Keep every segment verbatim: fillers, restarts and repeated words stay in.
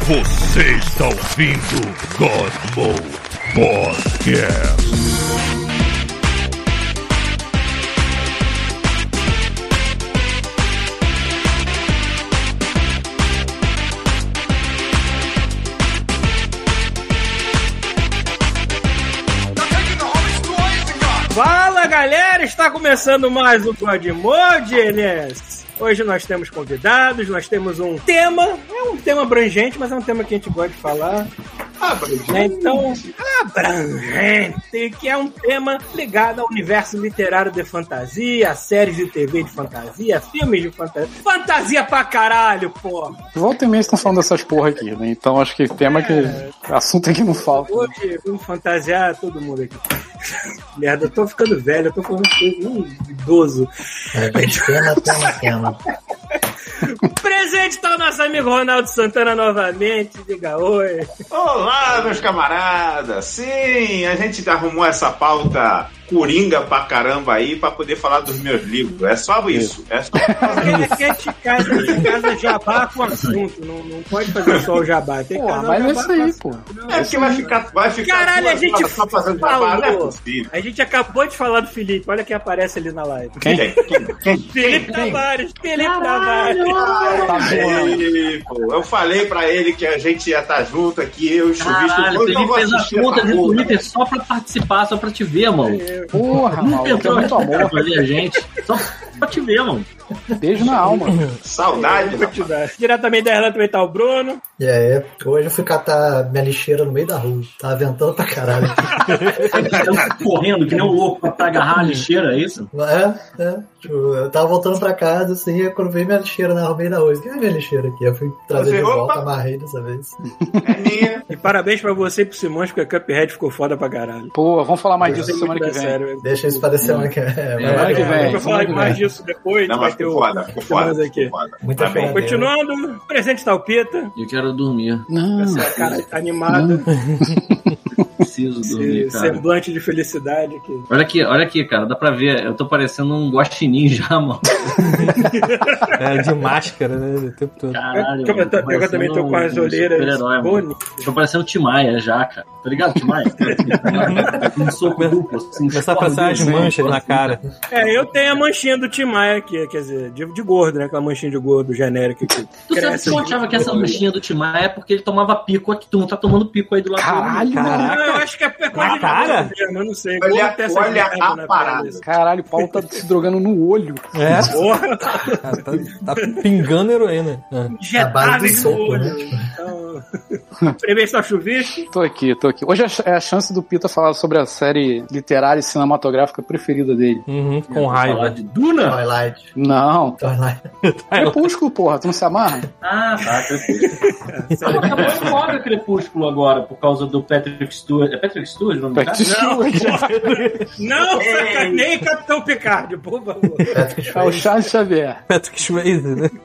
Você está ouvindo God Mode Podcast. Fala galera, está começando mais um God Mode, Enes. Hoje nós temos convidados, nós temos um tema, é um tema abrangente, mas é um tema que a gente gosta de falar. Abrangente. Né? Então, abrangente, que é um tema ligado ao universo literário de fantasia, séries de T V de fantasia, filmes de fantasia. Fantasia pra caralho, porra! Volta e meia estão falando dessas porra aqui, né? Então acho que tema é... que... assunto aqui não falta. Hoje, vamos fantasiar todo mundo aqui. Merda, eu tô ficando velho, eu tô falando um idoso. É, tema, tema, tema. Presente tá o nosso amigo Ronaldo Santana novamente. Diga oi. Olá, meus camaradas. Sim, a gente arrumou essa pauta coringa pra caramba aí pra poder falar dos meus livros. É só isso. É só isso. Aqui a gente casa, a gente casa jabá com assunto. Não, não pode fazer só o jabá. Tem que pô, mas é isso aí, pô. É porque vai ficar, vai ficar. Caralho, a gente só fazendo falou. jabá, não é possível. A gente acabou de falar do Felipe. Olha quem aparece ali na live. Quem? Quem? Quem? Felipe Tavares. Felipe Tavares. Tá aí, pô. Eu falei pra ele que a gente ia estar junto aqui, eu e o Chuvisco. Caralho, ele fez a conta de Twitter só pra participar, só pra te ver, mano. Porra, não mano, tentou muito amor pra ver a gente, só pra te ver, mano. Beijo na alma. Saudade, diretamente da Irlanda também tá o Bruno. E aí, hoje eu fui catar minha lixeira no meio da rua. Tava ventando pra caralho. Correndo que nem um louco pra, pra agarrar a lixeira, é isso? É, é. Tipo, eu tava voltando pra casa, assim, e quando veio minha lixeira no meio da rua, que é a minha lixeira aqui? Eu fui trazer você, de opa. volta, amarrei dessa vez. É minha. E parabéns pra você e pro Simões, porque a Cuphead ficou foda pra caralho. Pô, vamos falar mais disso semana que vem. Sério, Deixa isso pra semana que vem. Semana que vem. Vamos falar mais disso depois. Não, mas ficou foda, ficou foda. Aqui. Muita Tá bom, continuando, presente tá o Pita. Eu quero dormir. Não. Essa cara tá animada. Preciso dormir, cara. Semblante de felicidade aqui. Olha aqui, olha aqui, cara. Dá pra ver. Eu tô parecendo um guaxinim já, mano. É, de máscara, né? O tempo todo. Caralho. Eu, eu, eu também tô com as olheiras. Um tô parecendo o Timaya já, cara. Tá ligado, Timaya? Um soco duplo. Assim, começar a passar as manchas na cara. É, eu tenho a manchinha do Timaya aqui, quer dizer, de, de gordo, né? Aquela manchinha de gordo genérica aqui. Tu sabe que eu achava que essa manchinha do Timaya é porque ele tomava pico aqui. Tu não tá tomando pico aí do lado do Caralho, Não, eu acho que é coisa na cara? Mesmo, eu não sei. Olha, olha a parada. Caralho, o Paulo tá se drogando no olho. É? Porra. Cara, tá, tá pingando heroína. É. A base do soco, né? Então... Primeiro está o Chuvisco. Tô aqui, tô aqui. Hoje é a chance do Pita falar sobre a série literária e cinematográfica preferida dele. Uhum, com raiva. De Duna? Twilight. Não. Twilight. Crepúsculo, porra, tu não se amarra? Ah, tá, Crepúsculo. Acabou de moda Crepúsculo agora, por causa do Patrick Stewart. É Patrick Stewart o nome do cara? Não, sacanei Capitão Picard, por favor. É o Charles Xavier. Patrick Swayze, né?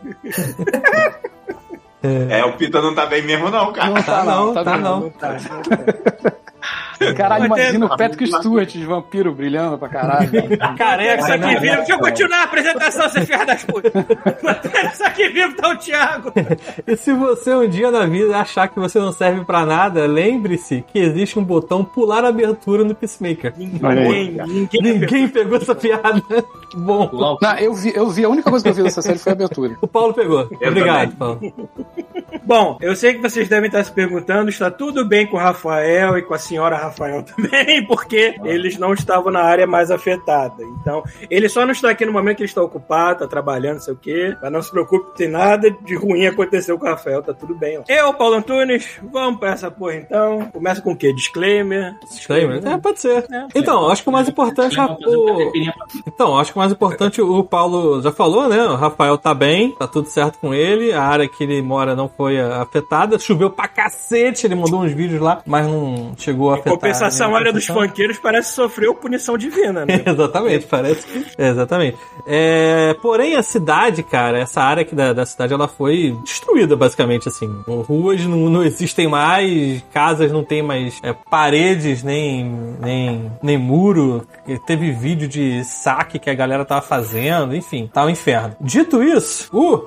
É, o Pita não tá bem mesmo não, cara. Não tá não, tá, tá não. não. Tá, caralho, imagina o Patrick Stewart de vampiro brilhando pra caralho. Careca, isso aqui vivo. Deixa eu continuar a apresentação, você filha das putas. Isso aqui vivo tá o Thiago. E se você um dia na vida achar que você não serve pra nada, lembre-se que existe um botão pular abertura no Peacemaker. Ninguém, ninguém, ninguém pegou essa piada. Bom. Não, eu vi, eu vi, a única coisa que eu vi dessa série foi a abertura. O Paulo pegou. Eu Obrigado, também. Paulo. Bom, eu sei que vocês devem estar se perguntando, está tudo bem com o Rafael e com a senhora Rafael também, porque eles não estavam na área mais afetada. Então, ele só não está aqui no momento que ele está ocupado, está trabalhando, não sei o quê, mas não se preocupe, não tem nada de ruim aconteceu com o Rafael, tá tudo bem. Ó. Eu, Paulo Antunes, vamos pra essa porra então. Começa com o quê? Disclaimer? Disclaimer? É, pode ser. É, então, acho que o mais importante é o... Então, acho que o mais importante o Paulo já falou, né? O Rafael tá bem, tá tudo certo com ele, a área que ele mora não foi afetada, choveu pra cacete, ele mandou uns vídeos lá, mas não chegou a afetar. Em compensação, a área dos funkeiros parece que sofreu punição divina, né? Exatamente, parece que... Exatamente. É, porém, a cidade, cara, essa área aqui da, da cidade, ela foi destruída, basicamente, assim. Ruas não, não existem mais, casas não tem mais é, paredes, nem, nem, nem muro. Teve vídeo de saque que a galera tava fazendo, enfim, tá um inferno. Dito isso, o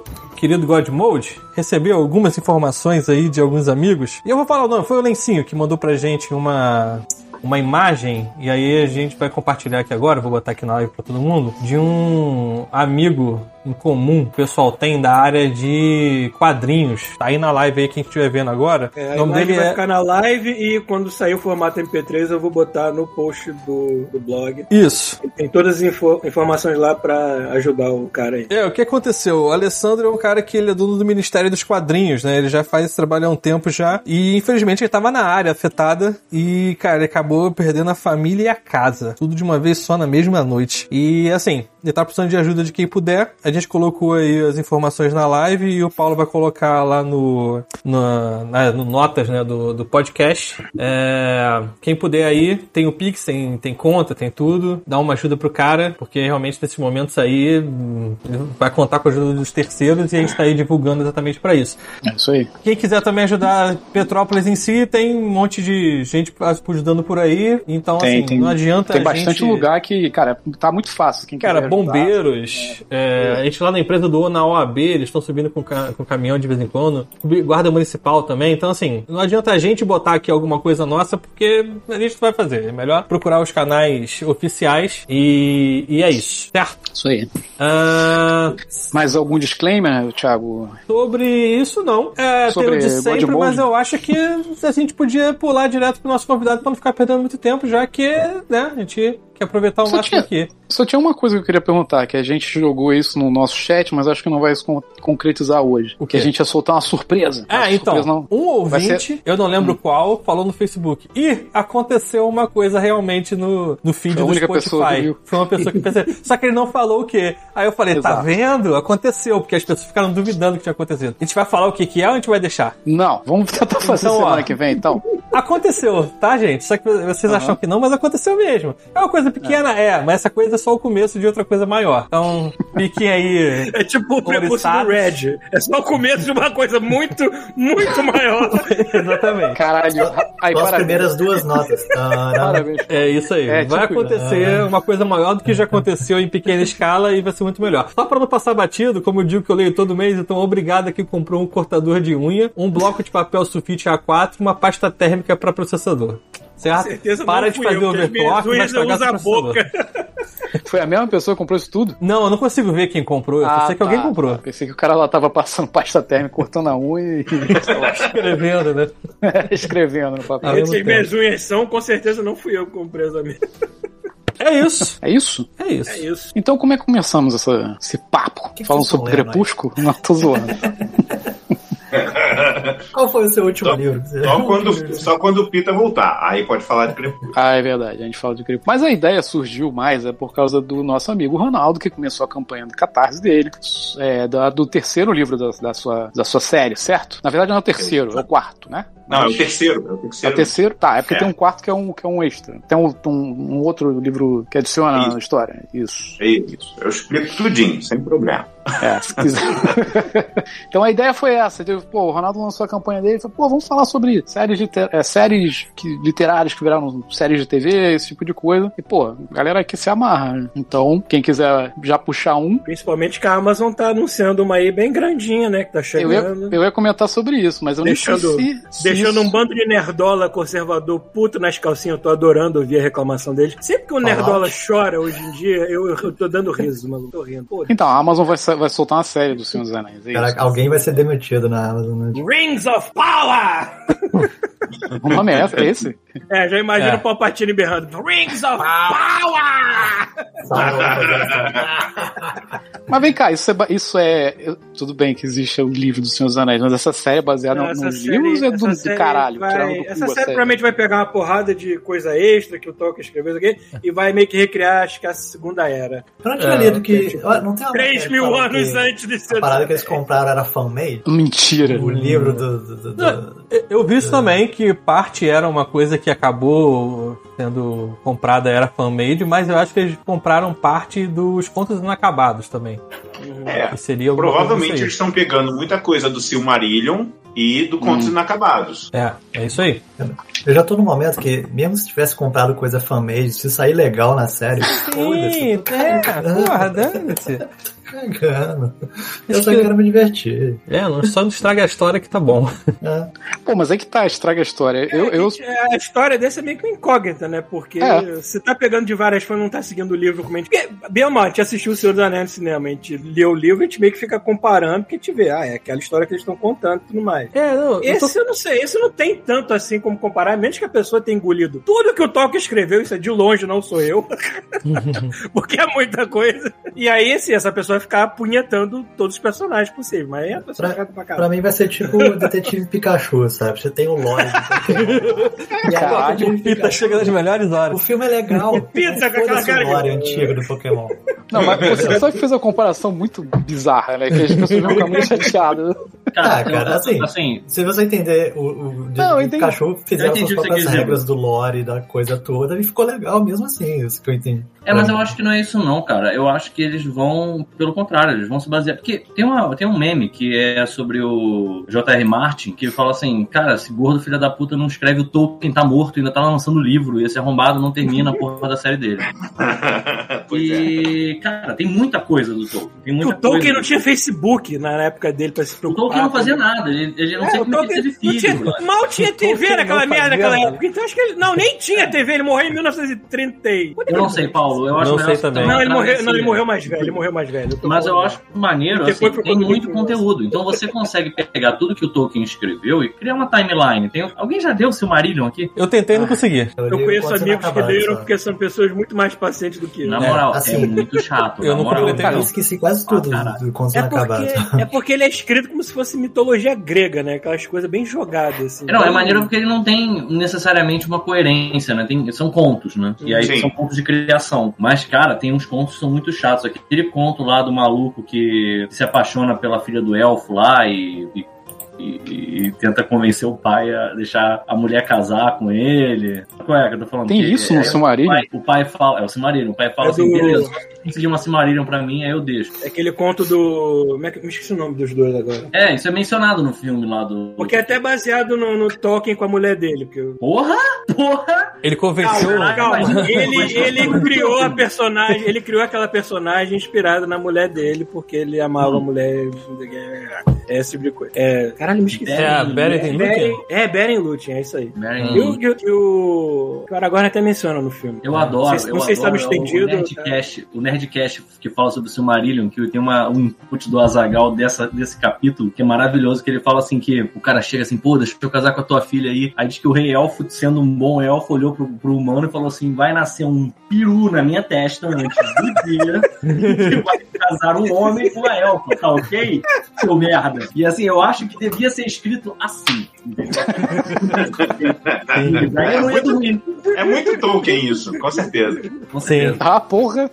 querido God Mode recebeu algumas informações aí de alguns amigos. E eu vou falar o nome, foi o Lencinho que mandou pra gente uma... uma imagem, e aí a gente vai compartilhar aqui agora, vou botar aqui na live pra todo mundo, de um amigo em comum que o pessoal tem da área de quadrinhos. Tá aí na live aí, quem estiver vendo agora. É, o nome dele vai é... ficar na live e quando sair o formato M P três eu vou botar no post do, do blog. Isso. Tem todas as info- informações lá pra ajudar o cara aí. É, o que aconteceu? O Alessandro é um cara que ele é dono do Ministério dos Quadrinhos, né? Ele já faz esse trabalho há um tempo já, e infelizmente ele tava na área afetada e, cara, ele acabou perdendo a família e a casa. Tudo de uma vez só na mesma noite. E, assim, ele tá precisando de ajuda de quem puder. A gente colocou aí as informações na live e o Paulo vai colocar lá no, no, na, no notas, né, do, do podcast. É, quem puder aí, tem o Pix, tem, tem conta, tem tudo. Dá uma ajuda pro cara, porque realmente nesses momentos aí hum, vai contar com a ajuda dos terceiros e a gente tá aí divulgando exatamente pra isso. É isso aí. Quem quiser também ajudar Petrópolis em si, tem um monte de gente ajudando por aí. Então, Tem, assim, tem, não adianta tem a bastante gente... lugar que, cara, tá muito fácil. Quem Cara, quiser ajudar. bombeiros, é, a gente lá na empresa doou na O A B, eles estão subindo com, ca- com caminhão de vez em quando, guarda municipal também, então assim, não adianta a gente botar aqui alguma coisa nossa, porque a gente não vai fazer, é melhor procurar os canais oficiais e, e é isso, certo? Isso aí. Ah, Mais algum disclaimer, Thiago? sobre isso não, é, Sobre tem o de sempre, God mas Mode? eu acho que a gente podia pular direto pro nosso convidado pra não ficar perdendo muito tempo, já que, né, a gente quer aproveitar o Só máximo tinha- aqui. Só tinha uma coisa que eu queria perguntar, que a gente jogou isso no nosso chat, mas acho que não vai se con- concretizar hoje. O Que quê? a gente ia soltar uma surpresa. Ah, Essa então, surpresa não- um vai ouvinte, ser- eu não lembro qual, falou no Facebook. E aconteceu uma coisa realmente no, no feed Foi a do única pessoa que Spotify. viu. Foi uma pessoa que percebeu. Só que ele não falou o quê? Aí eu falei, tá Exato. vendo? Aconteceu, porque as pessoas ficaram duvidando que tinha acontecido. A gente vai falar o que que é ou a gente vai deixar? Não, vamos tentar fazer Então, semana ó. que vem, então. Aconteceu, tá, gente? Só que vocês Aham. acham que não, mas aconteceu mesmo. É uma coisa pequena, é, mas essa coisa é só o começo de outra coisa maior. Então, fiquem aí. É tipo o prepúcio Oriçados. do Red. É só o começo de uma coisa muito, muito maior. Exatamente. Caralho. Aí, Só as parabéns. primeiras duas notas. Tará. Parabéns. É isso aí. É, vai tipo acontecer uma coisa maior do que já aconteceu em pequena escala e vai ser muito melhor. Só para não passar batido, como eu digo que eu leio todo mês, então obrigado a quem comprou um cortador de unha, um bloco de papel sulfite A quatro, uma pasta térmica para processador. Certo? Com certeza Para não de fui fazer eu, porque as overclock, vai minhas unhas eu estragar uso seu a processador. boca. Foi a mesma pessoa que comprou isso tudo? Não, eu não consigo ver quem comprou, eu só sei que alguém tá. comprou. Pensei que o cara lá tava passando pasta térmica, cortando a unha e sei lá, Escrevendo, né? escrevendo no papel. Ao mesmo Se minhas unhas são, com certeza não fui eu que comprei essa minha. É isso. É isso? É isso. É isso. Então como é que começamos essa, esse papo? que Falando vocês sobre estão lendo Crepúsculo? Não, tô zoando. Qual foi o seu último Só, livro? só quando, só quando o Pita voltar. Aí pode falar de Crepúsculo. Ah, é verdade, a gente fala de Crepúsculo. Mas a ideia surgiu mais é por causa do nosso amigo Ronaldo, que começou a campanha do Catarse dele, é, da, do terceiro livro da, da, sua, da sua série, certo? Na verdade não é o terceiro, é o quarto, né? Não, é o terceiro. É o É o terceiro. terceiro? Tá, é porque É. tem um quarto que é um, que é um extra. Tem um, um, um outro livro que adiciona Isso. na história. Isso. É isso. Eu explico tudinho, sem problema. É, se quiser. Então a ideia foi essa. De, pô, o Ronaldo lançou a campanha dele e falou, pô, vamos falar sobre séries, liter... é, séries que, literárias que viraram séries de T V, esse tipo de coisa. E, pô, a galera aqui se amarra, né? Então, quem quiser já puxar um, Principalmente que a Amazon tá anunciando uma aí bem grandinha, né? Que tá eu ia, chegando. eu ia comentar sobre isso, mas eu Deixando- nem sei se... se Deixando isso- um bando de nerdola conservador puto nas calcinhas. Eu tô adorando ouvir a reclamação deles. Sempre que o nerdola chora hoje em dia, eu, eu tô dando riso, mano. Tô rindo. Pô, Então, a Amazon vai, sa- vai soltar uma série do Senhor dos Anéis. É Caraca, isso. alguém vai ser demitido na Amazon, né? Rings of Power! O nome é esse? É esse? É, já imagino É. o Palpatine berrando. Rings of Power! Mas vem cá, isso é. ba- Isso é eu- tudo bem que existe o livro do Senhor dos Anéis, mas essa série é baseada Essa nos série- livros ou é do, essa do série caralho? vai- tirando do cu essa a série série? provavelmente vai pegar uma porrada de coisa extra que o Tolkien escreveu aqui e vai meio que recriar, acho que a Segunda Era. Eu não tinha É, lido que. ó, Não tem uma Três matéria mil falando anos que antes de ser. A parada que eles compraram era fan-made? Mentira. O livro do. do, do- do- Eu vi isso também, que parte era uma coisa que acabou sendo comprada, era fan-made, mas eu acho que eles compraram parte dos contos inacabados também. É. Que seria alguma Provavelmente coisa eles disso aí. estão pegando muita coisa do Silmarillion e do Contos Inacabados. É, é isso aí. Eu já tô no momento que, mesmo se tivesse comprado coisa fan-made, se sair legal na série, foda-se. Sim, é, porra, dane-se. cagando. Eu só quero me divertir. É, não, só não estraga a história que tá bom. É. Pô, mas é que tá, estraga a história. Eu, eu... A história desse é meio que uma incógnita, né? Porque É. você tá pegando de várias formas, não tá seguindo o livro como a gente... Porque, bem ou mal, a gente assistiu O Senhor dos Anéis no cinema, a gente lê o livro, a gente meio que fica comparando, porque a gente vê, ah, é aquela história que eles estão contando e tudo mais. É, não, eu tô- Esse eu não sei, esse não tem tanto assim como comparar, a menos que a pessoa tenha engolido tudo que o Tolkien escreveu, isso é de longe, não sou eu, porque é muita coisa. E aí, assim, essa pessoa vai ficar apunhetando todos os personagens possíveis, mas aí a pessoa vai ficar pra Pra caralho. mim vai ser tipo o Detetive Pikachu, sabe? Você tem o lore do Pokémon. E aí, o Detetive Pita Pikachu, chega nas melhores o horas. filme é legal. Pizza com aquela Foda-se cara o lore de- antigo do Pokémon. Não, mas você só que fez uma comparação muito bizarra, né? Que as pessoas vão ficar muito chateadas. Ah, cara, eu- assim, assim, Se você entender o, o Não, eu Detetive entendi. Pikachu, fizeram Eu entendi suas o que você próprias quis dizer. regras do lore, da coisa toda, e ficou legal mesmo assim, isso que eu entendi. É, mas eu acho que não é isso não, cara. Eu acho que eles vão, pelo contrário, eles vão se basear... Porque tem, uma, tem um meme que é sobre o J R. Martin, que ele fala assim, cara, esse gordo filho da puta não escreve o Tolkien, tá morto, ainda tá lançando livro, e esse arrombado não termina a porra da série dele. Pois é. E, cara, tem muita coisa do Tolkien. Tem muita O Tolkien coisa. não tinha Facebook na época dele pra se O preocupar. Tolkien não fazia nada, ele, ele não É, sei o como é que ele Tolkien teve não tinha, filho. mano. mal tinha T V Tolkien naquela não merda fazia naquela nada. época. Então acho que ele. Não, nem tinha T V, ele morreu em mil novecentos e trinta. Eu não sei, Paulo. Eu acho Não melhor sei você também. tomar Não, ele uma morreu, não, travessia. ele morreu mais velho, ele morreu mais velho. Eu tô Mas eu falando. acho maneiro, Porque assim, foi pro tem Comic muito Con. conteúdo. Então você consegue pegar tudo que o Tolkien escreveu e criar uma timeline. Tem... Alguém já deu o Silmarillion aqui? Eu tentei e não consegui. Eu li conheço quando você amigos que acabar, leram só. porque são pessoas muito mais pacientes do que eu. Na É, moral, é, assim, muito chato. eu na não moral. completei, Cara, eu não. esqueci quase tudo Ah, caralho. do quando você É acabar. porque, é porque ele é escrito como se fosse mitologia grega, né? Aquelas coisas bem jogadas, assim. Não, é maneiro porque ele não tem necessariamente uma coerência, né? Tem, são contos, né? E aí Sim. são contos de criação. Mas, cara, tem uns contos que são muito chatos. Aquele conto lá do maluco que se apaixona pela filha do elfo lá e, e, e- e tenta convencer o pai a deixar a mulher casar com ele. Qual é que eu tô falando? Tem Que- isso no é, Silmarillion? O pai, o pai fala, é o Silmarillion, o pai fala É assim, do- beleza, se conseguir uma Silmarillion pra mim, aí eu deixo. É aquele conto do. Como é que... Me esqueci o nome dos dois agora. É, isso é mencionado no filme lá do... Porque é até baseado no, no Tolkien com a mulher dele. Porque... eu- Porra! Porra! Ele convenceu. Calma, calma. mas- Ele, mas- ele criou a personagem, ele criou aquela personagem inspirada na mulher dele, porque ele amava a mulher. É esse tipo de coisa. É, caralho, me esqueci. É a Beren Lúthien? Beren- É, Beren Lúthien, é isso aí. Mary- E o, e o, e o, que o Aragorn até menciona no filme. Eu adoro, Não sei, eu não sei se tá no adoro estendido. o Nerdcast, o Nerdcast que fala sobre o Silmarillion, que tem uma, um input do Azaghal dessa, desse capítulo, que é maravilhoso, que ele fala assim que o cara chega assim, pô, deixa eu casar com a tua filha aí. Aí diz que o rei elfo, sendo um bom elfo, olhou pro, pro humano e falou assim, vai nascer um peru na minha testa antes do dia que vai casar um homem com a elfa, tá ok? Seu merda. E assim, eu acho que devia ser escrito assim. Entendeu? Daí eu não ia dormir. É muito Tolkien isso, com certeza. Com Sim. certeza. Ah, porra!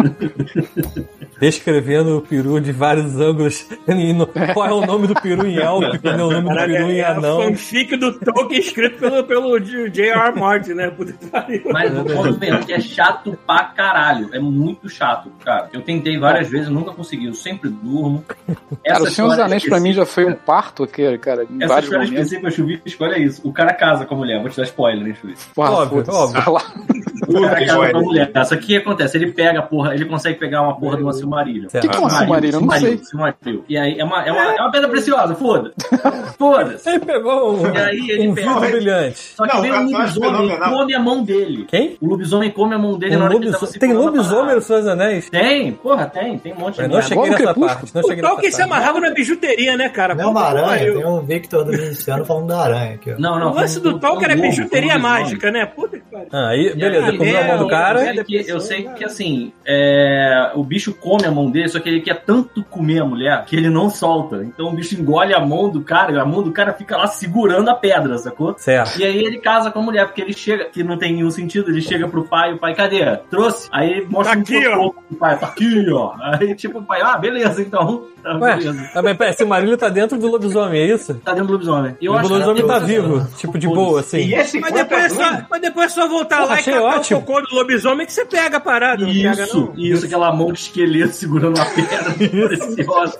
Descrevendo o peru de vários ângulos. E no- Qual é o nome do peru em élfico? Qual é o nome do Caraca, peru em é a anão? fanfic do Tolkien escrito pelo, pelo J R. Martin, né? Puta que pariu. Mas o ponto vendo que é chato pra caralho. É muito chato, cara. Eu tentei várias vezes, nunca consegui. Eu sempre durmo. Cara, o Senhor dos história Anéis pra mim já foi um específica- parto aqui, cara, em Essa vários história momentos. específica, Chuvisco, olha isso. O cara casa com a mulher. Vou te dar spoiler, hein, Chuvisco. Porra, Óbvio, foda-se. óbvio. Vai lá. O cara casa spoiler. com a mulher. Só que o que acontece? Ele pega a porra, ele consegue pegar uma porra de uma Silmarillion. O que, que é uma Silmarillion? Eu não sei. Silmarillion. E aí é uma, é uma, é uma pedra preciosa, foda-se. Foda-se. Ele pegou um, E aí ele um pega- vidro brilhante. Só que Não, vem eu um acho lobisomem e fenomenal. come a mão dele. Quem? O lobisomem come a mão dele Um na hora que ele lobiso- tava Tem segurando a lobisomem parada. nos Seus Anéis? Tem, porra, tem. Tem um monte de Mas não merda. cheguei Igual no nessa Crepúsculo. parte. Não O cheguei nessa Tolkien se parte. amarrava na bijuteria, né, cara? Não é uma Puta que aranha, pariu. tem um Victor do Miliciano falando da aranha aqui, ó. Não, não. O lance foi um- do foi um Tolkien era lobo, bijuteria foi um lobisomem. mágica, né? Puta que pariu. Ah, aí, beleza, aí, comeu a mão do é, cara. Eu sei que, eu sei que assim, é, o bicho come a mão dele, só que ele quer tanto comer a mulher que ele não solta. Então o bicho engole a mão do cara e a mão do cara fica lá segurando a pedra, sacou? Certo. E aí ele casa com a mulher, porque ele chega, que não tem nenhum sentido, ele chega pro pai, o pai, cadê? Trouxe? Aí ele mostra Tá um aqui, ó. foto do pai, tá aqui, ó. Aí tipo, o pai, ah, beleza, então. Tá, Ué, beleza. ah, mas pera, esse Marílio tá dentro do lobisomem, é isso? Tá dentro do lobisomem. E eu O acho que lobisomem tá eu- vivo, tipo, de boa, assim. E esse Mas corpo depois, é é só, ruim. mas depois é só voltar Porra, lá e achei catar ótimo. o cocô do lobisomem que você pega a parada, não pega Isso, não. isso, aquela mão de esqueleto segurando a pedra preciosa.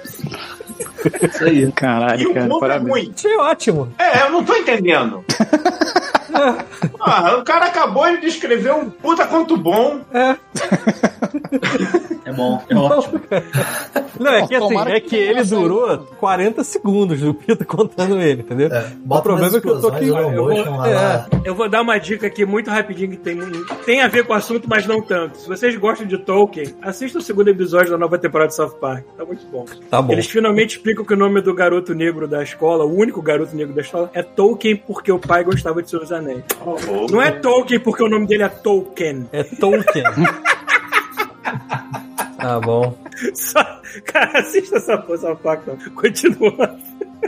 Isso aí. E Caralho, o cara, corpo é parabéns. ruim. Achei ótimo. É, eu não tô entendendo. Ah, o cara acabou de descrever um puta quanto bom. É. É bom, é ótimo. Não, é que assim, Tomara é que que ele não saia. durou quarenta segundos do Pito contando ele, entendeu? É, O bota problema umas é que eu tô aqui. explosões, slow eu motion vou- lá, é. lá. Eu vou dar uma dica aqui muito rapidinho que tem, tem a ver com o assunto, mas não tanto. Se vocês gostam de Tolkien, assista o segundo episódio da nova temporada de South Park. Tá muito bom. Tá bom. Eles finalmente explicam que o nome do garoto negro da escola, o único garoto negro da escola, é Tolkien porque o pai gostava de Senhor dos Anéis. Não é Tolkien porque o nome dele é Tolkien. É Tolkien. Tá bom. Só, cara, assista essa porra, South Park, não. Continua.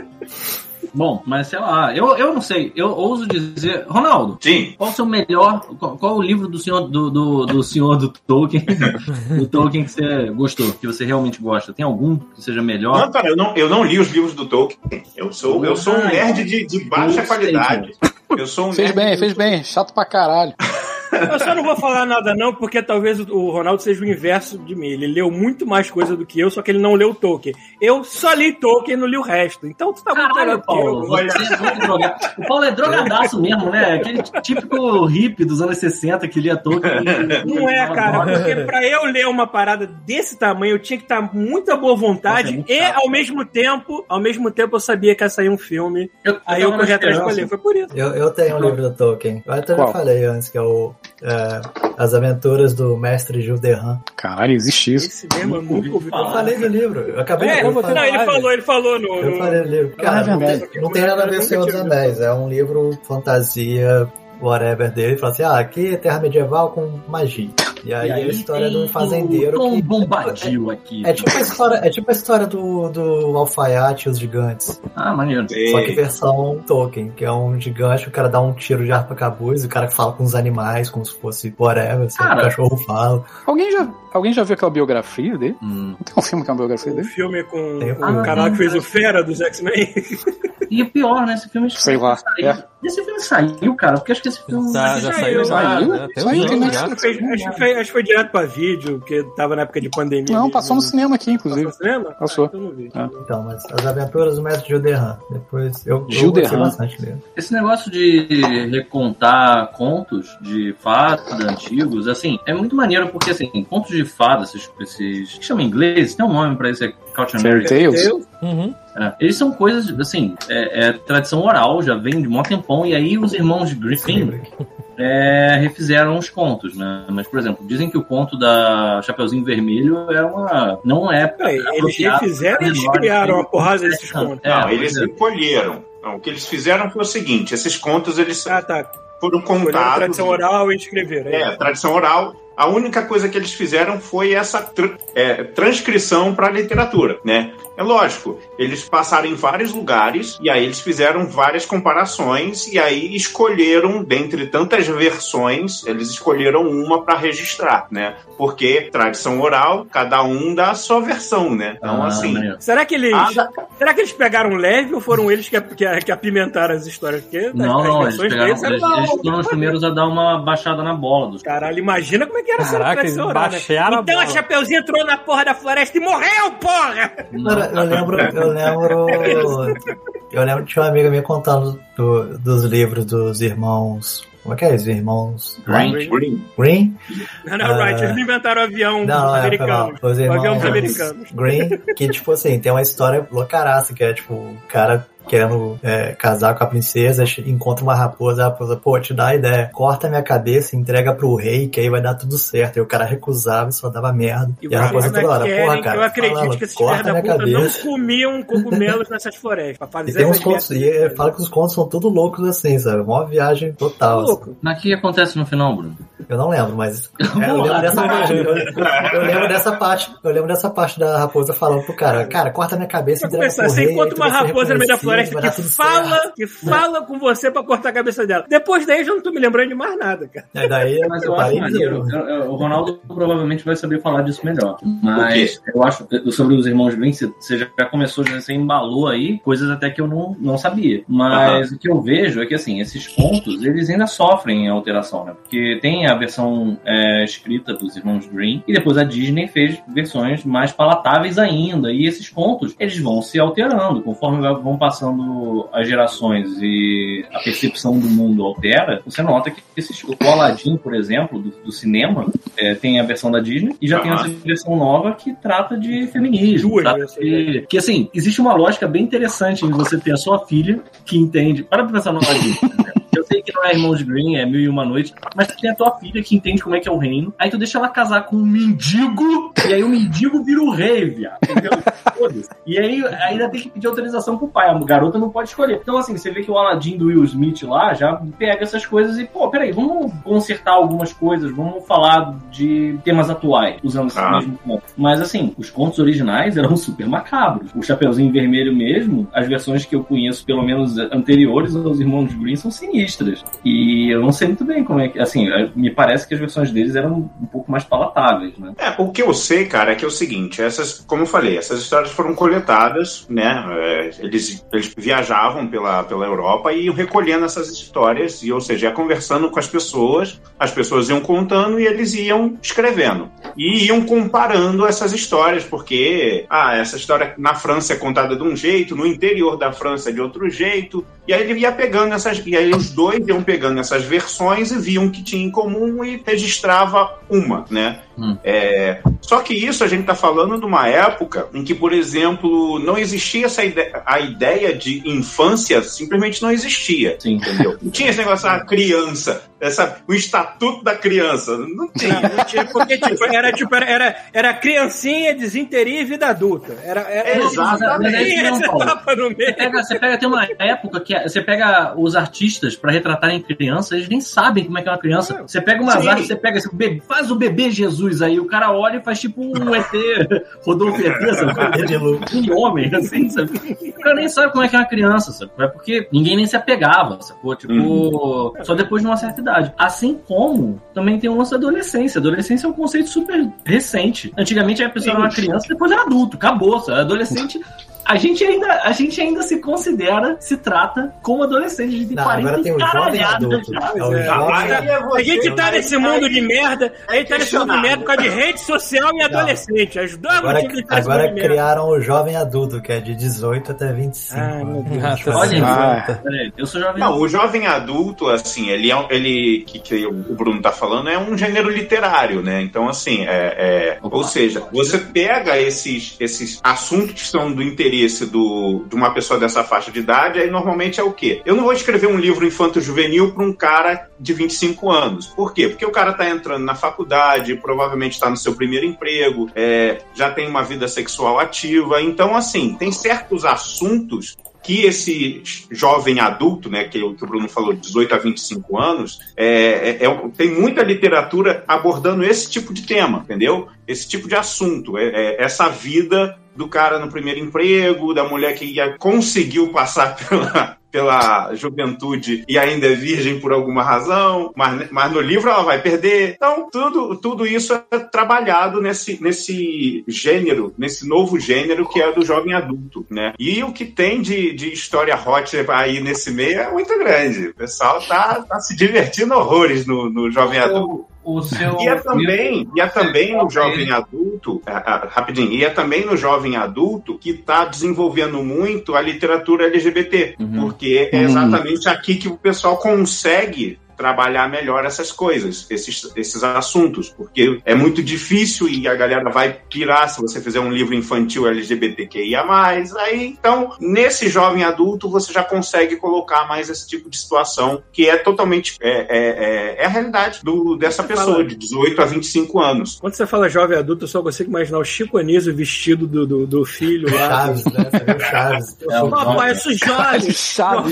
Bom, mas sei lá, eu, eu não sei, eu ouso dizer... Ronaldo, Sim. qual o seu melhor... Qual, qual o livro do senhor do, do, do senhor do Tolkien, do Tolkien que você gostou, que você realmente gosta? Tem algum que seja melhor? Não, cara, eu não, eu não li os livros do Tolkien. Eu sou, eu sou um nerd de, de baixa qualidade. Eu sou um Fez nerd bem, de- fez bem. Chato pra caralho. Eu só não vou falar nada não, porque talvez o Ronaldo seja o inverso de mim. Ele leu muito mais coisa do que eu, só que ele não leu Tolkien. Eu só li Tolkien e não li o resto. Então tu tá muito melhor Caralho, do que eu. Paulo, você é muito drogado. O Paulo é drogadaço mesmo, né? Aquele típico hippie dos anos sessenta que lia Tolkien. Não é, cara, porque pra eu ler uma parada desse tamanho, eu tinha que estar muita boa vontade. Nossa, é muito E chato. ao mesmo tempo, ao mesmo tempo eu sabia que ia sair um filme. Eu, Aí eu tava corri na atrás pra esperança. ler, foi por isso. Eu, eu tenho um livro do Tolkien. Eu até Qual? já falei antes, que é o é, As Aventuras do Mestre Jules Verne. Caralho, existe isso. Esse mesmo eu nunca ouvi Eu falar. falei do livro. Eu acabei É, de eu eu não, ele falei, falou, ele falou no. eu no- falei do livro. Cara, Ah, é não, verdade. tem, não tem nada a ver com o Senhor dos Anéis. É um livro fantasia, whatever dele. Fala assim, ah, aqui é terra medieval com magia. E aí, E aí a história de um tem fazendeiro o Tom que... Bombadil aqui. É tipo a história, é tipo a história do, do alfaiate e os gigantes. Ah, maneiro. Só que versão Tolkien, que é um gigante, o cara dá um tiro de arpa cabuz, o cara que fala com os animais, como se fosse whatever, assim, Cara. o cachorro fala. Alguém já, alguém já viu aquela biografia dele? Hum. Não tem um filme que é uma biografia O dele? filme com Tem- o Ah, canal que fez não. o Fera dos X-Men. E o pior, né? Esse filme Sei lá, saiu. é. Esse filme saiu, cara, porque acho que esse filme. Tá, já saiu, já. Saiu? já tem Saiu, uns tem anos Netflix. já. Acho que fez- acho que foi- acho que foi direto pra vídeo, porque tava na época de pandemia. Não, mesmo. passou no cinema aqui, Passou inclusive. no cinema? Passou. Ah, então não vi. Ah. Então, mas As Aventuras do Mestre Jules Verne. Depois eu, eu Jules gostei Verne. bastante dele. Esse negócio de recontar contos de fada antigos, assim, é muito maneiro, porque, assim, contos de fada, esses, esses que chama em inglês, tem um nome pra isso, é Cautionary Fairy Tales? Uhum. É, eles são coisas, assim, é, é tradição oral, já vem de mó tempão, e aí os irmãos Griffin é, refizeram os contos, né? Mas, por exemplo, dizem que o conto da Chapeuzinho Vermelho é uma... não é... Peraí, eles apropriado refizeram para ou eles menores, criaram tem- a porrada desses contos? É, Não, pois eles é. recolheram. Não, o que eles fizeram foi o seguinte: esses contos eles Ah, tá. foram Escolheram a contados. tradição oral e escreveram. É, tradição oral. A única coisa que eles fizeram foi essa tr- é, transcrição para a literatura, né? É lógico, eles passaram em vários lugares e aí eles fizeram várias comparações e aí escolheram, dentre tantas versões, eles escolheram uma para registrar, né? Porque tradição oral, cada um dá a sua versão, né? Então, Ah, assim, maneiro. Será que eles. Ah, Será que eles pegaram leve ou foram eles que, que, que apimentaram as histórias? Porque Não, as não, eles versões pegaram. deles eram Eles, da- eles foram os primeiros a dar uma baixada na bola dos. Caralho, imagina como é que era essa Caraca, tradição eles oral, né? baixaram a Então a bola. Chapeuzinho entrou na porra da floresta e morreu, porra! Cara, eu lembro, eu lembro. Eu lembro que tinha uma amiga minha contando do- dos livros dos irmãos. Como é que é? Os irmãos Green. Green. Green? Não, não, Ah. right, eles não inventaram avião Não, não, é, foi mal. americano. Os O avião dos irmãos americanos. Green, que tipo assim, tem uma história loucaraça, que é tipo, o cara querendo é, casar com a princesa, encontra uma raposa, a raposa, pô, te dá a ideia, corta minha cabeça, entrega pro rei, que aí vai dar tudo certo. E o cara recusava e só dava merda. E E a raposa vocês toda hora, querem porra, que cara, eu acredite falando, que esses filhos corta da minha puta não cabeça. comiam cogumelos nessas florestas. Pra fazer E tem uns essas contos, e ele fala que os contos são tudo loucos assim, sabe? Uma viagem total. assim. louco. Mas o que acontece no final, Bruno? Eu não lembro, mas é, eu lembro dessa parte. Eu, eu lembro dessa parte. Eu lembro dessa parte da raposa falando pro cara, cara, corta minha cabeça e Pra entrega começar, pro você rei, encontra aí tu uma vai ser raposa no meio da reconhecido, floresta vai dar que tudo fala, certo. que fala com você pra cortar a cabeça dela. Depois daí eu já não tô me lembrando de mais nada, cara. É, daí Mas eu eu acho parei de maneiro. ver. Eu- eu- O Ronaldo provavelmente vai saber falar disso melhor. Mas eu acho que sobre os irmãos Green, você você já começou, já você embalou aí coisas até que eu não, não sabia. Mas o que eu vejo é que, assim, esses contos, eles ainda sofrem alteração, né? Porque tem a, versão é, escrita dos irmãos Grimm, e depois a Disney fez versões mais palatáveis ainda, e esses contos, eles vão se alterando, conforme vão passando as gerações e a percepção do mundo altera, você nota que esses, o Aladdin, por exemplo, do, do cinema, é, tem a versão da Disney, e já ah, tem essa versão nova que trata de feminismo, Duas, trata de... que assim, existe uma lógica bem interessante em você ter a sua filha que entende, para pra pensar no Aladdin, eu sei que não é Irmãos Grimm, é Mil e Uma Noite, mas tu tem a tua filha que entende como é que é o reino, aí tu deixa ela casar com um mendigo, e aí o mendigo vira o rei, viado, entendeu? E aí ainda tem que pedir autorização pro pai, a garota não pode escolher. Então assim, você vê que o Aladdin do Will Smith lá já pega essas coisas e, pô, peraí, vamos consertar algumas coisas, vamos falar de temas atuais, usando esse ah. mesmo ponto. Mas assim, os contos originais eram super macabros. O Chapeuzinho Vermelho mesmo, as versões que eu conheço, pelo menos anteriores aos Irmãos Grimm, são sinistras. E eu não sei muito bem como é que, assim, me parece que as versões deles eram um pouco mais palatáveis, né? É, o que eu sei, cara, é que é o seguinte, essas, como eu falei, essas histórias foram coletadas, né? Eles, eles viajavam pela, pela Europa e iam recolhendo essas histórias, e, ou seja, ia conversando com as pessoas, as pessoas iam contando e eles iam escrevendo. E iam comparando essas histórias, porque, ah, essa história na França é contada de um jeito, no interior da França é de outro jeito, e aí ele ia pegando essas, e aí os dois iam pegando essas versões e viam que tinha em comum e registrava uma, né? Hum. É, só que isso a gente está falando de uma época em que, por exemplo, não existia essa ideia, a ideia de infância simplesmente não existia. Sim. Entendeu? Não tinha esse negócio da criança, essa, o estatuto da criança. Não tinha. Não, não tinha porque tipo, era, tipo, era, era, era criancinha, desinteria e vida adulta. Era, era, é, exatamente. Era essa etapa no meio. Você pega, você pega, tem uma época que você pega os artistas para retratarem criança, eles nem sabem como é que é uma criança. Você pega umas artes, você pega assim, bebê, faz o bebê Jesus aí, o cara olha e faz tipo um E T, Rodolfo E T, sabe? Um homem, assim, sabe? O cara nem sabe como é que é uma criança, sabe? É porque ninguém nem se apegava, sacou? Tipo, uhum. Só depois de uma certa idade. Assim como também tem o lance da adolescência. Adolescência é um conceito super recente. Antigamente a pessoa era uma criança, depois era adulto, acabou, sabe? Adolescente... A gente, ainda, a gente ainda se considera, se trata como adolescente. A gente tem não, quarenta agora tem o jovem adulto. Já. É o jovem... A gente tá nesse mundo de merda, a gente tá nesse mundo de merda por causa de rede social e adolescente. Não. Ajudou agora agora criaram o jovem adulto, que é de dezoito até vinte e cinco. Ah, meu Deus. Olha, ah, eu sou jovem não, adulto. O jovem adulto, assim, ele, é, ele que, que o Bruno tá falando, é um gênero literário, né? Então, assim, é, é, ou seja, você pega esses, esses assuntos que são do interesse Do, de uma pessoa dessa faixa de idade, aí normalmente é o quê? Eu não vou escrever um livro infanto-juvenil para um cara de vinte e cinco anos. Por quê? Porque o cara tá entrando na faculdade, provavelmente está no seu primeiro emprego, é, já tem uma vida sexual ativa. Então, assim, tem certos assuntos que esse jovem adulto, né, que, que o Bruno falou, de dezoito a vinte e cinco anos, é, é, é, tem muita literatura abordando esse tipo de tema, entendeu? Esse tipo de assunto, é, é, essa vida do cara no primeiro emprego, da mulher que ia, conseguiu passar pela, pela juventude e ainda é virgem por alguma razão, mas, mas no livro ela vai perder. Então, tudo, tudo isso é trabalhado nesse, nesse gênero, nesse novo gênero que é do jovem adulto, né? E o que tem de, de história hot aí nesse meio é muito grande. O pessoal tá, tá se divertindo horrores no, no jovem adulto. O seu... E é também, e é também no jovem adulto, rapidinho, e é também no jovem adulto que está desenvolvendo muito a literatura L G B T, uhum. porque é exatamente uhum. aqui que o pessoal consegue trabalhar melhor essas coisas, esses, esses assuntos, porque é muito difícil e a galera vai pirar se você fizer um livro infantil L G B T Q I A mais, aí, então, nesse jovem adulto, você já consegue colocar mais esse tipo de situação, que é totalmente, é, é, é, é a realidade do, dessa pessoa, fala, de dezoito a vinte e cinco anos. Quando você fala jovem adulto, eu só consigo imaginar o Chico Anísio vestido do, do, do filho lá. Chaves, né? Você viu Chaves. É o Papai, eu sou jovem. Chaves.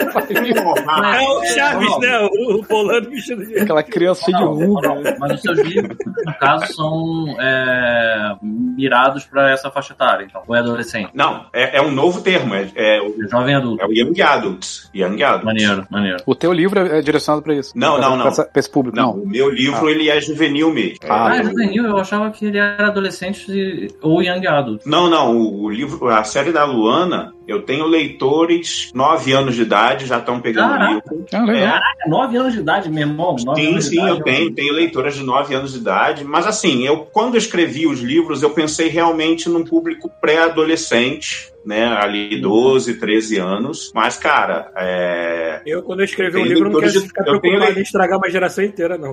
É o Chaves, né? O o Polano vestido de... Aquela criança cheia de ruga. Mas os seus livros, no caso, são é, mirados para essa faixa etária, então, ou é adolescente? Não, é, é um novo termo, é, é o jovem adulto. É o Young Adults. Young Adults. Maneiro, maneiro. O teu livro é direcionado para isso? Não, não, não. Pra, pra esse público, não. não. O meu livro, ah. ele é juvenil mesmo. Ah, é, é juvenil? Eu achava que ele era adolescente ou Young Adult. Não, não. O, o livro, a série da Luana, Eu tenho leitores nove anos de idade, já estão pegando o livro. Ah, legal. É. Caraca, nove anos de idade, meu irmão. nove Sim, anos de sim, idade, eu tenho, tenho leitoras de nove anos de idade, mas assim, eu quando eu escrevi os livros, eu pensei realmente num público pré-adolescente, né, ali doze, treze anos, mas cara, é... Eu, quando eu escrevi Eu um tenho livro, não quero leitores de- ficar eu tenho preocupado le- em estragar uma geração inteira, não.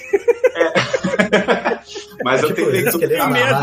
mas É eu tipo tenho isso que leitores ele fala.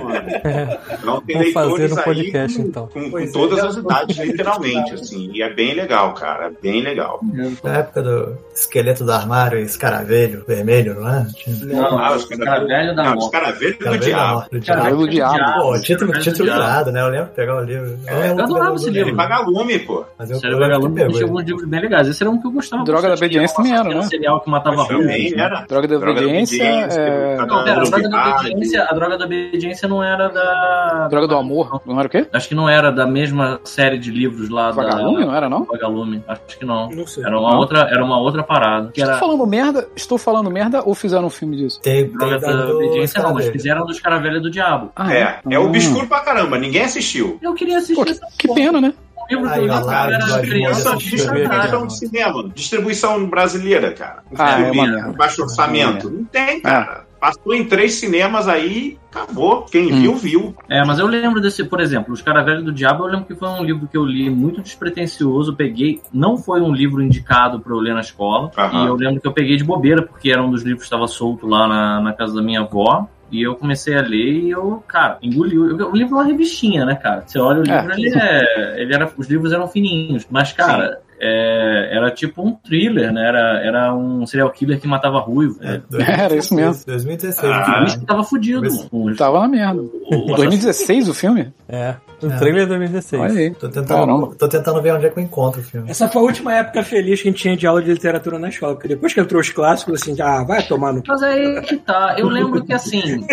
Não, tem Vou fazer leitores no aí podcast, com, então. com, com Pois é. todas as idades, literalmente, assim, e é bem legal, cara, é bem legal. Na época do esqueleto do armário e escaravelho vermelho, não é? Tinha- Não, Ah, os Caravelho da Não, os Morte. caravelhos do Escaravelho da diabo. morte, do Cara, diabo. do diabo. Pô, título, Caravelho do título Diabo. irado, né? Eu lembro de pegar o livro. Eu É, lembro eu de adorava pegar o esse livro. livro. Vagalume, pô. Mas eu, Sério, eu lembro que Vagalume pegou tinha ele. alguns livros bem legais. Esse era um que eu gostava. Droga da bastante, Obediência que era também era, um né? serial que matava Também ruim. era. Droga da Obediência, é... Não, pera, a droga da Novidade. obediência, a droga da obediência não era da. Droga do Amor, não era o quê? Acho que não era da mesma série de livros lá Vagalume, da. não era, não? Vagalume. Acho que não. Não sei. Era uma Não. outra, era uma outra parada. Que Estou era falando merda? Estou falando merda ou fizeram um filme disso? Tem, tem droga da do obediência, não, mas escaravelho. fizeram dos Caravelhos do Diabo. Ah, É, é Hum. obscuro pra caramba, ninguém assistiu. Eu queria assistir Pô, que, essa que porra. pena, né? Um livro que Aí, eu ó, li lá, quando era episódio criança. de Distribuição de cinema, distribuição brasileira, cara. Ah, é Filme, uma merda. baixo orçamento. É. Não tem, cara. Passou em três cinemas aí, acabou. Quem Hum. viu, viu. É, mas eu lembro desse, por exemplo, Os Caravelhos do Diabo, eu lembro que foi um livro que eu li muito despretensioso, peguei, não foi um livro indicado para eu ler na escola, Aham. e eu lembro que eu peguei de bobeira, porque era um dos livros que estava solto lá na, na casa da minha avó, e eu comecei a ler e eu, cara, engoli. O o livro é uma revistinha, né, cara? Você olha o livro, É. ele é, ele era, os livros eram fininhos, mas, cara... é, era tipo um thriller, né? Era, era um serial killer que matava ruivo. É, Era isso mesmo. dois mil e dezesseis. Ah, Por né? isso que tava fudido. Mas- O- Tava na merda. o- o dois mil e dezesseis o filme? É. O É. trailer é dois mil e dezesseis. Olha aí. Tô tentando, Caramba. tô tentando ver onde é que eu encontro o filme. Essa foi a última época feliz que a gente tinha de aula de literatura na escola, porque depois que entrou os clássicos, assim, ah, vai tomar no... Mas aí que tá. Eu lembro que assim.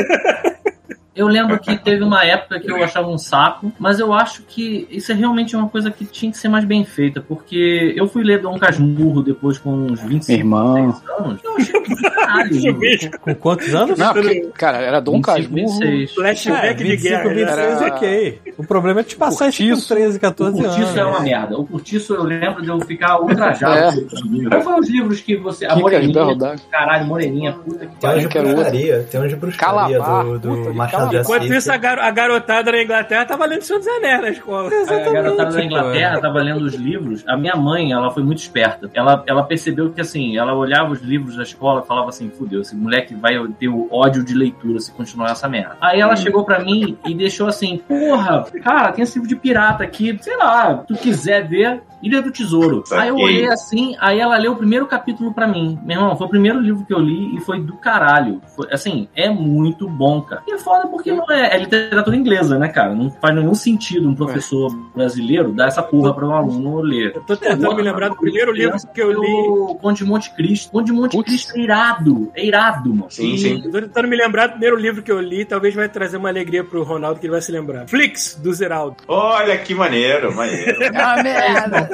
Eu lembro que teve uma época que eu achava um saco, mas eu acho que isso é realmente uma coisa que tinha que ser mais bem feita, porque eu fui ler Dom Casmurro depois com uns vinte e cinco Irmão. anos. Eu achei que caralho. Com quantos anos? Não, porque, cara, era Dom vinte e cinco, Casmurro. vinte e seis. Flashback de vinte e cinco, guerra. vinte e seis, Era- ok. O problema é te passar isso com Curtiço. treze, O catorze anos. Curtiço é uma merda. O Curtiço eu lembro de eu ficar ultrajado. É. Qual foram os livros que você. A Kika de Moreninha. Berro d'Água. Caralho, Moreninha, puta que Tem um de que era outro. bruxaria, tem um de bruxaria Calabar, do, do puta de Machado de Calabar. Enquanto Assis. isso, a, garo- a garotada na Inglaterra tava lendo Senhor dos Anéis na escola. A garotada da Inglaterra estava lendo os livros. A minha mãe, ela foi muito esperta. Ela, ela percebeu que, assim, ela olhava os livros da escola e falava assim, fudeu, esse moleque vai ter o ódio de leitura se continuar essa merda. Aí ela chegou pra mim e deixou assim, porra, cara, tem esse livro de pirata aqui, sei lá, tu quiser ver, Ilha do Tesouro. Aí eu olhei assim, aí ela leu o primeiro capítulo pra mim. Meu irmão, foi o primeiro livro que eu li e foi do caralho. Foi, assim, é muito bom, cara. E é foda porque não é, é literatura inglesa, né, cara? Não faz nenhum sentido um professor brasileiro dar essa porra para um aluno ler. Eu tô tentando me lembrar do primeiro livro que eu li. O Conde de Monte Cristo. Conde de Monte Putz. Cristo é irado. É irado, mano. Sim, E- sim. Eu tô tentando me lembrar do primeiro livro que eu li, talvez vai trazer uma alegria pro Ronaldo que ele vai se lembrar. Flix, do Zeraldo. Olha que maneiro, maneiro. É uma merda.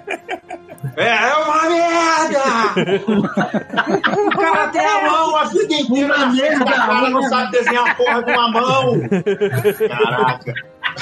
É, é uma merda! O cara tem a mão a vida inteira na merda, o cara não sabe desenhar a porra de uma mão. Caraca.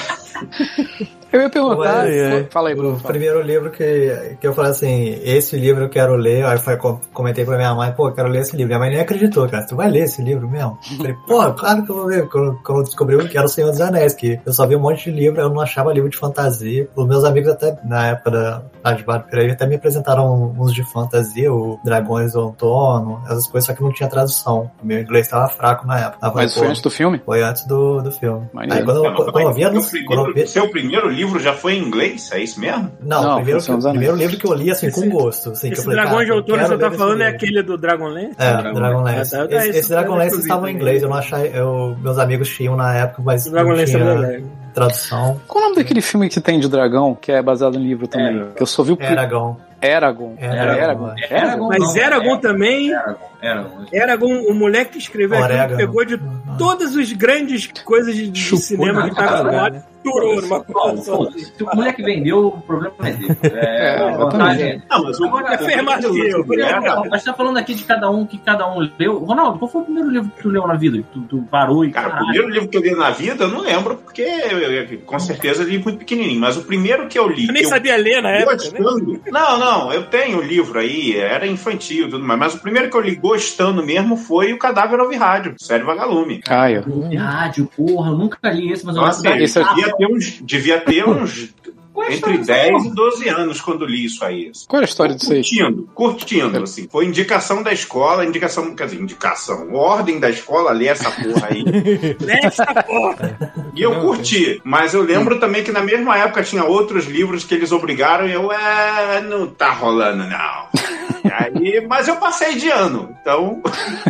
Eu ia perguntar. Ué, é. Fala aí, Bruno. O fala. primeiro livro que, que eu falei assim, esse livro eu quero ler, aí eu com- comentei pra minha mãe, pô, eu quero ler esse livro. Minha mãe nem acreditou, cara, tu vai ler esse livro mesmo? Eu falei, pô, claro que eu vou ler. Quando, quando eu descobri que era O Senhor dos Anéis, que eu só vi um monte de livro, eu não achava livro de fantasia. Os meus amigos até, na época da Advado Pereira, até me apresentaram uns de fantasia, o Dragões do Outono, essas coisas, só que não tinha tradução. O meu inglês tava fraco na época. Eu falei, Mas foi pô, antes do filme? foi antes do, do filme. Maneiro. Aí quando, eu- quando eu vi a O quando eu primeiro- vi- o seu primeiro livro já foi em inglês? É isso mesmo? Não, Não, o primeiro, foi Senhor dos Anéis. primeiro livro que eu li assim com Esse- gosto. Assim, que eu Esse falei, Dragão cara, de eu Outono que quero você tá ler falando é esse livro. aquele do Dragonlance? É, Dragonlance. Ah, tá, tá, Esse, isso esse foi Dragonlance muito estava em lindo. inglês, eu não achei. Eu, meus amigos tinham na época, mas O não Dragonlance é tinha legal. tradução. Qual o nome daquele filme que tem de dragão, que é baseado em livro também? Que eu só vi o pri- Eragon. Eragon. Eragon. Eragon. Eragon. Mas Não, Eragon é- também, Eragon. Eragon. Eragon, o moleque que escreveu aquilo, Orégano. pegou de todas as grandes coisas de, de Chupou cinema na que tava cara, fora né? estruturou numa coisa só. Se o moleque vendeu, o problema é dele. É, É, vantagem. Não, mas o Agora, é feio mais que eu. A gente tá falando aqui de cada um, que cada um leu. Ronaldo, qual foi o primeiro livro que tu leu na vida? Que tu, tu parou e... Cara, o caralho. primeiro livro que eu li na vida, eu não lembro, porque eu, eu, com certeza eu li muito pequenininho. Mas o primeiro que eu li... Eu nem eu, sabia ler na época, né? gostando... Não, não, eu tenho o livro aí, era infantil e tudo mais. Mas o primeiro que eu li gostando mesmo foi O Cadáver Ouve Rádio, série Vagalume. Caio. Rádio, porra, eu nunca li esse, mas eu Nossa, lembro da- esse devia ter uns, devia ter uns entre dez e doze anos quando li isso aí. Qual é a história disso aí? Curtindo, curtindo, assim. Foi indicação da escola, indicação, quer dizer, indicação, ordem da escola, ler essa porra aí. Nessa porra. E eu curti, mas eu lembro também que na mesma época tinha outros livros que eles obrigaram e eu, é, não tá rolando, não. Aí, mas eu passei de ano, então.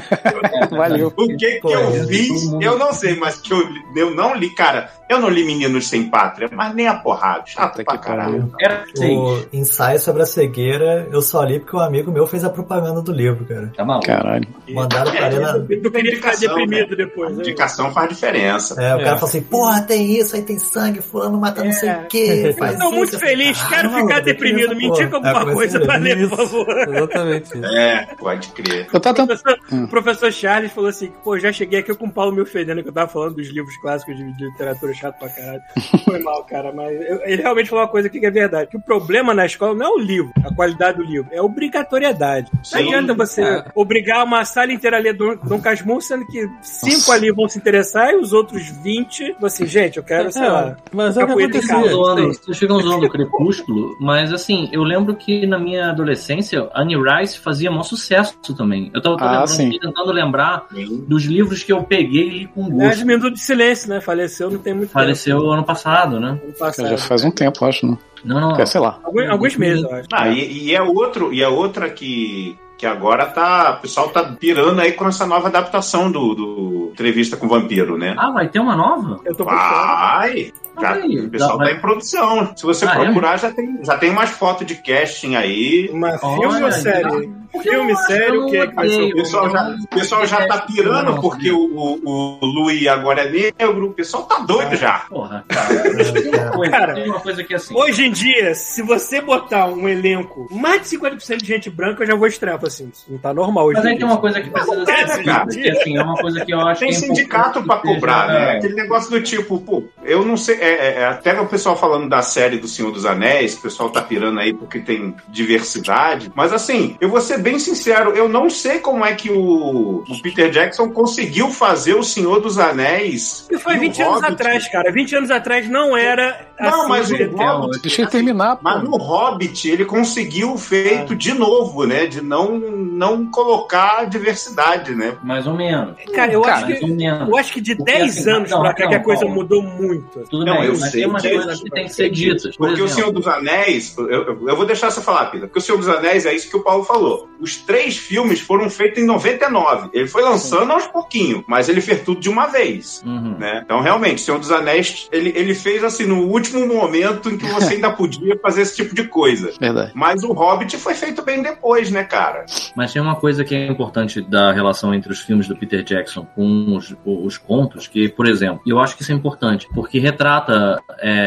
Valeu. O que que eu fiz, eu não sei, mas que eu, eu não li, cara. Eu não li Meninos Sem Pátria, mas nem a porrada. Chato Puta pra que caralho. Era seis. O ensaio sobre a cegueira, eu só li porque um amigo meu fez a propaganda do livro, cara. Tá maluco? Caralho. Mandaram pra ele na... Tu queria ficar Indicação, deprimido né? depois, né? Indicação faz diferença. É, o É. cara falou assim, porra, tem isso, aí tem sangue, fulano mata não sei o quê. faz Tô isso. muito Eu falei, feliz, "Caralho, quero maluco, ficar tem que deprimido. ler Me essa indica porra." alguma É, coisa comecei a pra ler. ler, por favor. Exatamente isso. É, pode crer. Eu tava O tentando. professor, o professor Charles falou assim, pô, já cheguei aqui com o Paulo me ofendendo, que eu tava falando dos livros clássicos de, de literatura chato pra caralho. Foi mal, cara, mas eu- ele realmente falou uma coisa aqui que é verdade, que o problema na escola não é o livro, a qualidade do livro, é a obrigatoriedade. Não Sim, adianta você é. obrigar uma sala inteira a ler Dom, Dom Casmurro, sendo que cinco ali vão se interessar e os outros vinte, assim, gente, eu quero, sei É, lá. mas é o que capoeira de acontecia. casa. Zoando, Sim. vocês ficam zoando o Crepúsculo, mas assim, eu lembro que na minha adolescência, Anne Rice fazia maior sucesso também. Eu tava, tô Ah, lembrando sim. aqui, tentando lembrar dos livros que eu peguei e li com Aliás, gosto. Minuto de Silêncio, né? Faleceu não tem muito Faleceu ano passado, né? tempo. Ano passado. Já faz um tempo, acho, né? Não, não. É, sei lá. Alguns, alguns meses, eu acho. Ah, e, e é outro, e é outra que, que agora tá. O pessoal tá pirando aí com essa nova adaptação do, do Entrevista com o Vampiro, né? Ah, vai ter uma nova? Eu tô por fora. Vai! Já, Aí, o pessoal dá- tá em produção. Se você Ah, procurar, já, tem, já tem umas fotos de casting aí. Uma filme Olha, ou série? Filme, série, o que que vai ser? O pessoal já, o pessoal já tá pirando porque o, o, o Louis agora é negro. O pessoal tá doido já. Porra, cara. Tem uma coisa, Cara, tem uma coisa que é assim. Hoje em dia, se você botar um elenco mais de cinquenta por cento de gente branca, eu já vou estranhar. Assim, isso não tá normal hoje Mas em aí dia. tem uma coisa que precisa ser É, cara. dita, que assim, é uma coisa que eu acho Tem que é sindicato pra importante que cobrar, seja- né? Aquele negócio do tipo, pô, eu não sei. É, é, é, até o pessoal falando da série do Senhor dos Anéis, o pessoal tá pirando aí porque tem diversidade. Mas assim, eu vou ser bem sincero, eu não sei como é que o, o Peter Jackson conseguiu fazer o Senhor dos Anéis. E foi e o vinte anos Hobbit. atrás, cara. vinte anos atrás não era Não, assim. mas do o jeito que é. Hobbit. Deixa ele terminar, pô. Mas no Hobbit ele conseguiu o feito de novo, né? De não, não colocar diversidade, né? Mais ou menos. Cara, eu Cara, acho Mais que. ou menos. Eu acho que de Porque, dez assim, anos não, pra cá não, que a coisa Paulo. mudou muito. Tudo Não, bem, eu mas sei tem umas disso. coisas que tem que ser ditas. Por Porque o exemplo, Senhor dos Anéis, eu, eu- eu vou deixar você falar, Pita, porque o Senhor dos Anéis é isso que o Paulo falou. Os três filmes foram feitos em noventa e nove. Ele foi lançando aos pouquinhos, mas ele fez tudo de uma vez. Uhum. Né? Então, realmente, o Senhor dos Anéis, ele, ele fez assim no último momento em que você ainda podia fazer esse tipo de coisa. Verdade. Mas o Hobbit foi feito bem depois, né, cara? Mas tem uma coisa que é importante da relação entre os filmes do Peter Jackson com os, os contos, que, por exemplo, eu acho que isso é importante, porque retrata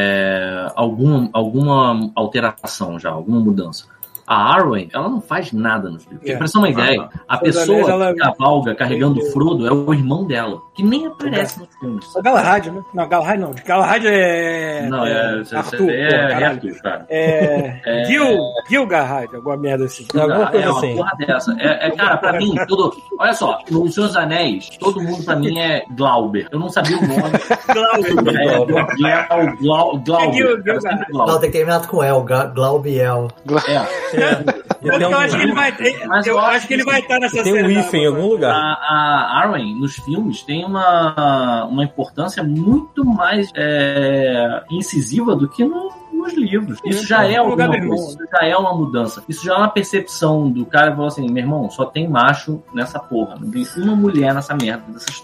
é, alguma, alguma alteração já, alguma mudança. A Arwen, ela não faz nada nos livros. É. Pra você ter uma ideia, a Senhor dos pessoa Anéis, ela- que cavalga carregando o Frodo é o irmão dela, que nem aparece nos filmes. O Galahad, né? Não, Galahad não. Galahad é. Não, é, é, Arthur, é, pô, é caralho. Arthur, cara. É. É. Gil, Gil Galahad, alguma merda assim. Alguma coisa é uma assim. porra dessa. É, é, cara, pra mim, todo. Olha só, no Senhor dos Anéis, todo mundo pra mim é Glauber. Eu não sabia o nome. Glauber. É, Glau, Glau, Glauber. Gil- Gil Era sempre Galahad. Glauber. Não, tem que terminar com El, Ga- Glaubiel. É. E Eu, tem um- acho que ele vai ter. Mas eu eu acho acho que ele que vai estar nessa Tem um série. hífen em algum A, lugar. a Arwen, nos filmes, tem uma, uma importância muito mais é, incisiva do que no, nos livros. Isso já é No lugar alguma do coisa. irmão. Isso já é uma mudança. Isso já é uma percepção do cara que falou assim, meu irmão, só tem macho nessa porra. Não tem uma mulher nessa merda dessa história, cara.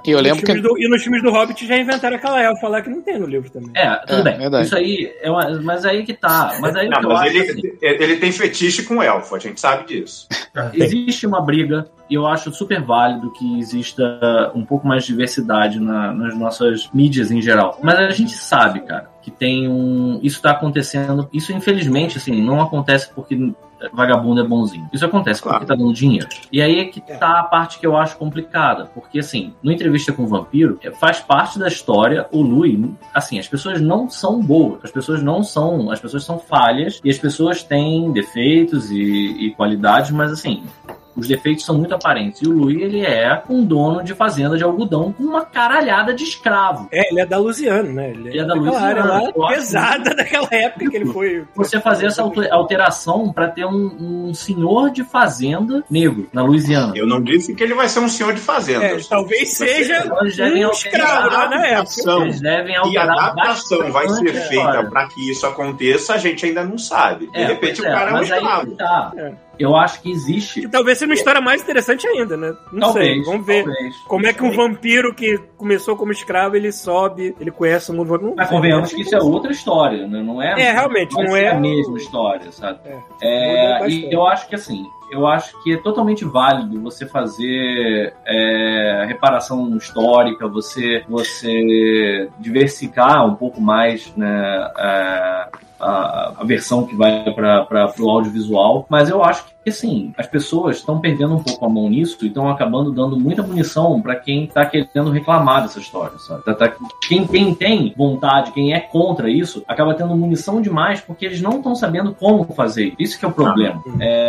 E eu lembro nos que... do, e nos filmes do Hobbit já inventaram aquela elfa lá que não tem no livro também. É, tudo É, bem. verdade. Isso aí, é uma, mas aí que tá. Mas aí Não, que eu mas acho ele, assim, ele tem fetiche com elfo, a gente sabe disso. existe uma briga, e eu acho super válido que exista um pouco mais de diversidade na, nas nossas mídias em geral. Mas a gente sabe, cara, que tem um... Isso tá acontecendo... Isso, infelizmente, assim, não acontece porque vagabundo é bonzinho. Isso acontece Claro. porque tá dando dinheiro. E aí é que tá a parte que eu acho complicada. Porque, assim, no Entrevista com o Vampiro, faz parte da história o Louis... Assim, as pessoas não são boas. As pessoas não são... As pessoas são falhas e as pessoas têm defeitos e, e qualidades, mas, assim... Os defeitos são muito aparentes. E o Louis, ele é um dono de fazenda de algodão com uma caralhada de escravo. É, ele é da Louisiana, né? Ele, Ele é da daquela Louisiana, área eu lá acho pesada daquela época que ele foi... Você fazer essa alter- alteração para ter um, um senhor de fazenda negro na Louisiana. Eu não disse que ele vai ser um senhor de fazenda. É, talvez seja Eles devem um alterar escravo lá na época. Adaptação. Eles devem Que alterar adaptação vai ser bastante a feita história. para que isso aconteça, a gente ainda não sabe. De É, repente pois o cara é um mas aí escravo. que tá. É. Eu acho que existe. Que talvez seja uma história mais interessante ainda, né? Não Talvez, sei, vamos ver. talvez. Como é que um vampiro que começou como escravo, ele sobe, ele conhece o mundo vampiro. Mas convenhamos que isso é outra história, né? Não é, É, realmente, vai não ser é a o- mesma história, sabe? É, É, muda e bastante. eu acho que assim, eu acho que é totalmente válido você fazer é, reparação histórica, você, você diversificar um pouco mais, né, a, a, a versão que vai para o audiovisual, mas eu acho que assim, as pessoas estão perdendo um pouco a mão nisso e estão acabando dando muita munição para quem está querendo reclamar dessa história, sabe? Tá, tá, quem, quem tem vontade, quem é contra isso, acaba tendo munição demais porque eles não estão sabendo como fazer. Isso que é o problema.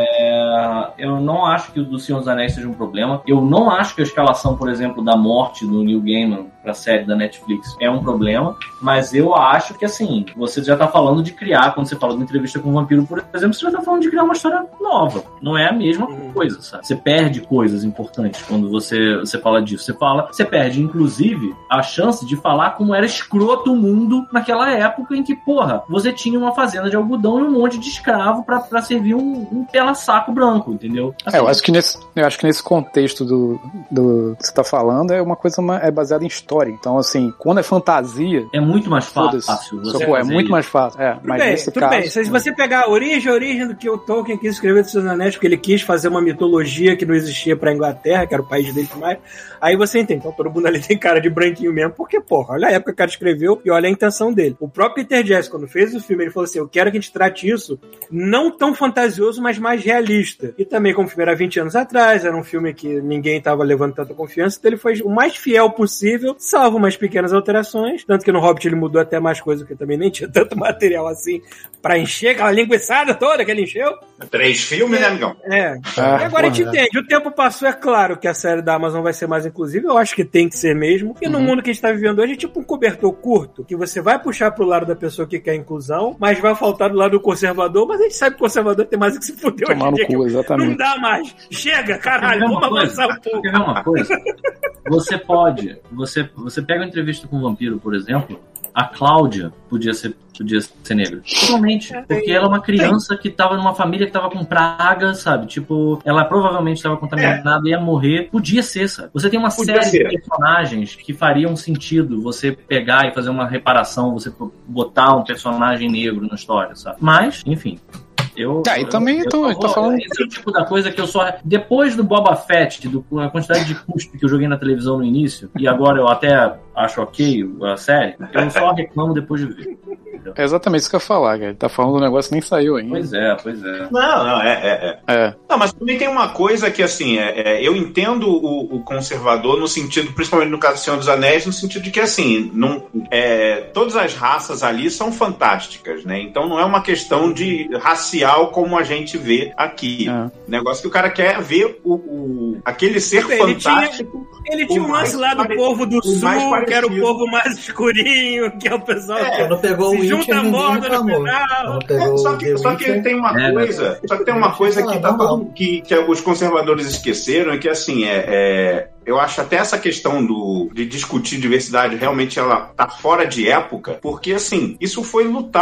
É, eu não acho que o do Senhor dos Anéis seja um problema. Eu não acho que a escalação, por exemplo, da morte do Neil Gaiman para a série da Netflix é um problema, mas eu acho que, assim, você já tá falando de criar, quando você fala de uma entrevista com um vampiro, por exemplo, você já tá falando de criar uma história nova. Não é a mesma Uhum. coisa, sabe? Você perde coisas importantes quando você, você fala disso. Você fala, você perde, inclusive, a chance de falar como era escroto o mundo naquela época em que, porra, você tinha uma fazenda de algodão e um monte de escravo pra, pra servir um, um pela-saco branco, entendeu? Assim, É, eu acho que nesse, eu acho que nesse contexto do, do que você tá falando é uma coisa ma- é baseada em história. Então, assim, quando é fantasia, é muito mais foda-se. fácil. Só, Você pô, é fazer muito isso. mais fácil. É, Tudo mas bem, nesse tudo caso, bem. Se você pegar a origem, a origem do que o Tolkien quis escrever dos Seus Anéis, porque ele quis fazer uma mitologia que não existia pra Inglaterra, que era o país dele e mais, aí você entende. Então todo mundo ali tem cara de branquinho mesmo, porque, porra, olha a época que o cara escreveu e olha a intenção dele. O próprio Peter Jackson, quando fez o filme, ele falou assim, eu quero que a gente trate isso não tão fantasioso, mas mais realista. E também, como o filme era vinte anos atrás, era um filme que ninguém tava levando tanta confiança, então ele foi o mais fiel possível, salvo umas pequenas alterações, tanto que no Hobbit ele mudou até mais coisas, porque também nem tinha tanto material assim pra encher aquela linguiçada toda que ele encheu. Três filmes, né, amigão? É. Ah, e agora a gente porra, entende. O tempo passou, é claro que a série da Amazon vai ser mais inclusiva. Eu acho que tem que ser mesmo. E no mundo que a gente tá vivendo hoje é tipo um cobertor curto, que você vai puxar pro lado da pessoa que quer inclusão, mas vai faltar do lado do conservador. Mas a gente sabe que o conservador tem mais o que se fuder Tomar hoje em no dia, cu, que exatamente. não dá mais. Chega, caralho, Quer ver vamos uma coisa? avançar um pouco. Quer ver uma coisa? Você pode, você, você pega uma entrevista com um vampiro, por exemplo, a Cláudia podia ser, podia ser negra. Totalmente. Porque ela é uma criança que tava numa família que tava com praga, sabe? Tipo, ela provavelmente tava contaminada e ia morrer. Podia ser, sabe? Você tem uma Podia série ser. de personagens que fariam sentido você pegar e fazer uma reparação, você botar um personagem negro na história, sabe? Mas, enfim. Eu, Tá, e também eu, tô- eu tô falando- Esse é o tipo da coisa que eu só. Depois do Boba Fett, do, a quantidade de cuspe que eu joguei na televisão no início, e agora eu até acho ok a série, eu só reclamo depois de ver. É exatamente isso que eu ia falar, cara. Ele tá falando do negócio que nem saiu ainda. Pois é, pois é. Não, não, é, é, é. É. Não, mas também tem uma coisa que, assim, é, é, eu entendo o, o conservador no sentido, principalmente no caso do Senhor dos Anéis, no sentido de que, assim, não, é, todas as raças ali são fantásticas, né? Então não é uma questão de racial como a gente vê aqui. É. Negócio que o cara quer ver o, o aquele ser Ele tinha- fantástico. Ele tinha O um lance mais lá do pare- povo do o mais sul, que era o parecido. povo mais escurinho, que é o pessoal É, que quando pegou o se Witcher, junta a ninguém moda no reclamou. final. Quando É, pegou só o que, The só que Witcher, tem uma É, coisa, só que tem uma coisa que, tá Fala, todo- normal. que, que os conservadores esqueceram, é que assim, é, é, eu acho até essa questão do, de discutir diversidade realmente ela tá fora de época, porque assim, isso foi lutado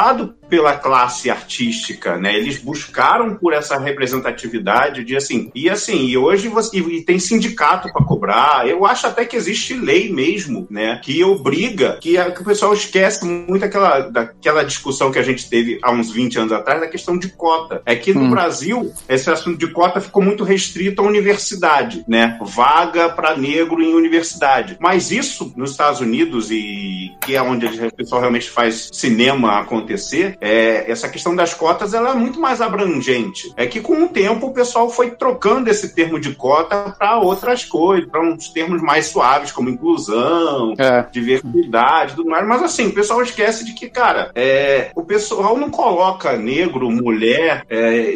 pela classe artística, né? Eles buscaram por essa representatividade de assim, e assim, e hoje você e tem sindicato para cobrar. Eu acho até que existe lei mesmo, né? Que obriga, que, a, que o pessoal esquece muito aquela, daquela discussão que a gente teve há uns vinte anos atrás da questão de cota. É que no hum. Brasil, esse assunto de cota ficou muito restrito à universidade, né? Vaga para negro em universidade. Mas isso, nos Estados Unidos, e que é onde o pessoal realmente faz cinema acontecer, é, essa questão das cotas ela é muito mais abrangente. É que com o tempo o pessoal foi trocando esse termo de cota para outras coisas, para uns termos mais suaves, como inclusão, é. diversidade, tudo mais. Mas assim, o pessoal esquece de que, cara, é, o pessoal não coloca negro, mulher é,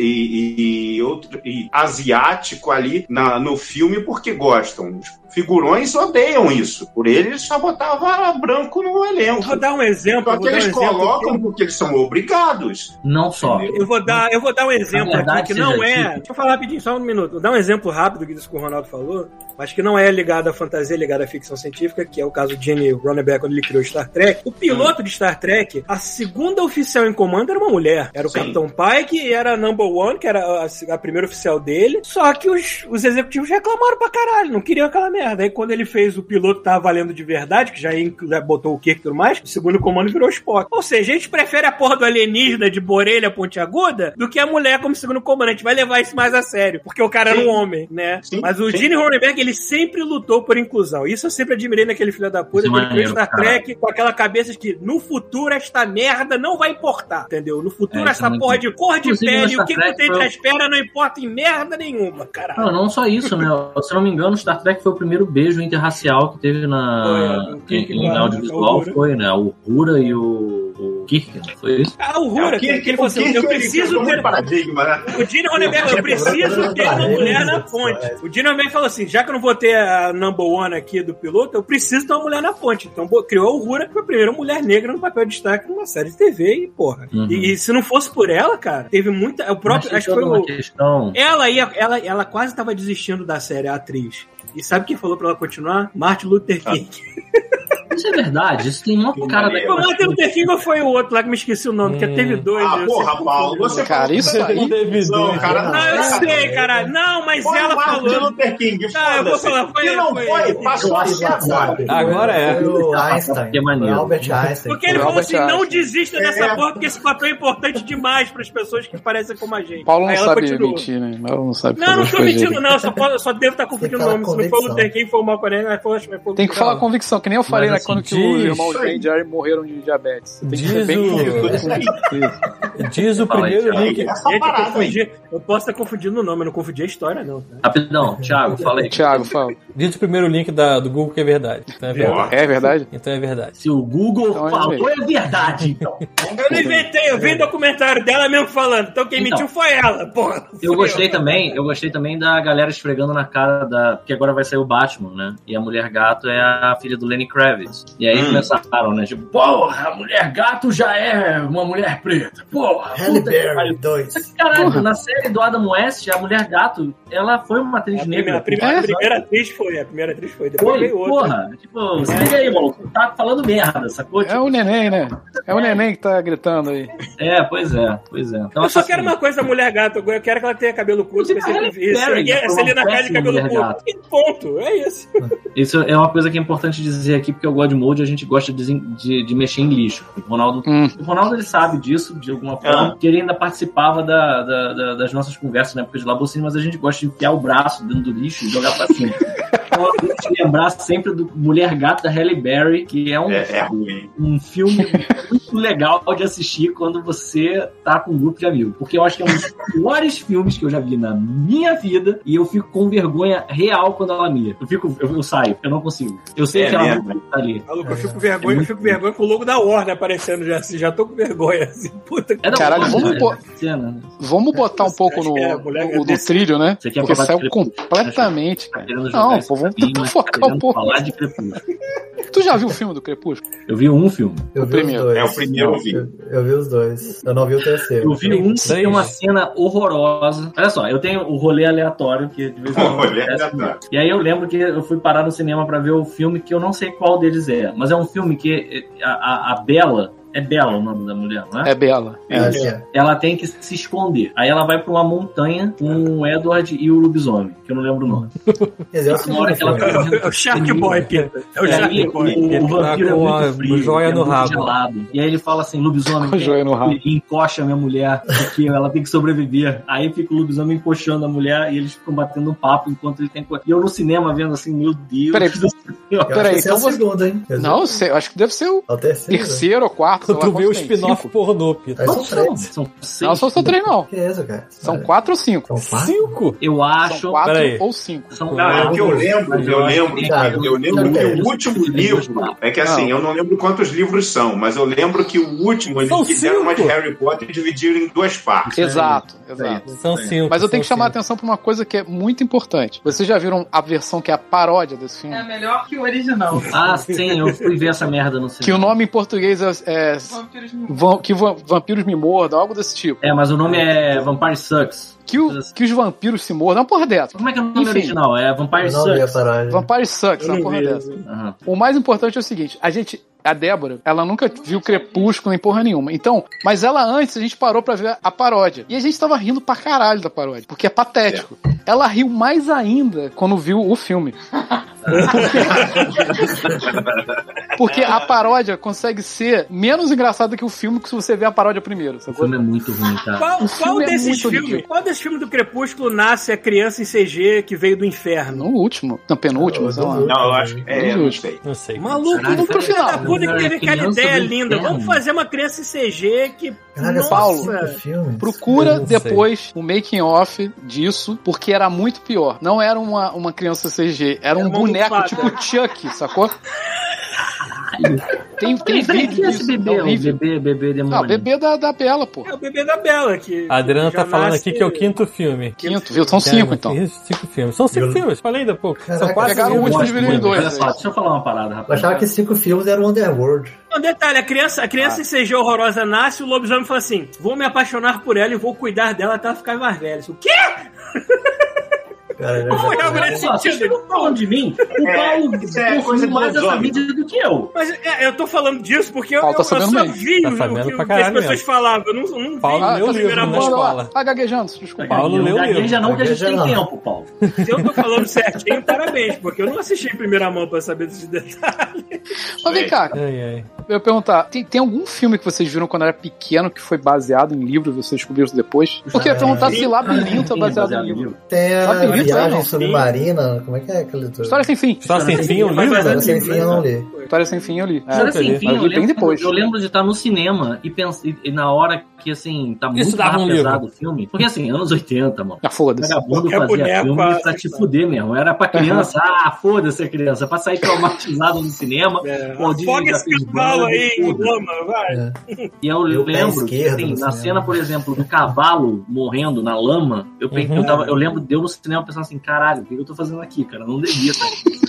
e, e, outro, e asiático ali na, no filme porque gostam. Os figurões odeiam isso. Por eles só botava branco no elenco. Vou dar um exemplo. Só que eles um colocam exemplo. porque eles são obrigados. Não só. Eu vou dar, eu vou dar um exemplo aqui que não é... Deixa eu falar rapidinho, só um minuto. Vou dar um exemplo rápido disso que o Ronaldo falou, mas que não é ligado à fantasia, ligado à ficção científica, que é o caso de Gene Roddenberry quando ele criou Star Trek. O piloto de Star Trek, a segunda oficial em comando era uma mulher. Era o Sim. Capitão Pike e era a number one, que era a, a primeira oficial dele. Só que os, os executivos reclamaram pra caralho, não queriam aquela merda. Aí quando ele fez o piloto tava valendo de verdade, que já, já botou o Kirk e tudo mais, o segundo comando virou Spock. Ou seja, a gente prefere a porra do alienígena de orelha pontiaguda do que a mulher como segundo comando. A gente vai levar isso mais a sério, porque o cara Sim. era um homem, né? Sim. Mas o Sim. Gene Roddenberry, ele sempre lutou por inclusão. Isso eu sempre admirei naquele filho da puta, que ele fez Star Trek com aquela cabeça de que no futuro esta merda não vai importar, entendeu? No futuro é, essa porra de cor de pele, o que que tem entre as pernas não importa em merda nenhuma, caralho. Não, não só isso, né? Se não me engano, Star Trek foi o primeiro beijo interracial que teve na foi, é, em, em audiovisual, foi, né? O Uhura e o, o Kirk, não foi isso? Ah, o Uhura, é, que, que ele falou assim, eu preciso ter... Paradigma, né? O Gene Roddenberry, eu preciso ter uma mulher na ponte. O Gene Roddenberry falou assim, já que eu não vou ter a number one aqui do piloto, eu preciso ter uma mulher na ponte. Então criou o Uhura, que foi a primeira mulher negra no papel de destaque numa série de T V e porra. Uhum. E, e se não fosse por ela, cara, teve muita... O próprio, acho que foi o... Questão... Ela, ia, ela, ela quase tava desistindo da série, a atriz. E sabe quem falou pra ela continuar? Martin Luther King. Isso é verdade, isso tem uma cara da... O Martin Luther King ou foi o outro lá que me esqueci o nome, hum. porque teve dois. Ah, porra, Paulo, você... Cara, isso aí... Teve dois, cara. Não, eu sei, cara. Não, mas foi ela Martin falou... Luther King, não, eu vou falar, foi... Se não foi, foi, passou a ser agora. Agora é. Foi o Einstein. Que maneiro. O Albert Einstein. Porque ele o falou Albert assim, Einstein. não desista dessa é. porra, porque esse papel é importante demais pras pessoas que parecem como a gente. Paulo não Aí ela sabe continuou. mentir, né? Ela não sabe Não, fazer não as tô coisas mentindo, dele. não. Só, pode, só devo estar confundindo o nome. Se não for o Luther King, foi o Marco Aurélio, mas foi o Tem que falar com convicção, que nem eu falei, Mas, né? Quando assim, que os diz- irmãos Jay e Jerry morreram de diabetes. Tem que ser Diz bem o- convicção. Diz o Fala aí, primeiro Thiago. link. Essa Gente, eu, parada aí. confundi, eu posso estar confundindo o nome, eu não confundi a história, não. Tá? Rapidão, Thiago, fala aí. Thiago, fala. Diz o primeiro link da, do Google que é verdade. Então é verdade. É verdade? Então é verdade. Se o Google Então, falou, é verdade, então. Eu não inventei, eu vi documentário dela mesmo falando. Então quem Então. mentiu foi ela, porra. Eu gostei também, eu gostei também da galera esfregando na cara da... Porque agora vai sair o Batman, né? E a Mulher Gato é a filha do Lenny Kravitz. E aí Hum. começaram, né? Tipo, porra, a Mulher Gato já é uma mulher preta. Porra, Halle puta que Berry, pariu. dois. Só que, caralho, na série do Adam West, a Mulher Gato, ela foi uma atriz A negra. primeira, a primeira, É? a primeira atriz foi, a primeira atriz foi. Depois Foi, veio outra. porra. Tipo, se liga aí, maluco. Tá falando merda, sacou? É Tipo, o neném, né? É o neném que tá gritando aí. é, pois é, pois é. Então, Eu só assim, quero uma coisa da mulher gato, eu quero que ela tenha cabelo curto. Inclusive, a Halle Isso, Berry ninguém- foi essa uma Helena Kelly de péssima cabelo mulher curto. gato. E ponto, é isso. Isso é uma coisa que é importante dizer aqui, porque o God Mode a gente gosta de, de, de mexer em lixo. O Ronaldo, Hum. o Ronaldo ele sabe disso, de alguma forma, que ele ainda participava da, da- da- das nossas conversas na época de Labocine, mas a gente gosta de enfiar o braço dentro do lixo e jogar pra cima. Então eu tenho que lembrar sempre do Mulher Gato da Halle Berry, que é um, É, é ruim. um filme muito legal de assistir quando você tá com um grupo de amigos. Porque eu acho que é um dos piores filmes que eu já vi na minha vida e eu fico com vergonha real quando ela mia. Eu fico, eu, eu saio, eu não consigo. Eu sei É que ela mesmo? não tá ali. Maluco, eu fico com vergonha, eu fico com vergonha com o logo da Warner aparecendo já assim, já tô com vergonha, assim, puta que É da Caralho, Warner, vamos né? pôr- Cena, né? Vamos botar um pouco Acho no, que é, mulher no, no desse- trilho, né? Você quer Porque falar de saiu Crepúsculo? completamente, Tá cara. querendo jogar Não, esse pô, vamos caminho, tentar mas focar tá querendo um pouco. falar de Crepúsculo. Tu já viu o filme do Crepúsculo? Eu vi um filme. Eu vi primeiro. os dois. É o primeiro eu vi. Eu, eu vi os dois. Eu não vi o terceiro. Eu vi um que tem uma cena horrorosa. Olha só, eu tenho o rolê aleatório, que de vez em quando Rolê acontece. aleatório. E aí eu lembro que eu fui parar no cinema pra ver o filme que eu não sei qual deles é, mas é um filme que a, a, a Bella É Bela o nome da mulher, não é? É Bela. É, é. Ela tem que se esconder. Aí ela vai pra uma montanha com o Edward e o lobisomem, que eu não lembro o nome. Quer dizer, Na hora que ela É o Shark Boy, Peter. É o É, Shark e Boy. o, o Ele tá vampiro com é a muito frio, joia é no muito rabo. gelado. E aí ele fala assim, lobisomem, Com a joia no rabo. ele encoxa a minha mulher, porque ela tem que sobreviver. Aí fica o lobisomem encoxando a mulher e eles ficam batendo um papo enquanto ele tem... E eu no cinema vendo assim, meu Deus Peraí, do céu. Eu acho Peraí, que esse é o então você- segundo, hein? Quer dizer, Não, eu sei, eu acho que deve ser o é o terceiro. terceiro ou quarto. sei lá Tu vê o quantos tem. spin-off Cinco? pornô, Peter. Aí são Quantos são? três. São seis? Não, são só três, não. Que é isso, cara? São Olha, quatro ou cinco? São quatro? Cinco? Eu acho... São quatro Peraí. ou cinco. São Não, é o que eu quatro, lembro, mas eu acho lembro, que- Thiago, eu lembro Thiago, que Thiago. o último livro, é que assim, Não. eu não lembro quantos livros são, mas eu lembro que o último eles São fizeram uma de cinco. Harry Potter e dividiram em duas partes. Exato, exato. São cinco. Mas eu tenho que são chamar a cinco. atenção pra uma coisa que é muito importante. Vocês já viram a versão que é a paródia desse filme? É melhor que o original. Ah, sim, eu fui ver essa merda no Que o cinema. nome em português é, é Vampiros me Vam- que va- vampiros me mordam, algo desse tipo. É, mas o nome é Vampire Sucks. Que, o- que os vampiros se mordam, uma porra dessa. Como é que é o nome Enfim. original? É Vampire Eu não vi a Sucks. paródia. Vampire Sucks, Eu uma não porra vi, dessa. Aham. O mais importante é o seguinte, a gente, a Débora, ela nunca viu Crepúsculo nem porra nenhuma. Então, mas ela antes, a gente parou pra ver a paródia. E a gente tava rindo pra caralho da paródia, porque é patético. Ela riu mais ainda quando viu o filme. Porque, porque a paródia consegue ser menos engraçada que o filme que se você ver a paródia primeiro, O sacou? filme é muito ruim, cara. Qual, qual filme é desses muito filmes? ridículo. Qual desses filmes do Crepúsculo nasce a criança em C G que veio do inferno? No último, no penúltimo, sei lá. Não, eu acho que é, eu não sei. Não sei. Maluco, Caralho, o pro filho final. da puta que teve aquela Criança ideia do linda. inferno. Vamos fazer uma criança em C G que. Caraca, Paulo, são cinco filmes. Procura Eu não sei. depois o making off disso, porque era muito pior. Não era uma, uma criança C G, era um Era uma boneco almofada. tipo Chuck, sacou? Tem, tem Peraí, peraí, vídeo que é esse disso, bebê? é O horrível. bebê, bebê demônio. Ah, o bebê da, da Bela, pô. É o bebê da Bela. Que A Adriana já tá falando nasce- aqui que é o quinto filme. Quinto, viu? São cinco, então. Cinco filmes. São cinco Eu- filmes, falei ainda pouco. São Caraca, quatro pegaram o filmes. último Gosto de dividido em muito. dois, Olha só, aí. deixa eu falar uma parada, Eu rapaz. achava que cinco filmes eram Underworld. Um detalhe, a criança, a criança em C G horrorosa nasce, o lobisomem fala assim: vou me apaixonar por ela e vou cuidar dela até ela ficar mais velha. O quê? Cara, já- Como é já- que Olha só, vocês ficam falando de mim, o É, Paulo isso é coisa consumiu do mais essa lobisomem. mídia do que eu. Mas é, eu tô falando disso porque eu, Paulo tá eu, eu sabendo só bem. vi Tá o, sabendo o que, pra o que as caralho pessoas mesmo. falavam. Eu não, eu não Paulo vi leu a o primeira livro na mão. Olha lá, escola. tá gaguejando, desculpa. Paulo leu o Gagueja livro. não, que a gente tem Gagueja não. tempo, Paulo. Se eu tô falando certinho, parabéns, porque eu não assisti em primeira mão pra saber desses detalhes. Mas vem cá, Ai, ai. eu ia perguntar, tem, tem algum filme que vocês viram quando era pequeno que foi baseado em livro e vocês descobriram depois? Porque eu ia perguntar se Labirinto é Sim, baseado em livro. Tem a Sabe, livro, Viagem não. Submarina. Como é que é aquele livro? História Sem Fim. História sem fim, um Mas livro? vai História Sem Fim eu não li. História Sem Fim eu li. É, História eu li. sem fim, mas eu eu li bem lembro, depois. eu lembro de estar no cinema e, pens... e- e na hora que, assim, tá muito dava mais um pesado o filme. Porque, assim, anos oitenta, mano. Ah, foda-se. Vagabundo Qualquer fazia boneco, filme a- pra te fuder mesmo. Era pra criança, ah, foda-se a criança. Pra sair traumatizado no cinema. É, Pô, Disney afoga já esse fez cavalo banda de aí, tudo. lama, vai. É. E eu Meu pé lembro, esquerdo assim, no na cinema. cena, por exemplo, do cavalo morrendo na lama, eu, pe- Uhum. eu, tava, eu lembro de eu no cinema pensando assim, caralho, o que eu tô fazendo aqui, cara? Eu não devia estar aqui.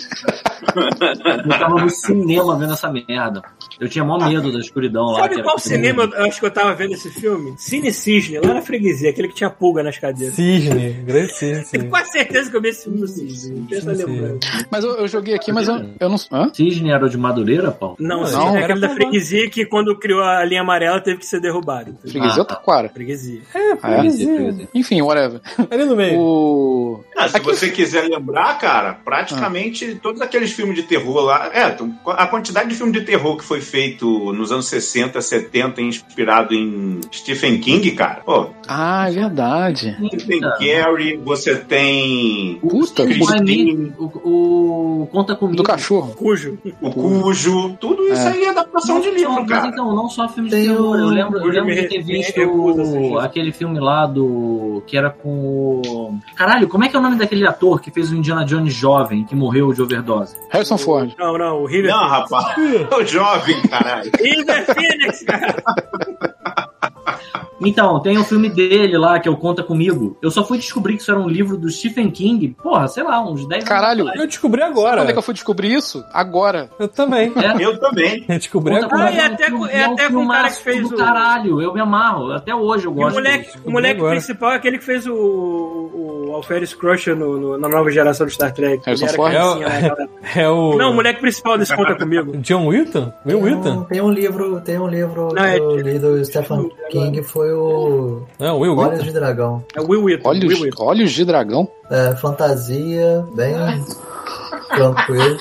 Eu tava no cinema vendo essa merda. Eu tinha maior medo da escuridão lá. que Sabe era qual todo cinema mundo. eu acho que eu tava vendo esse filme? Cine Cisne, lá na freguesia, aquele que tinha pulga nas cadeiras. Cisne, grande cisne. Tenho quase certeza que eu vi esse filme no Cisne. Pensa Sim, sim. lembrando. Mas eu, eu joguei aqui, mas eu, eu não... Hã? Cisne era o de Madureira, Paulo? Não, Não, Cisne é era aquele da pra- freguesia que quando criou a linha amarela teve que ser derrubado. Freguesia ou Taquara? Freguesia. Ah, é? Freguesia, freguesia. Enfim, whatever. Ali no meio. O... Ah, se Aqui- você quiser lembrar, cara, praticamente todos aqueles filmes de terror lá. É, a quantidade de filme de terror que foi feito nos anos sessenta, setenta, inspirado em Stephen King, cara. Pô, Ah, é verdade. você tem Gary, você tem Puta, O, Christine, o, o Conta Comigo. do cachorro. Cujo. o Cujo, tudo isso aí é adaptação Não, de livro, não, cara. Mas então, não só filme de Tem terror. o- Eu lembro, eu Hoje lembro me de ter re- me visto recuso a assistir. o- aquele filme lá do. Que era com o. Caralho, como é que é o nome daquele ator que fez o Indiana Jones jovem, que morreu de overdose? Harrison Ford. Não, não, o River Não, rapaz, o jovem, caralho. River Phoenix, cara. Então, tem um filme dele lá, que é o Conta Comigo. Eu só fui descobrir que isso era um livro do Stephen King, porra, sei lá, uns dez Caralho, anos. Eu descobri Sabe agora. quando é que eu fui descobrir isso? Agora. Eu também. É. Eu também. Eu descobri Conta agora. Ah, Comigo é um até filme- com- é um até com o cara que filmaço fez do o- caralho, eu me amarro. Até hoje eu E o gosto. moleque, o moleque agora. principal é aquele que fez o, o, o Alferes Crusher no, no- na nova geração do Star Trek. Harrison Ele era Ford? criancinha, né, aquela- É o... Não, o moleque principal desse Conta Comigo. John Wilton? Will Tem Wilton? um, tem um livro, tem um livro Não, é- que eu li do Stephen King, foi o Não, Will Olhos Wilton. de Dragão. É o Will Wheaton. Will Olhos, Wheaton. olhos de dragão. É, fantasia, bem tranquilo.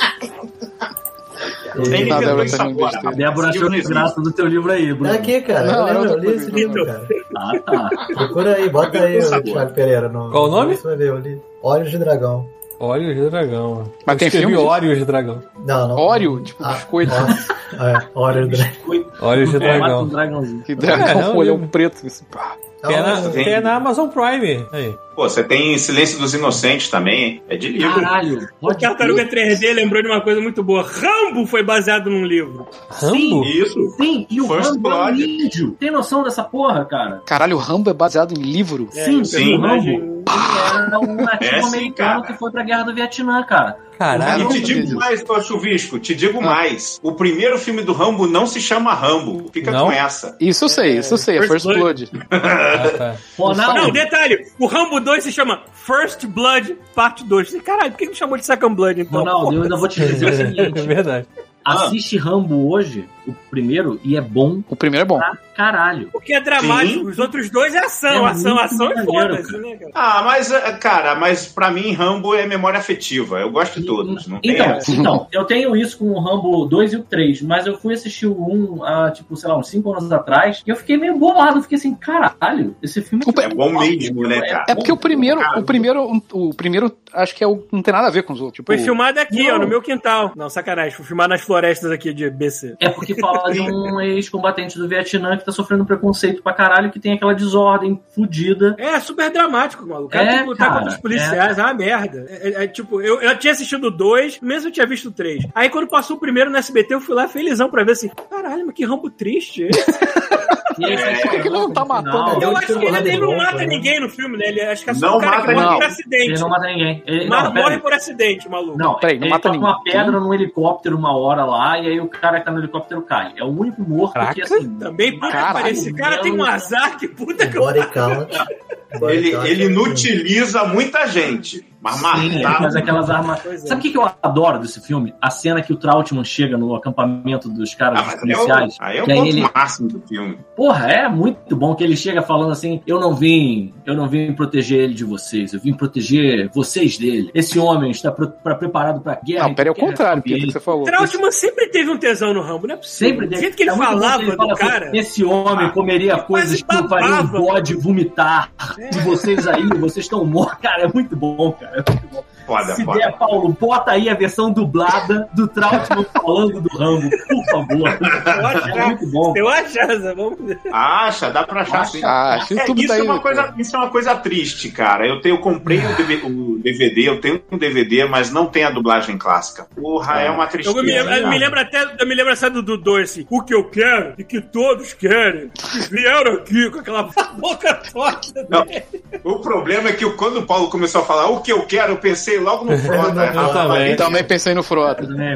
Ele Não, inventou Débora, isso tá falando agora. besteira. Débora achou Livro graça do teu livro aí, Bruno. É aqui, cara. Não, eu, não, lembro, eu não, li esse não, livro, não. cara. Ah, tá. Procura aí, bota aí Inventou o isso Thiago Pereira. No, Qual o nome? Você vai ver, eu li. Olhos de Dragão. Olhos de dragão. Mas Eu tem escrevi filme disso? Órios de dragão. Não, não. Óreo, tipo Ah, biscoito. ó, é, Olhos de Dragão. Olhos de É, mata um dragão. dragãozinho. Que dragão É, não, com olhão eu- preto. Assim, pá. Que é, na, Então, que é na Amazon Prime. Aí. Pô, você tem Silêncio dos Inocentes também, hein? É de livro. Caralho. O pode Tartaruga crer. três D lembrou de uma coisa muito boa. Rambo foi baseado num livro. Rambo? Isso. Sim, e o First Rambo é um Blood. índio. Tem noção dessa porra, cara? Caralho, o Rambo é baseado em livro? É, Sim, o sim. o Rambo. personagem- Ele era um nativo É, sim, americano cara. que foi pra Guerra do Vietnã, cara. Caralho. E não te sabia digo disso. mais, ô Chuvisco, te digo Ah. mais. O primeiro filme do Rambo não se chama Rambo. Fica Não? com essa. Isso eu sei, isso eu sei. É First First Blood. Ah, tá. Ronaldo, Não, detalhe, o Rambo dois se chama First Blood Parte dois. Caralho, por que não chamou de Second Blood então? Ronaldo, eu ainda vou te dizer o É seguinte. verdade. Assiste Rambo hoje, o primeiro, e é bom O primeiro é bom. pra caralho. Porque é dramático, Sim. os outros dois é ação, É ação, muito ação e maneiro, foda-se, né, cara? Ah, mas, é, cara, mas pra mim Rambo é memória afetiva. Eu gosto de todos. Não tem Então, essa. então, eu tenho isso com o Rambo dois e o três, mas eu fui assistir o um há, tipo, sei lá, uns cinco anos atrás, e eu fiquei meio bolado, fiquei assim, caralho, esse filme O- É bom mesmo, né, cara? É porque o primeiro, o primeiro, o primeiro, acho que é o, não tem nada a ver com os outros. Tipo, Foi filmado aqui, Não. ó, no meu quintal. Não, sacanagem, foi filmado nas florestas aqui de B C. É porque fala de um ex-combatente do Vietnã que tá sofrendo preconceito pra caralho, que tem aquela desordem fudida. É, super dramático, maluco. O cara É, tem que lutar cara, contra os policiais, é uma merda. É, é, é, tipo, eu, eu tinha assistido o dois, mesmo eu tinha visto o três. Aí quando passou o primeiro no S B T, eu fui lá felizão pra ver assim, caralho, mas que Rambo triste é esse? E aí, sai Por que que ele não tá chorando no matando? final. Eu acho que ele, ele não Rambo, mata né? ninguém no filme, né? Ele acho que é só Não um cara que mata morre ninguém. por acidente. Ele não mata ninguém. Ele, Mas não, pera morre aí. por acidente, maluco. Não, Peraí, não ele mata toca ninguém. uma pedra num helicóptero uma hora lá, e aí o cara que tá no helicóptero cai. É o único morto Caraca. que, assim... Também, puta que Caralho, pariu. Esse cara tem um azar que puta que Body count. Body Ele, count ele é- inutiliza muita gente. Mas Sim, ele matar. faz aquelas armas. Pois é. Sabe o que que eu adoro desse filme? A cena que o Trautmann chega no acampamento dos caras, Ah, dos mas é o, policiais. aí é o que aí ponto ele, máximo do filme. porra, é muito bom que ele chega falando assim: eu não vim, eu não vim proteger ele de vocês, eu vim proteger vocês dele. Esse homem está pro, pra, preparado pra guerra. Não, pera, é o guerra contrário, com ele. Pietra, que você falou. Trautmann sempre teve um tesão no Rambo, não é possível. Sempre Do dele. jeito que ele É muito bom falava ele do fala assim, cara. esse homem comeria coisas que quase fariam um babava. bode vomitar. E vocês aí, vocês estão mortos. Cara, é muito bom, cara. É muito bom. Foda, Se foda. der, Paulo, bota aí a versão dublada do Trautmann falando do Rambo, por favor. Eu acho, É muito bom. eu acho, essa, vamos ver. Acha, dá pra achar sim. Ah, acho que É, tudo isso, daí. é uma coisa, isso é uma coisa triste, cara. Eu, tenho, eu comprei o D V D, o D V D, eu tenho um D V D, mas não tem a dublagem clássica. Porra, é uma Eu tristeza. me, lembro, eu me lembro até, eu me lembro essa do Dudu, assim, o que eu quero e que todos querem, que vieram aqui com aquela boca torta Não. dele. O problema é que quando o Paulo começou a falar o que eu quero, eu pensei logo no Frota. Eu também. Também pensei no Frota. Né?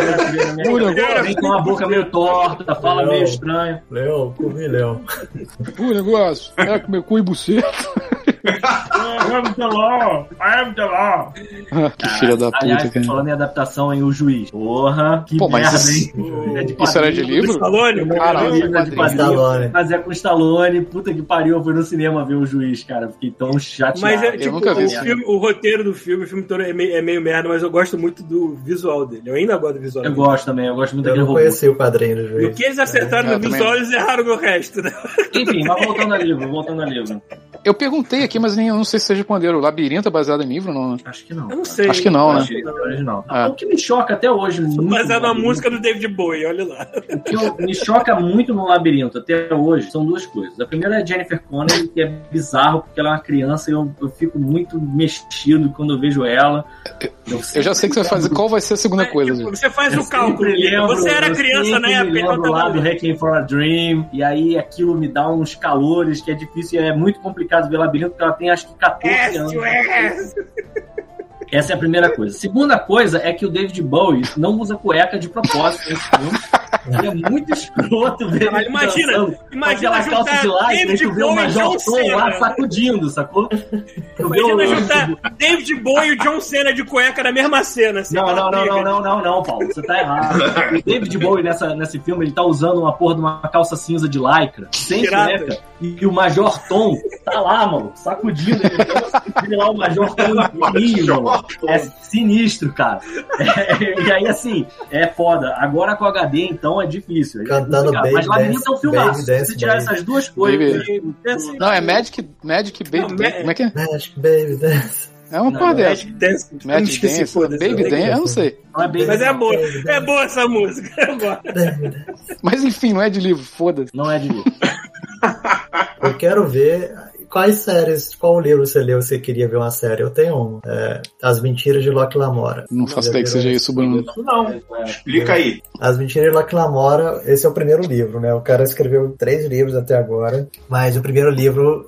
Vem com a boca meio torta, fala Não. meio estranho. Leão, comi leão. O negócio é comer cu e buceta. Vamos lá, vamos lá. Que filha da puta, Aliás, cara. falando em adaptação em O Juiz. Porra, que Pô, mas merda, isso- hein? É de Isso era de quadrinho. livro? Stallone, Caralho, É de quadrinho. quadrinho. Stallone. Mas é com o Stallone, puta que pariu, eu fui no cinema ver O Juiz, cara. Fiquei tão chateado. Mas é, eu tipo, nunca vi o, esse filme, o roteiro do filme, o filme todo é meio, é meio merda, mas eu gosto muito do visual dele. Eu ainda gosto do visual Eu dele. gosto também, eu gosto muito Eu daquele não robô. conheci o quadrinho do E o juiz. que eles acertaram É, no também visual, eles erraram no resto, né? Enfim, mas voltando a livro, voltando a livro. Eu perguntei aqui, mas nem, eu não sei se vocês responderam. O Labirinto é baseado em livro ou não? Acho que não. Eu não sei. Acho que não, né? Acho que é original. É. O que me choca até hoje muito... Baseado na Labirinto, música do David Bowie, olha lá. O que eu- me choca muito no Labirinto até hoje são duas coisas. A primeira é a Jennifer Connelly, que é bizarro, porque ela é uma criança e eu, eu fico muito mexido quando eu vejo ela. Eu, Eu já sei que você vai fazer. Qual vai ser a segunda coisa, Tipo, gente? você faz Eu o cálculo. sempre lembro, Você era eu criança sempre na época, me então lembro tá lá do bom. Requiem for a Dream, e aí aquilo me dá uns calores que é difícil, é muito complicado ver Labirinto, porque ela tem acho que catorze anos. S O S. Essa é a primeira coisa. Segunda coisa é que o David Bowie não usa cueca de propósito nesse filme. Ele é muito escroto ver Caralho, ele imagina, dançando imagina com aquela calça juntar de lycra e David tu vê o Bowie e Major John Tom lá Cena. sacudindo, sacou? Tu vê Imagina o- juntar David Bowie e o John Cena de cueca na mesma cena. Assim, Não, não, não, briga. não, não, não, não, Paulo. Você tá errado. O David Bowie nessa, nesse filme, ele tá usando uma porra de uma calça cinza de lycra, sem Pirata. cueca, e o Major Tom tá lá, mano, sacudindo ele. Ele lá, o Major Tom incrível, mano. É sinistro, cara. É, e aí, assim, é foda. Agora com H D, então, é difícil. É Cantando complicado. Baby Mas Labirinto é um Dance, filmaço. Baby Se Dance, você tirar Baby. essas duas coisas... Baby. Dance- Não, é Magic, Magic Baby Não, Dance. Ma- Como é que é? Magic Baby Dance. É uma Não, porra dessa. Magic Dance. Eu Magic esqueci, Dance, foda-se. Baby Dance, eu não sei. Não é Baby Mas é Dance. boa. É boa essa música. Eu gosto. Baby Dance. Mas enfim, não é de livro, foda-se. Não é de livro. Eu quero ver quais séries, qual livro você leu, você queria ver uma série. Eu tenho uma. É, As Mentiras de Locke Lamora. Não faço ideia que seja isso, Bruno. Não, explica aí. As Mentiras de Locke Lamora, esse é o primeiro livro, né? O cara escreveu três livros até agora, mas o primeiro livro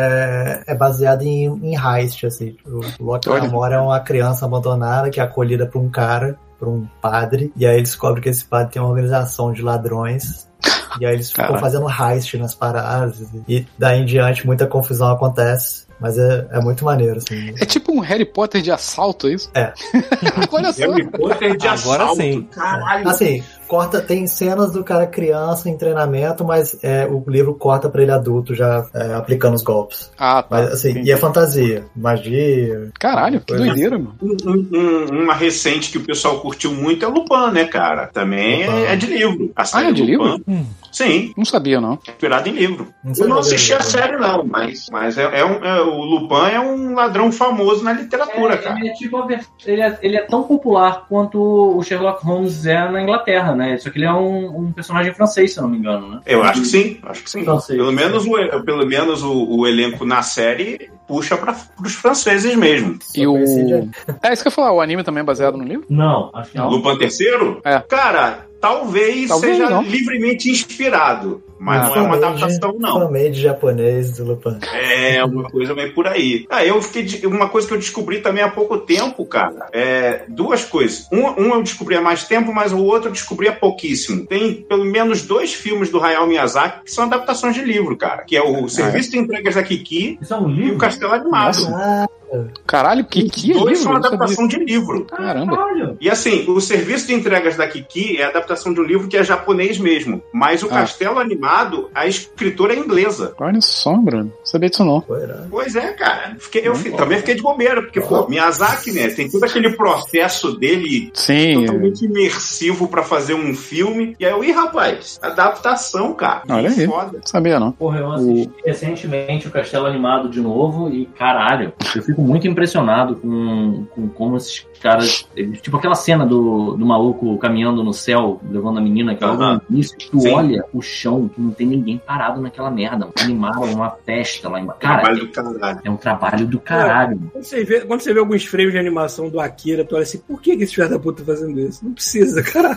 é, é baseado em, em heist, assim. O Locke Olha. Lamora é uma criança abandonada que é acolhida por um cara, por um padre, e aí ele descobre que esse padre tem uma organização de ladrões. E aí eles ficam Caraca. fazendo heist nas paradas. E daí em diante muita confusão acontece. Mas é, é muito maneiro, assim. É tipo um Harry Potter de assalto, é isso? É. Olha só. Harry Potter de Agora assalto. sim. Caralho. Assim, corta, tem cenas do cara criança em treinamento, mas é, o livro corta pra ele adulto já é, aplicando os golpes. Ah, tá. Mas assim, Entendi. e é fantasia, magia. Caralho, que Coisa- doideira, mano. Um- um- uma recente que o pessoal curtiu muito é Lupin, né, cara? Também Lupin. é, é de livro. A série Ah, é de Lupin, Sim, Não sabia, não. inspirado em livro. Não Eu sei não fazer assisti a livro. série, não, mas, mas é, é um, é- o Lupin é um ladrão famoso na literatura, cara. Ele é, tipo a vers- ele, é, ele é tão popular quanto o Sherlock Holmes é na Inglaterra, né? Só que ele é um, um personagem francês, se eu não me engano, né? Eu acho que sim, acho que sim. Francês. Pelo menos, o, pelo menos o, o elenco na série puxa para os franceses mesmo. E o. É isso que eu ia falar, o anime também é baseado no livro? Não, acho que não. Lupin terceiro? É. Cara, talvez, Talvez seja não. livremente inspirado, mas Ah, não é uma Fan-made- adaptação, não. fan-made japonês do Lupin. É uma coisa meio por aí. Ah, eu fiquei de- uma coisa que eu descobri também há pouco tempo, cara. É duas coisas. Um, um eu descobri há mais tempo, mas o outro eu descobri há pouquíssimo. Tem pelo menos dois filmes do Hayao Miyazaki que são adaptações de livro, cara. Que é o Serviço de Entregas da Kiki Isso é um e livro? o Castelo Animado. Ah, Caralho, que que é Dois livro? são Eu não sabia. adaptação de livro. Caramba. Caralho. E assim, o Serviço de Entregas da Kiki é a adaptação de um livro que é japonês mesmo. Mas o Ah. Castelo Animado, a escritora é inglesa. Olha só, Bruno. Não sabia disso não. foi, né? Pois é, cara. Fiquei- eu fi- também fiquei de bobeira, porque, pô, Miyazaki, né, tem todo aquele processo dele Sim. totalmente imersivo pra fazer um filme. E aí eu, ih, rapaz, adaptação, cara. Olha aí. Foda. Não sabia não. Porra, eu assisti recentemente o Castelo Animado de novo e, caralho, eu fico muito impressionado com, com como esses caras... eles- tipo aquela cena do, do maluco caminhando no céu, levando a menina, que é logo Aham. no início, tu Sim. olha o chão, que não tem ninguém parado naquela merda. Animaram uma festa lá embaixo. Cara, Trabalho do caralho. é um trabalho do caralho. Quando você, vê, quando você vê alguns frames de animação do Akira, tu olha assim, por que, que esse filho da puta tá fazendo isso? Não precisa, caralho.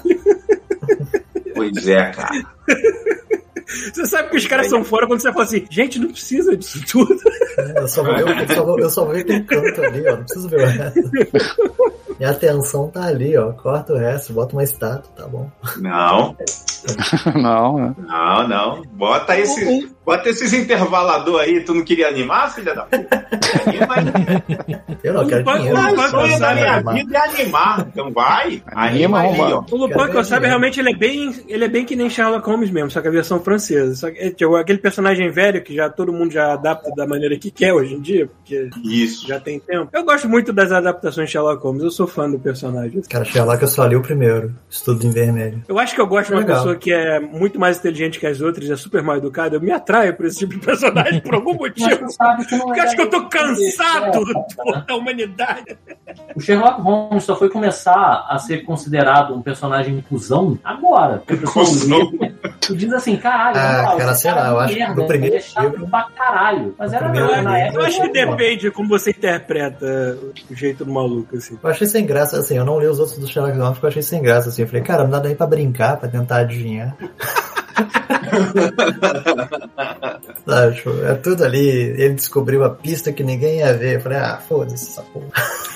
Pois é, cara. Você sabe que os caras são fora quando você fala assim, gente, não precisa disso tudo. É, Eu só vou ver, eu só vou, eu só vou ver aquele canto ali, ó. Não preciso ver o resto. Minha atenção tá ali, ó. Corta o resto, bota uma estátua, tá bom. Não, Não, é. não, não. Bota, esse, bota esses intervalador aí. Tu não queria animar, filha da puta? Anima aí. Eu não quero Vai- dinheiro. vai- Mas vai- coisa da vai- minha vai- vida é animar. Então vai. Anima, Anima aí, ó. arrombado. O Lupin, que eu saiba, realmente ele é bem ele é bem que nem Sherlock Holmes mesmo, só que a versão francesa. Só que, é, tipo, aquele personagem velho que já todo mundo já adapta da maneira que quer hoje em dia, porque Isso. já tem tempo. Eu gosto muito das adaptações de Sherlock Holmes, eu sou fã do personagem. Cara, Sherlock eu só li o primeiro. Estudo em vermelho. Eu acho que eu gosto de uma Legal. pessoa que é muito mais inteligente que as outras, é super mal educada. Eu me atrai atraio por esse tipo de personagem por algum motivo. Mas tu sabe que não é Porque eu acho que eu tô da- cansado É, pô, da humanidade. O Sherlock Holmes só foi começar a ser considerado um personagem cuzão agora. Porque o pessoal Cuzão. lê, tu diz assim, caralho, Ah, moral, cara, esse sei cara lá, é eu um acho que merda, no primeiro ele é chato livro- pra caralho. Mas No era primeiro na livro- época. Eu acho que era bom. depende de como você interpreta o jeito do maluco, assim. Eu achei sem graça, assim, eu não li os outros do Sherlock Holmes porque eu achei sem graça, assim. Eu falei, cara, não dá nem pra brincar, pra tentar adivinhar. Sabe, tipo, é tudo ali, ele descobriu a pista que ninguém ia ver. Eu falei, ah, foda-se essa porra.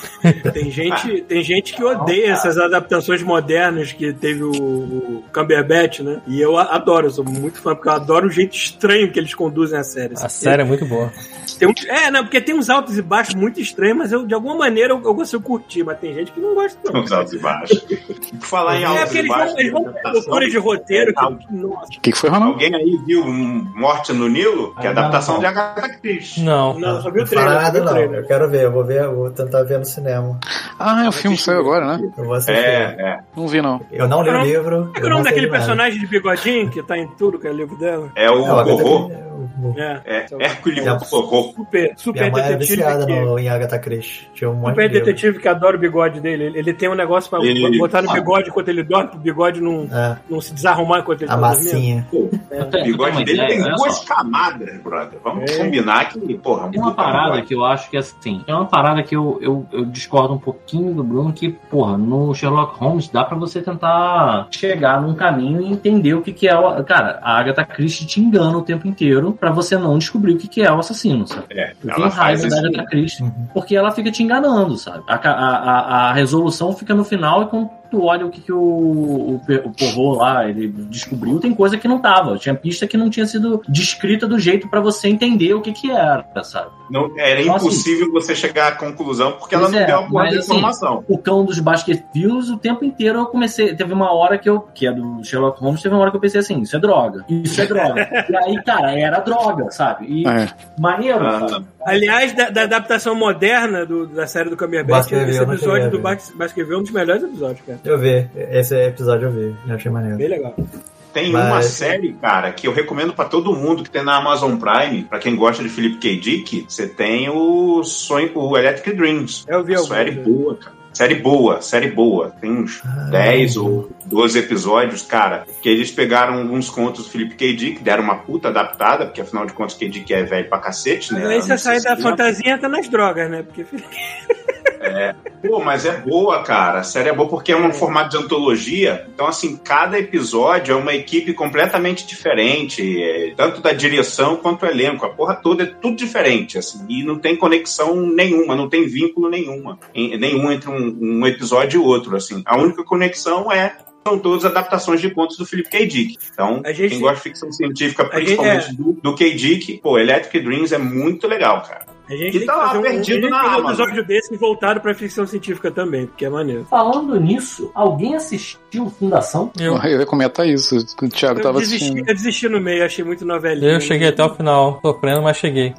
Tem gente, tem gente que odeia essas adaptações modernas que teve o, o Cumberbatch, né? E eu a- adoro, eu sou muito fã, porque eu adoro o jeito estranho que eles conduzem a série. A série é muito boa. Tem um, é, não, porque tem uns altos e baixos muito estranhos, mas eu, de alguma maneira eu, eu consigo curtir, mas tem gente que não gosta não. Os altos e baixos. Por falar em É, altos porque e eles baixos. vão, eles vão ter loucura de roteiro que, nossa. O que, que foi, Ronaldo? Alguém aí viu um Morte no Nilo? Que é a Ah, adaptação não. de Agatha Christie. Não. Não, eu só vi Não o trailer. fala só vi nada, o não. trailer. Eu quero ver, eu vou ver, eu vou tentar ver no cinema. Ah, é o filme que saiu agora, né? Eu vou assistir. É, é. Não vi, não. Eu não li o Não, livro. Como é que é eu o não nome sei daquele de nada. personagem de bigodinho que tá em tudo que é livro dela? É o É, o Agatha horror. Christie, o- É. É Então, Hércules É. Horror. Super, super Minha mãe é detetive. viciada que- no, em Agatha Christie. Tinha um monte Super de livro. detetive que adora o bigode dele. Ele, ele tem um negócio pra Ele- botar no bigode enquanto ele dorme, pro bigode não, É, não se desarrumar enquanto ele a tá dormindo. massinha. Eu O tenho- bigode eu tenho dele uma tem ideia, olha duas só. camadas, brother. Vamos É. combinar que, porra, um Tem uma puta parada bigode. que eu acho que é assim. É uma parada que eu, eu, eu discordo um pouquinho do Bruno, que, porra, no Sherlock Holmes dá pra você tentar chegar num caminho e entender o que, que é o. Cara, a Agatha Christie te engana o tempo inteiro pra você não descobrir o que, que é o assassino, sabe? É, Eu ela tenho faz raiva isso. da Agatha Christie, Uhum. porque ela fica te enganando, sabe? A, ca- a, a, a resolução fica no final e quando tu olha o que, que o, o, Pe- o Poirot lá, ele descobriu, tem coisa que não tava. Tinha pista que não tinha sido descrita do jeito pra você entender o que que era, sabe? Não, era Então, assim, impossível você chegar à conclusão porque ela Pois não é, deu a porra mas, da assim, informação. O cão dos Baskervilles, o tempo inteiro eu comecei. Teve uma hora que eu, que é do Sherlock Holmes, teve uma hora que eu pensei assim: isso é droga, isso é droga. E aí, cara, era droga, sabe? E É. maneiro, Ah, sabe? Aliás, da, da adaptação moderna do- da série do Cumberbatch, Baskerville, esse eu não cheguei episódio a do ver. Bas- Baskerville é um dos melhores episódios, cara. Eu vi, esse episódio eu vi, eu achei maneiro. Bem legal. Tem Mas- uma série, cara, que eu recomendo pra todo mundo que tem na Amazon Prime, pra quem gosta de Philip K. Dick, você tem o sonho, o Electric Dreams. Eu vi alguns, Série né? boa, cara. Série boa, série boa. Tem uns Ah, dez ou doze episódios, cara, que eles pegaram uns contos do Philip K. Dick, deram uma puta adaptada, porque afinal de contas K. Dick é velho pra cacete, né? Mas aí você Anos sai da sessenta. fantasia e tá nas drogas, né? Porque Pô, mas é boa, cara. A série é boa porque é um formato de antologia. Então, assim, cada episódio é uma equipe completamente diferente, é, tanto da direção quanto o elenco. A porra toda é tudo diferente, assim, e não tem conexão nenhuma, não tem vínculo nenhuma, em- nenhum entre um, um episódio e outro, assim. A única conexão é são todas adaptações de contos do Philip K. Dick. Então, A gente- quem gosta de ficção científica, A gente- principalmente é. do, do K. Dick, pô, Electric Dreams é muito legal, cara. a gente E tem que tá lá, fazer um, a perdido gente na tem um Amazon. episódio desse voltado pra ficção científica também, porque é maneiro. Falando nisso, alguém assistiu Fundação? Eu, Eu ia comentar isso. O Thiago Eu tava desisti, assistindo. eu desisti no meio, achei muito novelinha. eu cheguei até o final, sofrendo, mas cheguei.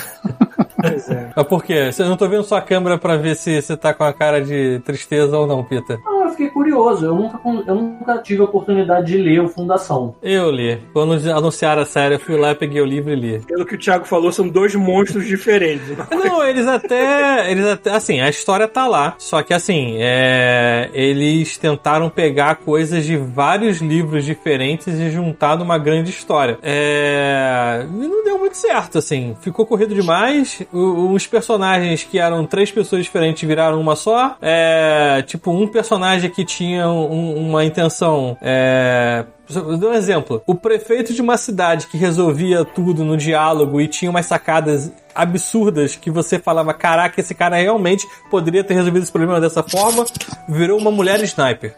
Pois é. Mas por quê? Eu não tô vendo sua câmera pra ver se você tá com a cara de tristeza ou não, Peter. Não, eu fiquei curioso. Eu nunca, eu nunca tive a oportunidade de ler o Fundação. Eu li. Quando anunciaram a série, eu fui lá, peguei o livro e li. Pelo que o Thiago falou, são dois monstros diferentes. Não, eles até. Eles até. Assim, a história tá lá. Só que assim, é, eles tentaram pegar coisas de vários livros diferentes e juntar numa grande história. É, e não deu muito certo, assim. Ficou corrido demais. O- os personagens que eram três pessoas diferentes viraram uma só. É, tipo, um personagem que tinha um- uma intenção. É, eu dou um exemplo. O prefeito de uma cidade que resolvia tudo no diálogo e tinha umas sacadas absurdas que você falava, caraca, esse cara realmente poderia ter resolvido esse problema dessa forma, virou uma mulher sniper.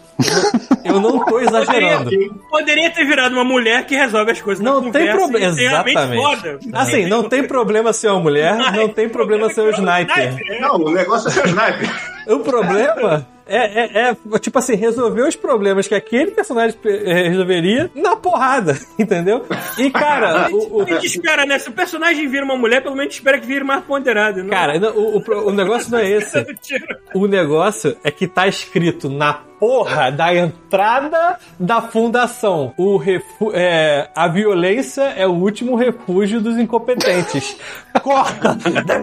Eu, eu não tô exagerando. Poderia, poderia ter virado uma mulher que resolve as coisas Não na tem conversa problema, e tem a mente exatamente. foda. Assim, não tem problema ser uma mulher, não tem problema ser um sniper. Não, o negócio é ser o sniper. O problema é, é, é, tipo assim, resolver os problemas que aquele personagem eh, resolveria na porrada, entendeu? E, cara, o, o- A gente espera, né? Se o personagem vira uma mulher, pelo menos espera que vire mais ponderado. Não? cara, não, o, o, o negócio não é esse. O negócio é que tá escrito na Porra, da entrada da fundação. O refu- é, a violência é o último refúgio dos incompetentes. Corta!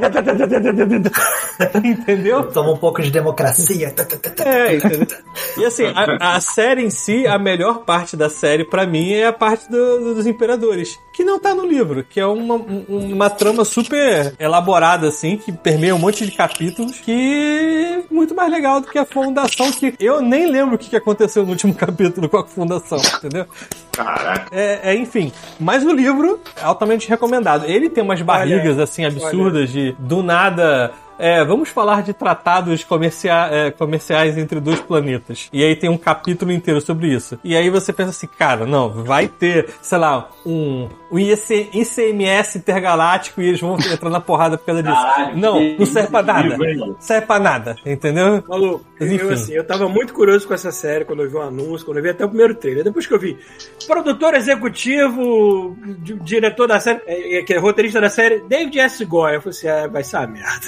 Entendeu? Toma um pouco de democracia. É, entendeu? E assim, a, a série em si, a melhor parte da série, pra mim, é a parte do- dos imperadores. Que não tá no livro, que é uma, um- uma trama super elaborada, assim, que permeia um monte de capítulos, que é muito mais legal do que a fundação, que eu nem lembro o que aconteceu no último capítulo com a fundação, entendeu? Caraca. É, é, enfim, mas o livro é altamente recomendado. Ele tem umas barrigas, Olha, assim, absurdas de, do nada... É, vamos falar de tratados comercia- é, comerciais entre dois planetas. E aí tem um capítulo inteiro sobre isso. E aí você pensa assim, cara, não, vai ter, sei lá, um, um I C M S intergaláctico e eles vão entrar na porrada por causa disso. Caralho, não, não serve pra nada. livro, hein, mano? Não serve pra nada, entendeu? Maluco, Mas eu, enfim. assim, eu tava muito curioso com essa série quando eu vi o anúncio, quando eu vi até o primeiro trailer. Depois que eu vi produtor executivo, di- diretor da série, é, é, que é roteirista da série, David S. Goyer. Eu falei assim, ah, vai ser uma merda.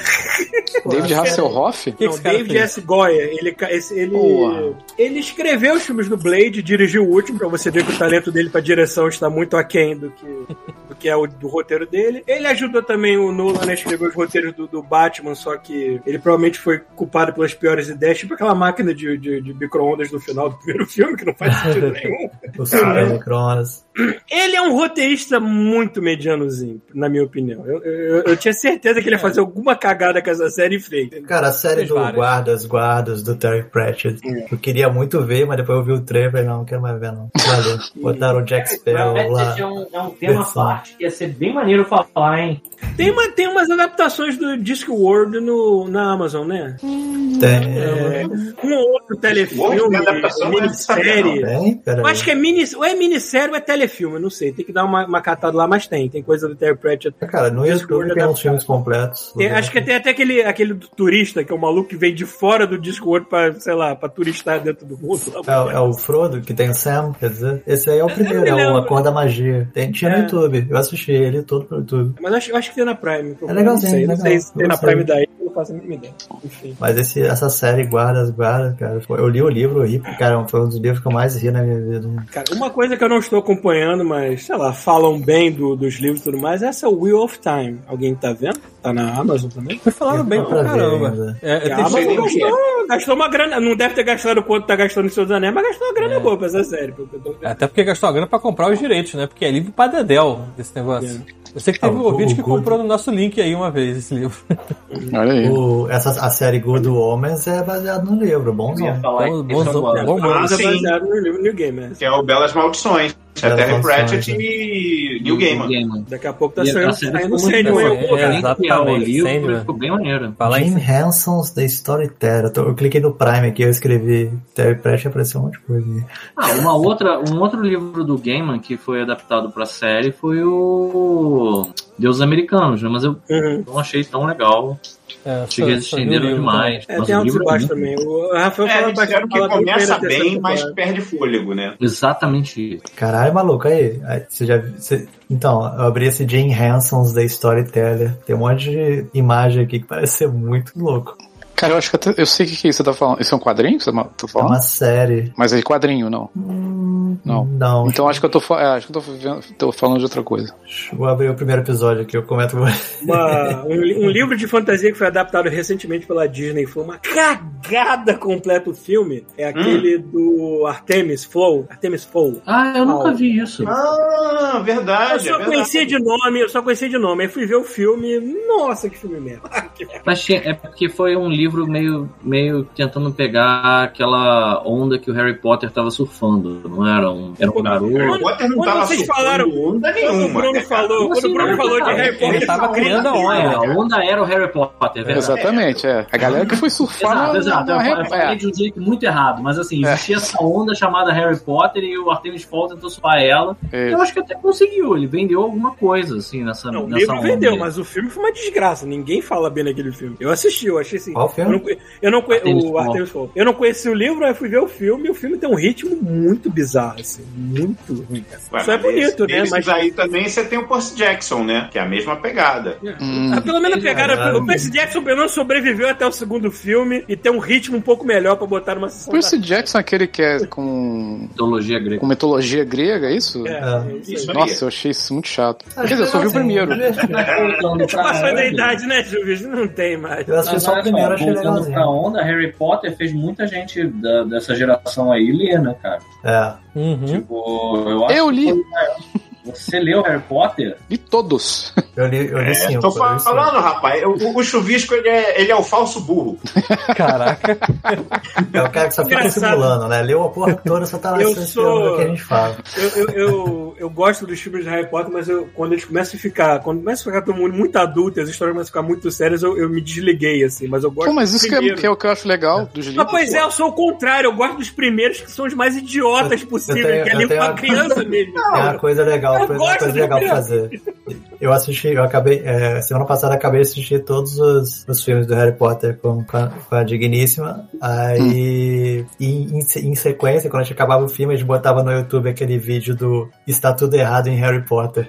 David Hasselhoff? que Não, esse cara David fez? S. Goyer, ele, ca- esse- ele, Porra. ele escreveu os filmes do Blade, dirigiu o último, pra você ver que o talento dele pra direção está muito aquém do que, do que é o do roteiro dele. Ele ajudou também o Nolan a escrever os roteiros do, do Batman, só que ele provavelmente foi culpado pelas piores ideias, tipo aquela máquina de, de, de micro-ondas no final do primeiro filme, que não faz sentido nenhum. O super micro-ondas. Ele é um roteirista muito medianozinho, na minha opinião. Eu, eu, eu tinha certeza que ele ia fazer alguma cagada com essa série e fez. Cara, a série Fez do várias. Guardas, Guardas, do Terry Pratchett, eu queria muito ver, mas depois eu vi o trailer e falei, não, não quero mais ver, não. Valeu. Botaram o Jack Sparrow lá. É um, é um tema Versão. parte que ia ser bem maneiro falar, hein? Tem, uma, tem umas adaptações do Discworld no, na Amazon, né? Tem. É, um ou outro telefilme, Discworld, adaptação, não é minissérie. Tem? Pera Eu aí. acho que é mini, ou é minissérie ou é telefilme, eu não sei. Tem que dar uma, uma catada lá, mas tem. Tem coisa do Terry Pratchett. Cara, no Discworld YouTube tem uns adaptado. filmes completos. Tem- acho que tem até aquele, aquele do turista, que é o maluco que vem de fora do Discworld pra, sei lá, pra turistar dentro do mundo. É, é o Frodo, que tem o Sam, quer dizer. Esse aí é o primeiro, me é o lembro. A Cor da Magia. Tem, tinha no É. YouTube. Eu assisti ele todo pelo YouTube. Mas eu acho, eu acho que tem na Prime. É legalzinho, Não sei, não legal. sei se tem na Gostei. Prime daí, eu não faço a mínima ideia. Enfim. Mas esse, essa série, Guardas, Guardas, cara. foi- Eu li o livro, eu ri, cara, foi um dos livros que eu mais ri na minha vida. Cara, uma coisa que eu não estou acompanhando, mas, sei lá, falam bem do- dos livros e tudo mais, é essa Wheel of Time. Alguém tá vendo? Tá na Amazon também? Foi falando bem Não, pra pra ver caramba. ainda. É, A tem Amazon sei nem o que é. gastou, gastou uma grana, não deve ter gastado o quanto tá gastando em Seus Anéis, mas gastou uma grana boa pra essa série. Pelo que eu tô vendo. Até porque gastou a grana pra comprar os direitos, né? Porque é livro pra dedéu esse negócio. Eu sei que teve Ah, um o- ouvinte o que Good- comprou no nosso link aí uma vez esse livro. Olha aí. O, essa, a série Good Omens é baseada no livro, bonzão. Eu ia falar Bom, isso bonzão, agora. bom, Mas é sim. baseado no livro New Game, né? Que é o Belas Maldições. É Belas Terry Maldições, Pratchett né? e Neil Gaiman. Daqui a pouco tá E a saindo, série saindo ficou muito Sandman. boa. Eu- É, cara, exatamente, O livro Sandman. ficou bem maneiro. Falar em Jim Henson's The Storyteller. Eu, tô- eu cliquei no Prime aqui, eu escrevi Terry Pratchett e apareceu um monte de coisa. aí. Ah, uma outra, um outro livro do Gaiman que foi adaptado pra série foi o Deus Americanos, né? Mas eu Uhum. não achei tão legal. É, Achei que eles só- só vi o estenderam livro demais. É, Nossa, tem o altos e livro é baixos muito- também. O Rafael É, fala eles disseram bastante. que fala bem começa da terceira bem, mas temporada. perde fôlego, né? Exatamente isso. Caralho, maluco, aí. aí você já, você- então, eu abri esse Jim Henson's The Storyteller. Tem um monte de imagem aqui que parece ser muito louco. Cara, eu acho que até, eu sei o que, que você tá falando. Isso é um quadrinho que você tá É falando? uma série. Mas é quadrinho, não. Não. Não. Então acho que eu tô, fa- é, acho que eu tô, vendo- tô falando de outra coisa. Vou abrir o primeiro episódio aqui, eu comento. Uma- um, li- um livro de fantasia que foi adaptado recentemente pela Disney. Foi uma cagada completa o filme. É aquele do Artemis Fowl. Artemis Fowl. Ah, eu nunca vi isso. Ah, verdade. Eu é só verdade. conhecia de nome, eu só conhecia de nome. Aí fui ver o filme. Nossa, que filme merda. Que merda. Mas tinha- é porque foi um livro meio, meio tentando pegar aquela onda que o Harry Potter tava surfando, não era um, era um garoto. Harry Potter não Quando tava vocês surfando falaram- onda Quando o nenhuma. Bruno falou, quando o Bruno falou de Harry Potter, Ele tava criando a É, onda. a onda era o Harry Potter, é verdade. Exatamente, é. A galera que foi surfar Exato, na, exato. na, Eu na, falei é. de um jeito muito errado, mas assim, existia essa onda chamada Harry Potter e o Artemis Fowl tentou surfar ela. É. Eu acho que até conseguiu, ele vendeu alguma coisa, assim, nessa, Não, o nessa livro onda vendeu, aí. mas o filme foi uma desgraça. Ninguém fala bem naquele filme. Eu assisti, eu achei assim. Qual filme? Eu não, conhe- eu não conhe- Artemis o Fowl. Artemis Fowl. Eu não conheci o livro, aí fui ver o filme, e o filme tem um ritmo muito bizarro. bizarro, assim. Muito ruim, cara. Ué, Isso é mas bonito, esse- né? esses Mas aí também você tem o Percy Jackson, né? Que é a mesma pegada. Ah, pelo menos pegaram. O Percy Jackson pelo menos sobreviveu até o segundo filme e tem um ritmo um pouco melhor pra botar numa sessão. Percy Jackson é aquele que é com, Mitologia grega. com mitologia grega, é isso? É, É. é isso aí. Isso aí. Nossa, eu achei isso muito chato. Acho Quer dizer, eu só vi o assim, primeiro. Voltando pra Passou da onda, idade, né, Juvis? Não tem mais. Eu assisti mas só o olha primeiro, só, achei voltando legalzinho. pra onda, Harry Potter fez muita gente da- dessa geração aí ler, né, cara? É. Uhum. Tipo, eu acho Eu que li. foi- Você leu Harry Potter? De todos. Eu li, eu li É, cinco. tô eu li cinco. falando, rapaz, o, o Chuvisco ele é, ele é o falso burro. Caraca. É o cara que só fica Engraçado. simulando, né? Leu a porra toda, só tá lá Eu esperando sou- o que a gente fala. Eu, eu, eu, eu gosto dos filmes de Harry Potter, mas eu, quando eles começam a ficar. Quando começa a ficar todo mundo muito adulto e as histórias começam a ficar muito sérias, eu, eu me desliguei, assim. Mas eu gosto Pô, mas dos isso que é, primeiros. que é o que eu acho legal dos livros. Mas, pois é, eu sou o contrário. Eu gosto dos primeiros que são os mais idiotas Eu- possíveis, eu tenho- que é eu ali tenho pra a- criança mesmo. É uma coisa legal, eu foi uma gosto coisa do legal pra primeiro. fazer. Eu assisti, eu acabei, é, semana passada eu acabei de assistir todos os, os filmes do Harry Potter com, com, a, com a Digníssima. Aí, em, em, se- em sequência, quando a gente acabava o filme, a gente botava no YouTube aquele vídeo do Está Tudo Errado em Harry Potter.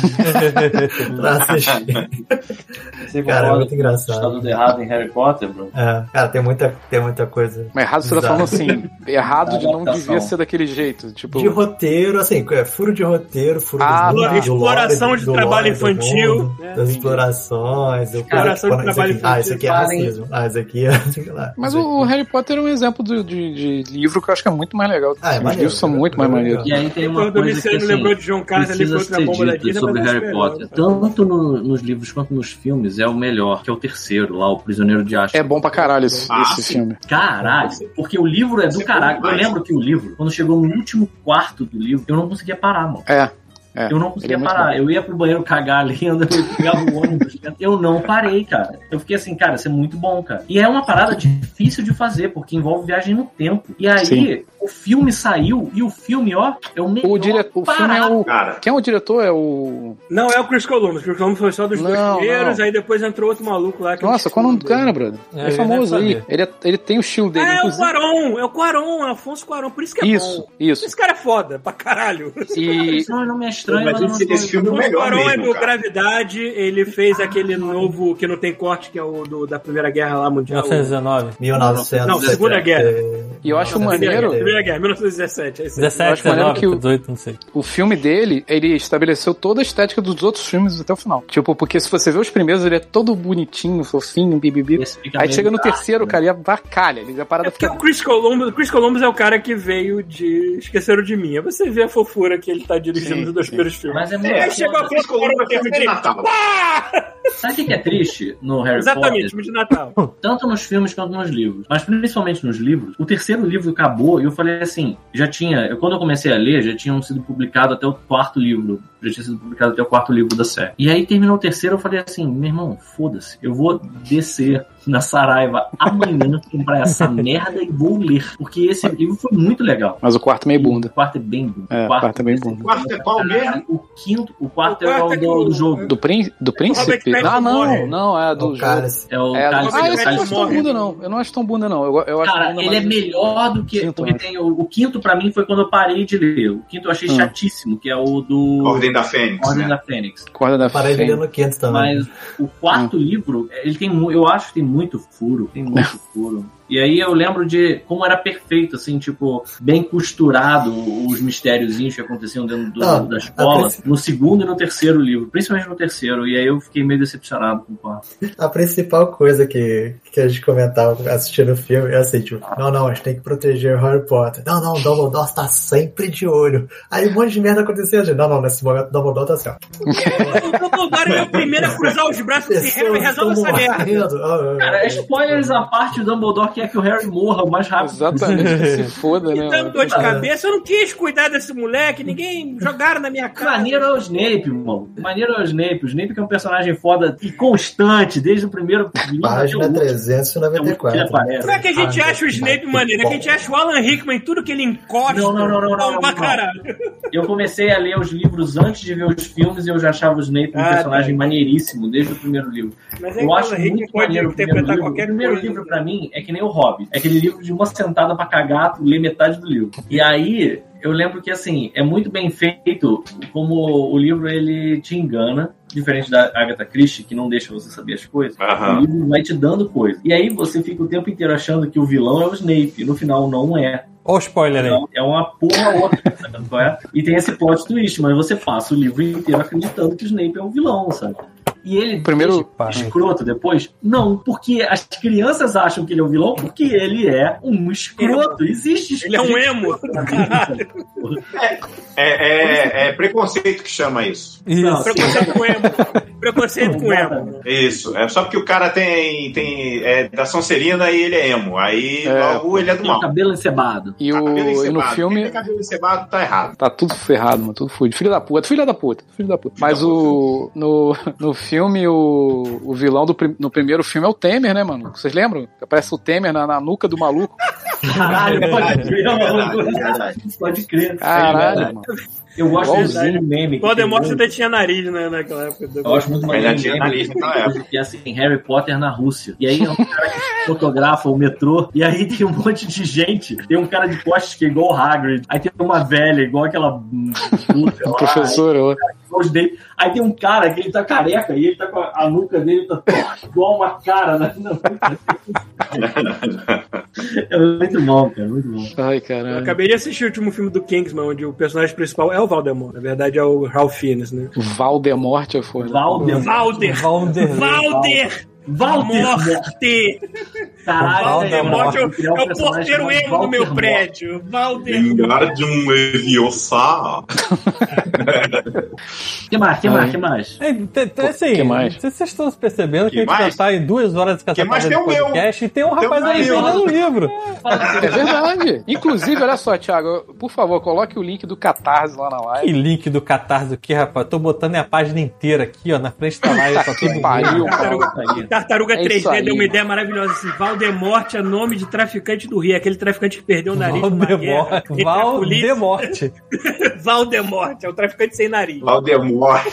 pra assistir. Você Cara, é concorda muito com engraçado. Está tudo errado em Harry Potter, bro? É, cara, tem muita, tem muita coisa. Mas errado você tá falando assim. Errado de não Adaptação. devia ser daquele jeito. Tipo, De roteiro, assim, é, furo de roteiro, furo Ah, do, tá. do Exploração lore, de do trabalho lore do infantil, mundo, né? das explorações. eu- Exploração de quando- isso trabalho aqui- Ah, isso aqui é Falem- racismo. Ah, isso aqui é... sei lá. Mas Isso o, o Harry Potter é um exemplo de, de, de livro que eu acho que é muito mais legal. Ah, é Os maneiro, livros são é muito mais maneiro. maneiros. E aí tem uma Quando o coisa que, Domiciano assim, lembrou de John Carter ali precisa contra a ser bomba da dito Disney, sobre mas acho Harry melhor, Potter. né? Tanto no- nos livros quanto nos filmes é o melhor, que é o terceiro, lá, o Prisioneiro de Azkaban. É bom pra caralho esse, Ah, esse sim. filme. Caralho, porque o livro é do Você caralho. Eu mais. lembro que o livro, quando chegou no último quarto do livro, eu não conseguia parar, mano. É. É, Eu não ele conseguia é muito parar. bom. Eu ia pro banheiro cagar lendo, eu pegava o ônibus. Eu não parei, cara. Eu fiquei assim, cara, isso é muito bom, cara. E é uma parada difícil de fazer, porque envolve viagem no tempo. E aí, Sim. o filme saiu, e o filme, ó, é o melhor. O, dire... o filme é parado. o. Cara, Quem é o diretor? É o. Não é o Chris Columbus. O Chris Columbus foi só dos dois Não, primeiros, não. aí depois entrou outro maluco lá. Que eu Nossa, esqueci qual é o nome do dele. cara, brother? É, É, famoso eu aí. nem sabia. Ele, é- ele tem o estilo dele, Ah, é o inclusive. Quaron. É o Quaron, é Afonso Quaron. Por isso que é Isso, bom. isso. Esse cara é foda, pra caralho. E Esse nome não me é estranho, Mas mas, esse- eu não esse filme é O melhor Quaron é mesmo, do cara. Gravidade, ele fez aquele novo que não tem corte, que é o do, da Primeira Guerra lá Mundial. mil novecentos e dezenove. mil e novecentos. Não, Segunda Guerra. E eu acho Primeira maneiro. Guerra, Primeira Guerra, mil novecentos e dezessete. É isso aí. dezessete, acho maneiro dezenove, que o- dezoito, não sei. O filme dele, ele estabeleceu toda a estética dos outros filmes até o final. Tipo, porque se você vê os primeiros, ele é todo bonitinho, fofinho, bibibi. Esse fica Aí meio chega no dark, terceiro, né? cara, e avacalha. Ele, a parada É porque fica. o Chris Columbus, o Chris Columbus é o cara que veio de Esqueceram de Mim. Aí você vê a fofura que ele tá dirigindo Sim, os dois sim. primeiros filmes. Mas é muito. Aí chegou a Chris Columbus é filme de Natal. Sabe o que que é triste no Harry Exatamente, Potter? filme de Natal. Tanto nos filmes quanto nos livros. Mas principalmente nos livros. O terceiro livro acabou e eu falei assim, já tinha, eu, quando eu comecei a ler, já tinham sido publicado até o quarto livro. Já tinha sido publicado até o quarto livro da série. E aí terminou o terceiro, eu falei assim, meu irmão, foda-se. Eu vou descer na Saraiva amanhã, comprar essa merda e vou ler. Porque esse livro foi muito legal. Mas o quarto meio bunda. O quarto é bem bom. É, o quarto é bem bom. O quarto é qual mesmo? O quinto, o quarto O é quarto o é que do, o- do jogo. Do, prín... do príncipe? Pattinson Ah, não, morre. não, é do O jogo. Cálice. É o É, Cálice- ah, Robert esse eu não Cálice- acho tão morre. bunda, não. Eu não acho tão bunda, não. Eu, eu acho Cara, bunda ele é mais- melhor do que. Quinto, porque né? tem o, o quinto, pra mim, foi quando eu parei de ler. O quinto eu achei Hum. chatíssimo, que é o do. Ordem da Fênix, Ordem né? da Fênix. Corda da Parei de ler Fênix. no quinto também. Mas o quarto livro, ele tem mu- eu acho que tem muito furo. Tem muito furo. E aí eu lembro de como era perfeito, assim, tipo, bem costurado os mistériozinhos que aconteciam dentro do- Ah, da escola, a princípio- no segundo e no terceiro livro, principalmente no terceiro. E aí eu fiquei meio decepcionado com o quarto. A principal coisa que, que a gente comentava assistindo o filme é assim, tipo, não, não, a gente tem que proteger o Harry Potter. Não, não, o Dumbledore está sempre de olho. Aí um monte de merda acontecia, gente. Não, não, nesse momento o Dumbledore tá assim, ó. O Dumbledore é o primeiro a cruzar os braços e assim, Harry resolve essa merda. morrendo. Ah, ah, Cara, spoilers à parte, o Dumbledore quer que o Harry morra o mais rápido Exatamente, que se foda, né? Dando dor de Ah. cabeça, eu não quis cuidar desse moleque, ninguém jogaram na minha cara. Maneiro é o Snape, irmão. Maneiro é o Snape. O Snape que é um personagem foda e constante, desde o primeiro livro até o Página último. trezentos e noventa e quatro. Ele aparece. Não é que a gente Ah, acha o Snape maneiro, é que a gente acha o Alan Rickman em tudo que ele encosta. Não, não, não, não, não, bom pra não. caralho. Eu comecei a ler os livros antes de ver os filmes e eu já achava o Snape um Ah, personagem tá. maneiríssimo, desde o primeiro livro. Mas é que Eu o acho Alan Rickman muito pode maneiro o primeiro interpretar livro. qualquer O primeiro coisa. livro, pra mim, é que nem o Hobbit. É aquele livro de uma sentada pra cagar, tu lê metade do livro. E aí... eu lembro que, assim, é muito bem feito como o livro, ele te engana, diferente da Agatha Christie, que não deixa você saber as coisas. Aham. O livro vai te dando coisas. E aí você fica o tempo inteiro achando que o vilão é o Snape, e no final não é. Olha o spoiler aí. Então, é uma porra outra, sabe qual é? E tem esse plot twist, mas você passa o livro inteiro acreditando que o Snape é um vilão, sabe? E ele Primeiro- é escroto depois? Não, porque as crianças acham que ele é um vilão porque ele é um escroto. Existe Ele é um emo. Caralho. É, é, é preconceito que chama isso. Não, Isso. Preconceito com emo. Preconceito com emo. Isso. É só porque o cara tem, tem é da Sonserina e ele é emo. Aí É, logo ele é do Tem o mal. cabelo encebado. E, Cabelo o, e no encebado. filme. Quem tem cabelo encebado tá errado. Tá tudo ferrado, mano. Tudo fudido. Filho da puta, filho da puta, filho da puta. Mas o. No, no filme, o, o vilão do, prim- no primeiro filme é o Temer, né, mano? Vocês lembram? Aparece o Temer na, na nuca do maluco. Caralho, pode crer, maluco. verdade. Pode crer. Caralho, mano. Eu gosto Igualzinho. do meme. que Voldemort tem- ainda tinha nariz, né, naquela época. Eu gosto muito mais Ainda do tinha meme nariz naquela época. que é assim, Harry Potter na Rússia. E aí é um cara que fotografa o metrô, e aí tem um monte de gente. Tem um cara de costas que é igual o Hagrid. Aí tem uma velha, igual aquela hum, bruxa O lá, professor, ó. igual os dele. Aí tem um cara que ele tá careca e ele tá com a, a nuca dele tá igual uma cara. Né? É muito bom, cara, muito bom. Ai, Eu caralho. acabei de assistir o último filme do Kingsman, onde o personagem principal é o Voldemort. Na verdade, é o Ralph Fiennes, né? Valdemorte é foda. Valder. Valder! Valder. Valder! Valder. Morte! Caralho, Voldemort é o, criar um é o personagem porteiro chamado emo do meu Valder prédio. Valder! Wingardium Leviosa. Que mais, que mais, que mais? É, tem- tem, assim, que mais? não sei se vocês estão percebendo que, Que a gente mais? já tá em duas horas de Que mais? caçada de Tem o meu. podcast e tem um Tem o rapaz aí meu. vendendo um livro. É verdade. Inclusive, olha só, Thiago, por favor, coloque o link do Catarse lá na Que live. link do Catarse aqui, rapaz. Tô botando a página inteira aqui, ó, na frente da live. Pra todo Que mundo. pariu, Tartaruga, Paulo. Tartaruga É isso três D aí. deu uma ideia maravilhosa assim. Valdemort é nome de traficante do Rio, aquele traficante que perdeu o nariz numa guerra Valdemort. entre a polícia. Valdemorte. Valdemort, é o traficante sem nariz. Valdemort.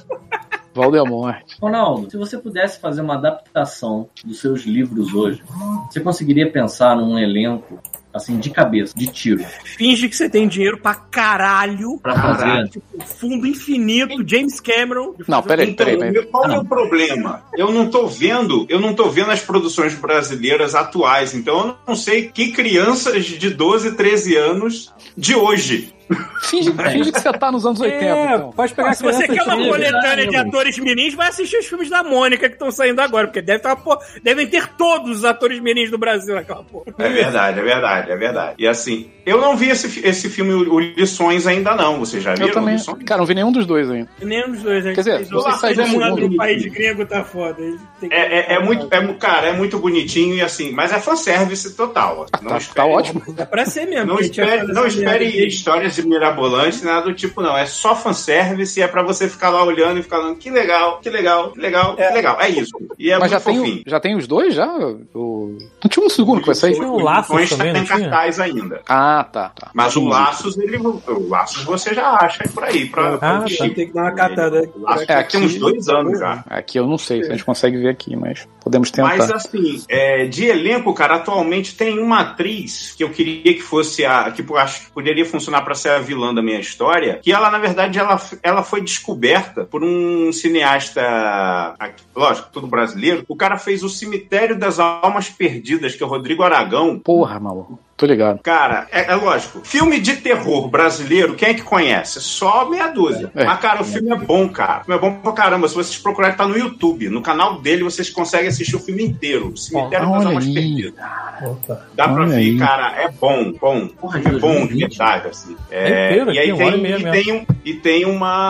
Valdemort. Ronaldo, se você pudesse fazer uma adaptação dos seus livros hoje, você conseguiria pensar num elenco, assim, de cabeça, de tiro, Finge que você tem dinheiro pra caralho. pra fazer? Tipo, fundo infinito, James Cameron. de Não, fazer peraí, um- Então, peraí, peraí. meu- qual é o problema? Eu não tô vendo, eu não tô vendo as produções brasileiras atuais, então eu não sei que crianças de doze, treze anos de hoje. Finge, finge que você tá nos anos oitenta, É, então. pode pegar Se você criança quer uma antiga. coletânea de Caramba. atores mirins, vai assistir os filmes da Mônica que estão saindo agora, porque deve tá, pô, devem ter todos os atores mirins do Brasil naquela porra. É verdade, é verdade, é verdade. E assim, eu não vi esse, fi- esse filme, o Lições, ainda não. Vocês já viram? Eu também. Lições? Cara, não vi nenhum dos dois ainda. Nem um dos dois, né? Quer dizer, Fez você o- sai fez do o mundo segundo. do país grego tá foda. Ele tem que- É, é, é muito, é, mu- cara, é muito bonitinho e assim, mas é fanservice total. Não Tá, espere, tá ótimo. É pra ser mesmo. Não porque a gente vai espere, fazer não essa espere merda. histórias de mirabolantes, nada do tipo, não. É só fanservice e é pra você ficar lá olhando e ficar falando que legal, que legal, que legal, que legal. É isso. E é Mas já muito tem, fofinho. o- já tem os dois já? O... Não tinha um segundo que vai sair? Tinha um Laços Lições também, tá não em tinha? cartaz ainda. Ah, tá, tá. Mas o Laços, ele, o Laços você já acha por aí. Pra, Ah, pra tá. assistir. Tem que dar uma catada. O Laços É, tem uns aqui- dois anos já. Aqui eu não sei se a gente consegue ver aqui, mas podemos tentar. Mas assim, é, de elenco, cara, atualmente tem uma atriz que eu queria que fosse a. Que eu acho que poderia funcionar pra ser a vilã da minha história. Que ela, na verdade, ela, ela foi descoberta por um cineasta. Aqui, lógico, tudo brasileiro. O cara fez O Cemitério das Almas Perdidas, que é o Rodrigo Aragão. Porra, maluco. Tô ligado. Cara, é, é lógico. Filme de terror brasileiro, quem é que conhece? Só meia dúzia. É. Mas, cara, o filme é bom, cara. O filme é bom pra caramba. Se vocês procurarem, tá no YouTube. No canal dele, vocês conseguem assistir o filme inteiro. O Cemitério das Olha Almas aí. Perdidas. Dá pra Olha ver, aí. cara. É bom, bom. Porra, É bom de dois mil e vinte. verdade, assim. É É, inteiro e aí aqui, uma hora e tem, meia e, mesmo. tem, um- e tem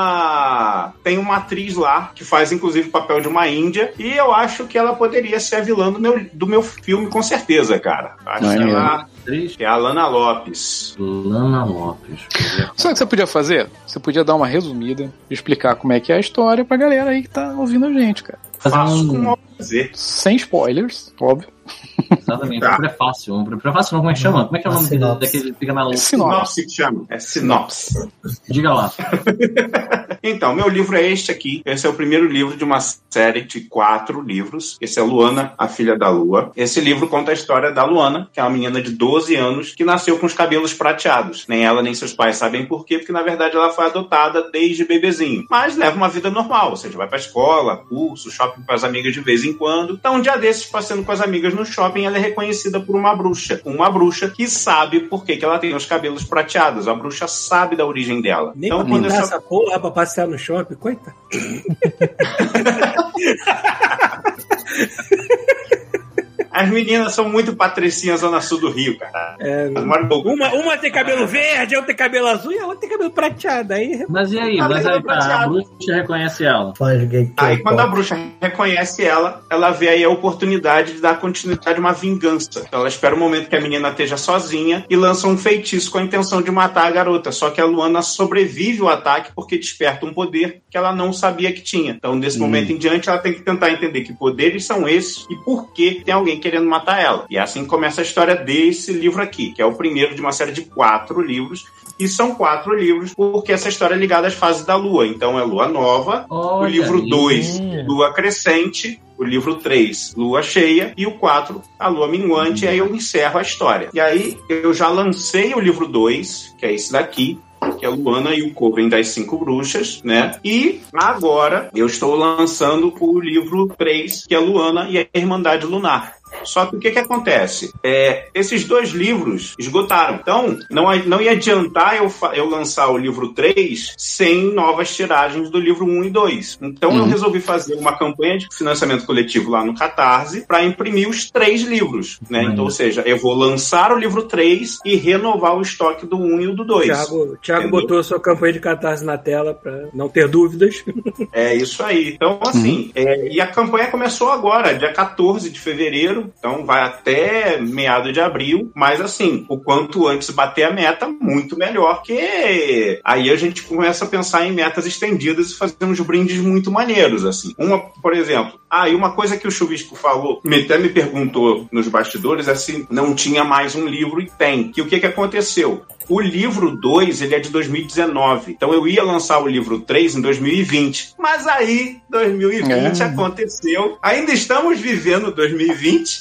uma tem uma atriz lá que faz, inclusive, o papel de uma índia. E eu acho que ela poderia ser a vilã do meu, do meu filme, com certeza, cara. Acho que Maneiro. ela Três. que é a Lana Lopes. Lana Lopes. Sabe o que você podia fazer? Você podia dar uma resumida, explicar como é que é a história pra galera aí que tá ouvindo a gente, cara. Fazer Faço com um, o maior prazer. Sem spoilers, óbvio. Exatamente, Tá. um prefácio. Um prefácio não, como é que chama? Como é que é o nome Sinopse. daquele que fica na Sinopse. Sinopse que chama. É sinopse. Diga lá. Então, meu livro é este aqui. Esse é o primeiro livro de uma série de quatro livros. Esse é Luana, a Filha da Lua. Esse livro conta a história da Luana, que é uma menina de doze anos que nasceu com os cabelos prateados. Nem ela nem seus pais sabem por quê, porque na verdade ela foi adotada desde bebezinho. Mas leva uma vida normal, ou seja, vai pra escola, curso, shopping com as amigas de vez em quando. Então, um dia desses, passeando com as amigas no shopping, ela é reconhecida por uma bruxa. Uma bruxa que sabe por que, que ela tem os cabelos prateados. A bruxa sabe da origem dela. Nem Então, pra quando pintar essa... essa porra pra passear no shopping, coitado. As meninas são muito patricinhas zona sul do Rio, cara. É, Uma, uma, uma tem cabelo verde, a outra tem cabelo azul e a outra tem cabelo prateado. Aí Mas e aí? Ah, Mas aí, mas tá, a prateado. bruxa reconhece ela. Faz gay Aí, K-pop. quando a bruxa reconhece ela, ela vê aí a oportunidade de dar continuidade a uma vingança. Então, ela espera o momento que a menina esteja sozinha e lança um feitiço com a intenção de matar a garota. Só que a Luana sobrevive ao ataque porque desperta um poder que ela não sabia que tinha. Então, desse Hum. momento em diante, ela tem que tentar entender que poderes são esses e por que tem alguém querendo matar ela. E assim começa a história desse livro aqui, que é o primeiro de uma série de quatro livros. E são quatro livros porque essa história é ligada às fases da Lua. Então, é Lua Nova, Olha o livro aí. dois, Lua Crescente, o livro três, Lua Cheia, e o quatro, a Lua Minguante, e aí eu encerro a história. E aí eu já lancei o livro dois, que é esse daqui, que é Luana e o Coven das Cinco Bruxas, né? E agora eu estou lançando o livro três, que é Luana e a Irmandade Lunar. Só que o que que acontece? É, esses dois livros esgotaram. Então, não, não ia adiantar eu, eu lançar o livro três sem novas tiragens do livro um e dois. Então, Uhum. eu resolvi fazer uma campanha de financiamento coletivo lá no Catarse para imprimir os três livros, né? Uhum. Então, ou seja, eu vou lançar o livro três e renovar o estoque do um e o do dois. Thiago, Thiago Entendeu? botou a sua campanha de catarse na tela pra não ter dúvidas. É isso aí. Então, assim, é, e a campanha começou agora, dia quatorze de fevereiro, então vai até meado de abril, mas assim, o quanto antes bater a meta, muito melhor, porque aí a gente começa a pensar em metas estendidas e fazer uns brindes muito maneiros, assim. Uma, por exemplo, ah, e uma coisa que o Chuvisco falou, me- até me perguntou nos bastidores, é se não tinha mais um livro, e tem. Que o que que aconteceu? O livro dois, ele é de dois mil e dezenove. Então eu ia lançar o livro três em dois mil e vinte. Mas aí, dois mil e vinte É. aconteceu. Ainda estamos vivendo dois mil e vinte.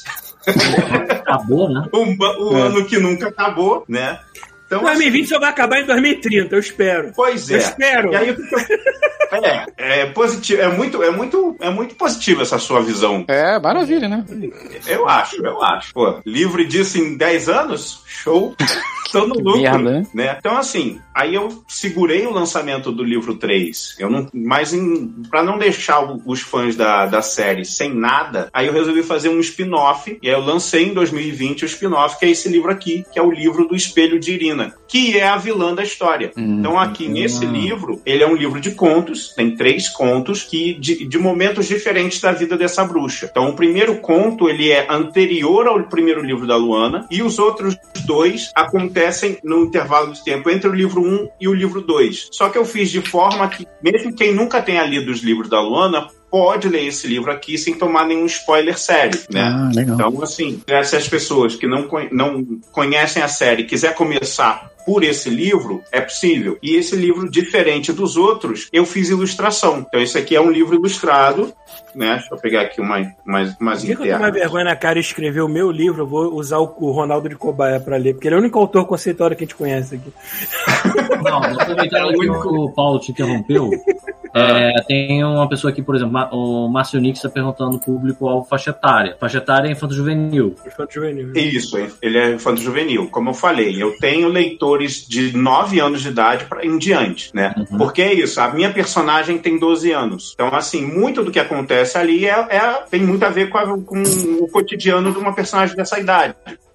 Acabou, né? Um, ba- o É. ano que nunca acabou, né? Então, dois mil e vinte só vai acabar em dois mil e trinta, eu espero. Pois Eu é. espero. E aí, o que que eu- é, é positivo, é muito, é muito, é muito positivo essa sua visão. É, maravilha, né? Eu acho, eu acho. Pô, livre disso em dez anos? Show. Tô no Que lucro, merda, né? né? Então, assim, aí eu segurei o lançamento do livro três. Eu não, mas em, pra não deixar o- os fãs da, da série sem nada, aí eu resolvi fazer um spin-off. E aí eu lancei em dois mil e vinte o spin-off, que é esse livro aqui, que é o livro do Espelho de Irina, que é a vilã da história. Hum. Então, aqui nesse livro, ele é um livro de contos, tem três contos, que de, de momentos diferentes da vida dessa bruxa. Então, o primeiro conto, ele é anterior ao primeiro livro da Luana, e os outros dois acontecem no intervalo de tempo entre o livro um e o livro dois. Só que eu fiz de forma que, mesmo quem nunca tenha lido os livros da Luana, pode ler esse livro aqui sem tomar nenhum spoiler sério, né? Ah, legal. Então, assim, se as pessoas que não, conhe- não conhecem a série quiser começar por esse livro, é possível. E esse livro, diferente dos outros, eu fiz ilustração. Então, esse aqui é um livro ilustrado, né? Deixa eu pegar aqui uma, umas, umas Por que, que eu tomar vergonha na cara e escrever o meu livro? Eu vou usar o, o Ronaldo de cobaia pra ler, porque ele é o único autor conceituário que a gente conhece aqui. Não, aproveitando que o Paulo te interrompeu, é, tem uma pessoa aqui, por exemplo, o Márcio Nix está perguntando público ao faixa etária. Faixa etária é infanto juvenil. Infanto juvenil. Isso, ele é infanto juvenil. Como eu falei, eu tenho leitores de nove anos de idade pra, em diante, né? Uhum. Porque é isso, a minha personagem tem doze anos. Então, assim, muito do que acontece ali é, é- tem muito a ver com, a- com o cotidiano de uma personagem dessa idade.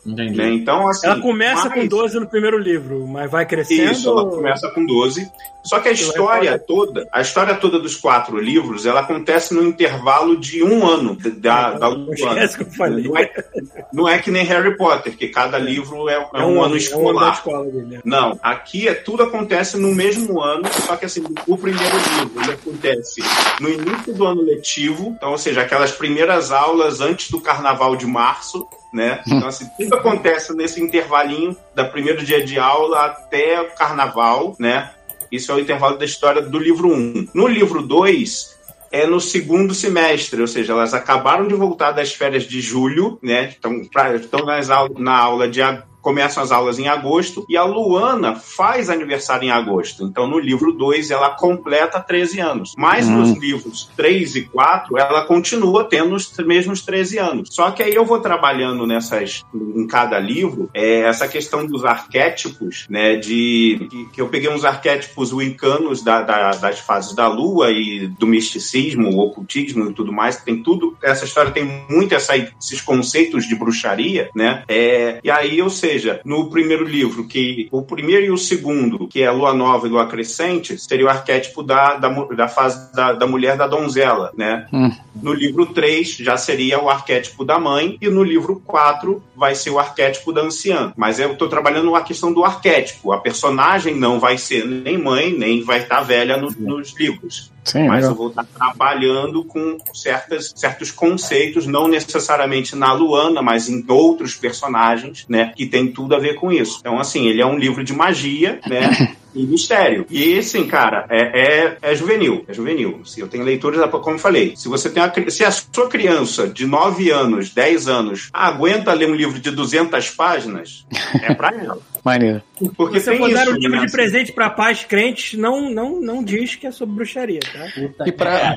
Entendi. Né? Então, assim, Ela começa mas... com doze no primeiro livro, mas vai crescendo. Isso, ela começa com doze. Só que a história toda, a história toda dos quatro livros, ela acontece no intervalo de um ano da, da Não esquece que eu falei. Não é, não é que nem Harry Potter, que cada livro é, é, É um, um ano é um ano da escolar. escola dele. Não, aqui é tudo acontece no mesmo ano, só que assim, o primeiro livro ele acontece no início do ano letivo, então, ou seja, aquelas primeiras aulas antes do carnaval de março, né? Então, assim, tudo acontece nesse intervalinho da primeiro dia de aula até o carnaval, né? Isso é o intervalo da história do livro um. No livro dois, é no segundo semestre, ou seja, elas acabaram de voltar das férias de julho, né? Estão, pra, estão nas aula, na aula de começam as aulas em agosto, e a Luana faz aniversário em agosto. Então, no livro dois, ela completa treze anos. Mas hum. nos livros três e quatro, ela continua tendo os mesmos treze anos. Só que aí eu vou trabalhando nessas, em cada livro, é, essa questão dos arquétipos, né, de que, que eu peguei uns arquétipos wiccanos da, da, das fases da Lua e do misticismo, o ocultismo e tudo mais, tem tudo, essa história tem muito essa, esses conceitos de bruxaria, né, é, e aí, ou seja, no primeiro livro, que o primeiro e o segundo, que é Lua Nova e Lua Crescente, seria o arquétipo da, da, da fase da, da mulher da donzela, né? Hum. No livro três já seria o arquétipo da mãe, e no livro quatro vai ser o arquétipo da anciã. Mas eu estou trabalhando a questão do arquétipo. A personagem não vai ser nem mãe, nem vai estar velha no, nos livros. Sim, mas legal. Eu vou estar trabalhando com certas, certos conceitos, não necessariamente na Luana, mas em outros personagens, né, que tem tudo a ver com isso. Então, assim, ele é um livro de magia, né, e mistério. E, assim, cara, é, é, é juvenil. É juvenil. Se eu tenho leitores, como eu falei, se você tem uma, se a sua criança de nove anos, dez anos, aguenta ler um livro de duzentas páginas, é pra ela. Maneiro. Porque se você for dar um livro de presente pra pais crentes, não, não, não diz que é sobre bruxaria, tá? E pra...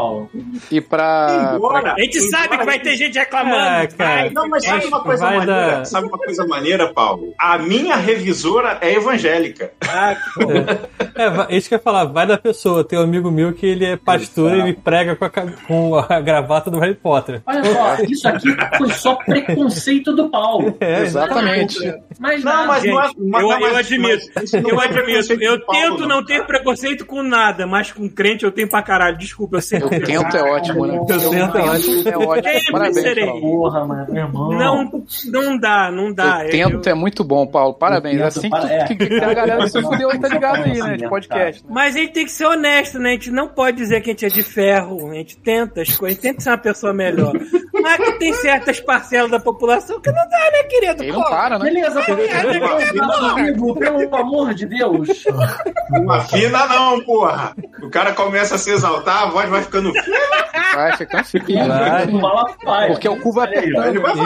e pra... Embora, a gente embora, sabe que vai ter gente reclamando. É, cara. Não, mas sabe uma coisa maneira? Dar... Sabe uma coisa maneira, Paulo? A minha revisora é evangélica. Ah, que é, isso que eu ia falar, vai da pessoa. Tem um amigo meu que ele é pastor e ele prega com a, com a gravata do Harry Potter. Olha só, isso aqui foi só preconceito do Paulo. É, exatamente. Mas não, mas gente, não é, mas, eu, eu admito, mas, eu admito. Eu tento não, não ter preconceito com nada, mas com crente eu tenho pra caralho. Desculpa, eu sempre. Eu tento é ótimo, né? Eu tento é ótimo. É ótimo. Sempre serei. Porra, mano, irmão. Não, não dá, não dá. Eu tento, é muito bom, Paulo. Parabéns. É assim que, tu, é. que, que a galera se fudeu aí, tá ligado aí, né? De podcast. Né? Mas a gente tem que ser honesto, né? A gente não pode dizer que a gente é de ferro. A gente tenta as coisas, a gente tenta ser uma pessoa melhor. Mas que tem certas parcelas da população que não dá, né, querido? Ele não para, né? Beleza, amigo, pelo amor de Deus. Não afina não, porra. O cara começa a se exaltar, a voz vai ficando fina. Vai ficando fina. Vai. Porque o cu vai apertando. Ele vai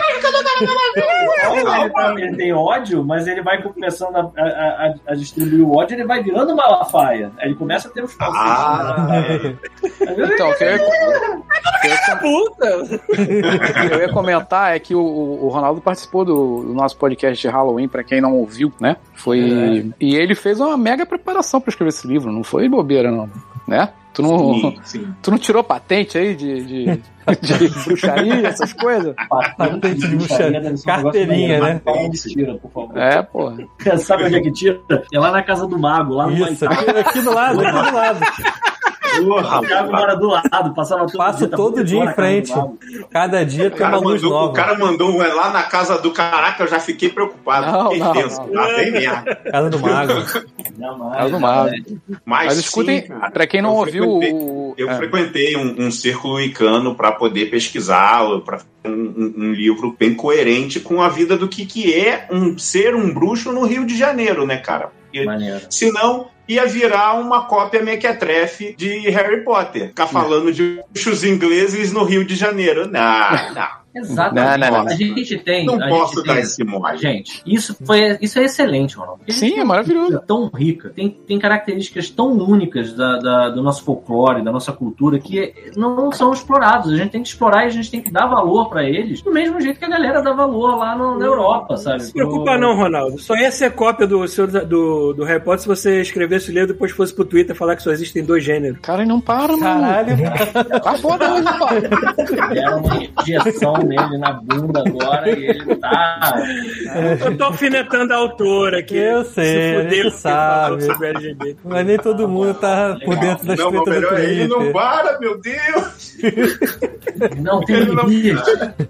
ele, ele tem ódio, mas ele vai começando a, a, a, a distribuir o ódio, ele vai virando Malafaia. Aí ele começa a ter os conceitos. Ah, né? Então, o que eu ia, puta! eu ia comentar é que o, o Ronaldo participou do, do nosso podcast de Halloween, pra quem não ouviu, né? Foi. É. E ele fez uma mega preparação pra escrever esse livro, não foi bobeira, não. Né? Tu não, sim, sim. Tu não tirou patente aí de, de, de bruxaria, essas coisas? Patente de bruxaria, carteirinha, né? Tira, por favor. É, porra. Sabe onde é que tira? É lá na casa do mago, lá no Isso, aqui, aqui do lado, aqui do lado. O Thiago mora do lado, passava todo Passo dia, todo dia em frente. Cada dia tem uma luz mandou, nova. O cara mandou um lá na casa do caraca, eu já fiquei preocupado. Não, fiquei não, tenso. não. Ah, bem merda. Casa do Mago. Casa do Mago. Mas, Mas escutem, sim, pra quem não eu ouviu... Frequentei, eu é. frequentei um, um círculo wicano para poder pesquisá-lo, para um, um, um livro bem coerente com a vida do que, que é um, ser um bruxo no Rio de Janeiro, né, cara? Maneiro. Senão ia virar uma cópia mequetrefe de Harry Potter. Ficar falando de bruxos ingleses no Rio de Janeiro. Não, não. Exatamente. Não, não, não. A gente tem. Não a posso gente dar tem, esse mole. Gente, isso, foi, isso é excelente, Ronaldo. Sim, é maravilhoso. É tão rica, tem, tem características tão únicas da, da, do nosso folclore, da nossa cultura, que não são explorados. A gente tem que explorar e a gente tem que dar valor pra eles, do mesmo jeito que a galera dá valor lá no, na Europa, sabe? Não se preocupa, não, Ronaldo. Só ia ser cópia do, do, do Harry Potter se você escrevesse o livro e depois fosse pro Twitter falar que só existem dois gêneros. Cara, não para, mano. Caralho. Tá foda hoje, pai. Era uma injeção nele na bunda agora e ele tá. Eu tô alfinetando a autora aqui. Eu sei, a gente sabe. Sobre L G B T. Mas nem todo mundo tá por dentro das Não, mas tretas do melhor ele não Twitter. para, meu Deus! Não tem Ele não limite.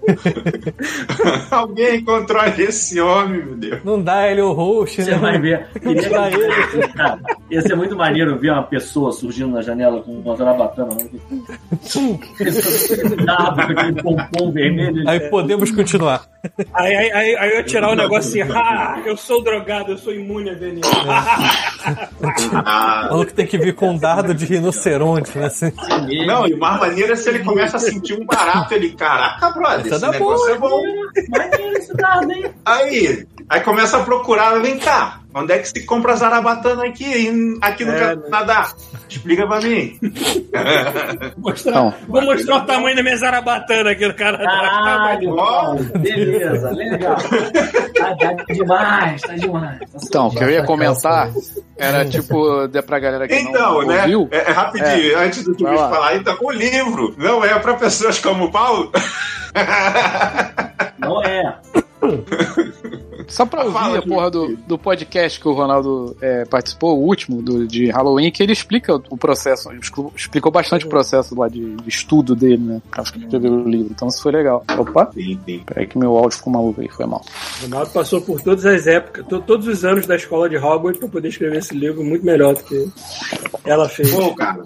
Alguém controle esse homem, meu Deus. Não dá ele o host, Você né? vai ver. Não dá ele. Cara, ia ser muito maneiro ver uma pessoa surgindo na janela com uma zarabatana. Dado com aquele pompom vermelho. Aí podemos continuar. Aí, aí, aí, aí eu ia tirar o negócio assim, ah, eu sou drogado, eu sou imune a veneno. Ah, O maluco tem que vir com um dardo de rinoceronte, né? Assim. não, e o mais maneiro é se ele começa a sentir um barato, ele, caraca, brother, Essa esse dá negócio boa, é bom. Maneiro esse dado, hein? Aí, aí começa a procurar, vem cá, onde é que se compra zarabatana aqui, aqui no É, Canadá? Explica pra mim. Mostrar, Não. vou mostrar o tamanho da minha zarabatana aqui no Canadá. Caralho, Ó. beleza, legal. Tá, tá demais, tá demais. Tá Então, o que eu ia comentar era tipo, de- pra galera que Então, não né? ouviu. É, é rapidinho, antes do que Vai eu lá. falar, então, o livro não é pra pessoas como o Paulo? Não é. Só pra ouvir Fala, a porra do, do podcast que o Ronaldo é, participou, o último, do, de Halloween, que ele explica o processo, explicou, explicou bastante o processo lá de, de estudo dele, né? Acho que ele escreveu o livro, então isso foi legal. Opa, Sim, sim. peraí que meu áudio ficou maluco aí, foi mal. O Ronaldo passou por todas as épocas, to- todos os anos da escola de Hogwarts pra poder escrever esse livro muito melhor do que ela fez. Pô, cara.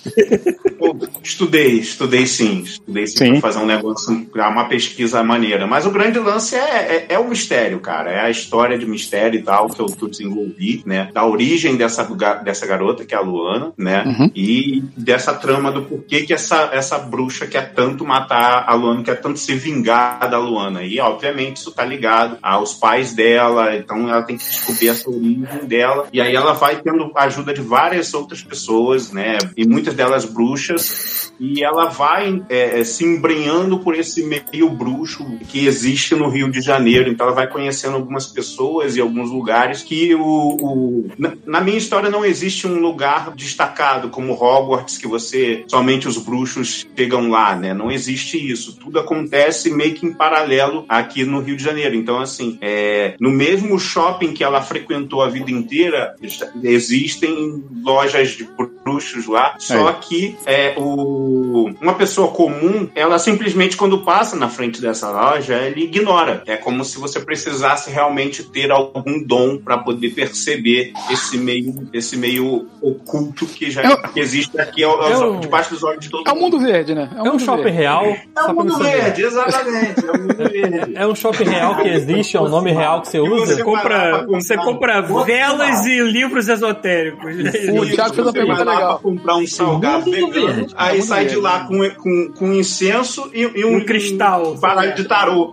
Pô, estudei, estudei sim. Estudei sim, Sim. pra fazer um negócio, uma pesquisa maneira. Mas o grande lance é, é, é o mistério, cara. É a história de mistério e tal que eu, que eu desenvolvi, né? Da origem dessa, ga- dessa garota, que é a Luana, né? Uhum. E dessa trama do porquê que essa, essa bruxa quer tanto matar a Luana, quer tanto se vingar da Luana. E, obviamente, isso tá ligado aos pais dela, então ela tem que descobrir essa origem dela. E aí ela vai tendo a ajuda de várias outras pessoas, né? E muitas delas bruxas. E ela vai é, se embrenhando por esse meio bruxo que existe no Rio de Janeiro. Então ela vai conhecendo algumas pessoas e alguns lugares que o, o... Na, na minha história não existe um lugar destacado como Hogwarts, que você somente os bruxos chegam lá, né? Não existe isso. Tudo acontece meio que em paralelo aqui no Rio de Janeiro. Então, assim, é, no mesmo shopping que ela frequentou a vida inteira, existem lojas de bruxos lá, só É. que é, o, uma pessoa comum, ela simplesmente, quando passa na frente dessa loja, ele ignora. É como se você precisasse realmente ter algum dom para poder perceber esse meio, esse meio oculto que já Eu- que existe aqui ao, aos- Eu- debaixo dos olhos de todo É o mundo. mundo verde, né? É um mundo shopping verde. real. É só o pra mundo você saber. verde, exatamente. É o mundo verde. É um shopping real que existe, é um nome real que você E usa. você Compra, você compra Vou velas e livros esotéricos. O Thiago fez uma Você vai pergunta lá legal. pra comprar um salgado Mundo vegano, verde. aí Mundo sai de verde. lá com, com, com incenso e, e um, Um cristal. um baralho de tarô.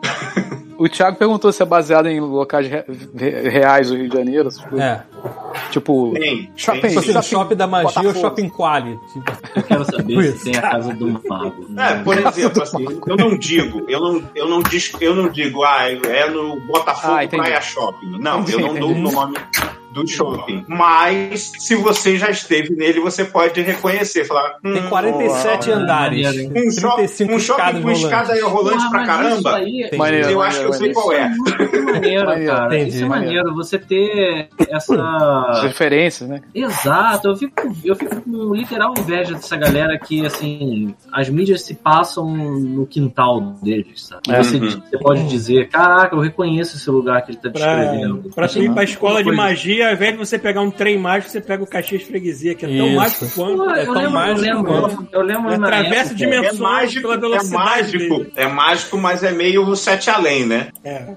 O Thiago perguntou se é baseado em locais re- re- reais do Rio de Janeiro. Tipo, É. tipo Tem, shopping, tem, Tipo assim, shopping, shopping da magia ou Botafogo. shopping quality. Tipo, Eu quero saber Isso. se tem a casa do mago. É, por exemplo, assim, eu não digo, eu não, eu não, dis, eu não digo, ah, é no Botafogo Ah, entendi. Praia Shopping. Não, Entendi, eu não dou o entendi. nome do shopping. Mas, se você já esteve nele, você pode reconhecer, falar, hum, tem quarenta e sete Boa. andares. Maneiro, hein? um, trinta e shopping, cinco um shopping escadas com escada rolantes. rolante Porra, pra mas caramba. Isso aí, Entendi. Maneiro, Eu acho que eu sei maneiro. qual é. muito maneiro, Maneiro. cara. Entendi, Isso é maneiro. maneiro. Você ter As essa. referências, né? Exato, eu fico, eu fico com literal inveja dessa galera que, assim, as mídias se passam no quintal deles, sabe? E É. você, Uhum. você pode dizer, caraca, eu reconheço esse lugar que ele tá Pra, descrevendo. pra tu ir pra escola de Coisa. magia, ao invés de você pegar um trem mágico, você pega o Caxias Freguesia, que é tão Isso. mágico quanto. Pô, É eu tão lembro, mágico eu lembro, quanto. eu lembro Ele na atravessa época, dimensões. É mágico, pela é velocidade mágico, dele. é mágico, mas é meio sete além, né? É.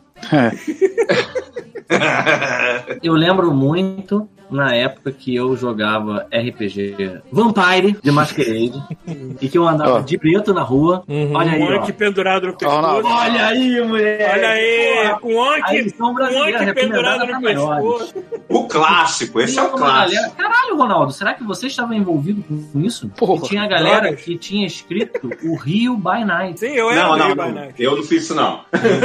Eu lembro muito na época que eu jogava R P G Vampire de Masquerade e que eu andava Ó. de preto na rua. Uhum. Olha aí, Um ó. Anki pendurado no pescoço. Ronaldo. Olha aí, mulher. Olha aí, um A Anki, edição um brasileira Anki pendurado recomendada no pra maiores. pescoço. O clássico, esse é o Tem uma clássico. galera- Caralho, Ronaldo, será que você estava envolvido com isso? Porra, e tinha a galera drogas. que tinha escrito o Rio by Night. Sim, eu era Não, do não, Rio não. by Night. Eu não fiz isso, não.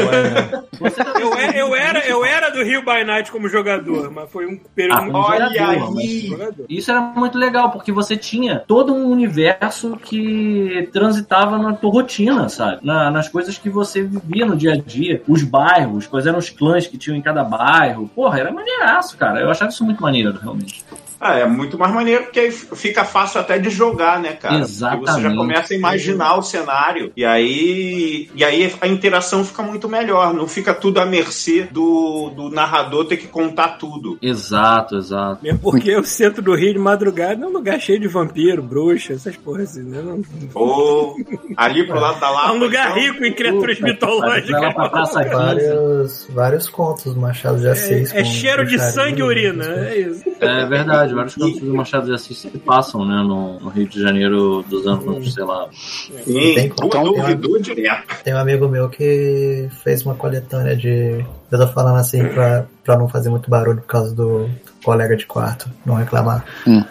Você também Eu, é- eu, era, eu era do Rio by Night como jogador, mas foi um período Ah, muito olha jogador, aí. mas jogador. Isso era muito legal, porque você tinha todo um universo que transitava na tua rotina, sabe? Na- nas coisas que você vivia no dia a dia. Os bairros, quais eram os clãs que tinham em cada bairro. Porra, era maneiraço, cara. Eu achava isso muito maneiro, realmente. Ah, é muito mais maneiro, porque aí fica fácil até de jogar, né, cara? Exatamente. Porque você já começa a imaginar o cenário, e aí, e aí a interação fica muito melhor, não fica tudo à mercê do, do narrador ter que contar tudo. Exato, exato. Mesmo porque o centro do Rio de madrugada é um lugar cheio de vampiro, bruxa, essas porras assim, né? Não- Ou ali pro lado da É Lapa. um lugar então, rico em criaturas Vai lá mitológicas. pra Praça quinze. Vários, vários contos do Machado de Assis. É, é com cheiro de bruxaria, sangue e urina, essas é isso. É verdade, vários contos do Machado de Assis se passam, né, no, no Rio de Janeiro dos anos, sei lá. Sim, Tem- tu então, duvidou direto. Tem um amigo meu que fez uma coletânea de... Eu tô falando assim pra, pra não fazer muito barulho por causa do colega de quarto, não reclamar. Hum.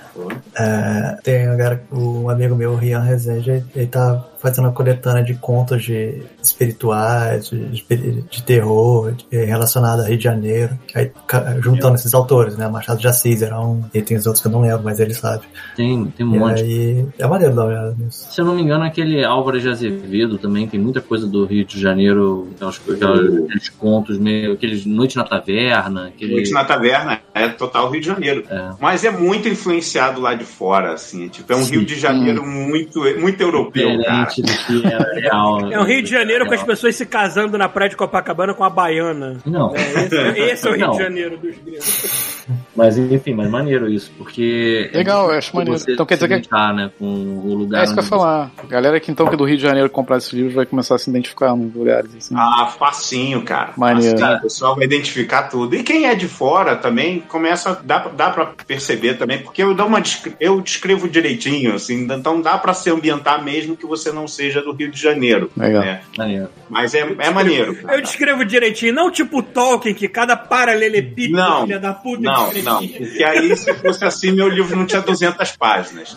É, tem um, cara- um amigo meu, o Rian Rezende, ele tá fazendo uma coletânea de contos de espirituais, de, de, de terror, de, relacionado a Rio de Janeiro. Aí, ca- juntando esses autores, né? Machado de Assis era um, e tem os outros que eu não lembro, mas ele sabe. Tem, tem um E monte. aí, é maneiro dar uma olhada nisso. Se eu não me engano, aquele Álvares de Azevedo também tem muita coisa do Rio de Janeiro, aquelas, aquelas- aqueles contos meio, aqueles Noite na Taverna, aquele... Noite na Taverna é total Rio de Janeiro. É. Mas é muito influenciado lá de fora, assim. Tipo, é um Sim. Rio de Janeiro muito, muito europeu, cara. Diferente do que era real. É um Rio de Janeiro com as Real. pessoas se casando na praia de Copacabana com a baiana. Não, É, esse, esse é o Rio Não. de Janeiro dos gregos. mas enfim, mas maneiro isso, porque... Legal, é eu acho maneiro. você Então quer dizer se que- identificar, né, com o lugar É isso que eu ia onde você- falar. A galera que então que é do Rio de Janeiro comprar esse livro vai começar a se identificar nos lugares, assim. Ah, facinho, cara. Maneiro. Facinho. O pessoal vai identificar tudo. E quem é de fora também começa. Dá, dá pra perceber também, porque eu dou uma descri- eu descrevo direitinho, assim, então dá pra se ambientar mesmo que você não seja do Rio de Janeiro. Legal. Né? Maneiro. Mas é, é maneiro. cara. Eu descrevo direitinho, não tipo o Tolkien, que cada paralelepípedo, Não, filha da puta, é Não, diferente. não. Porque aí, se fosse assim, meu livro não tinha duzentas páginas.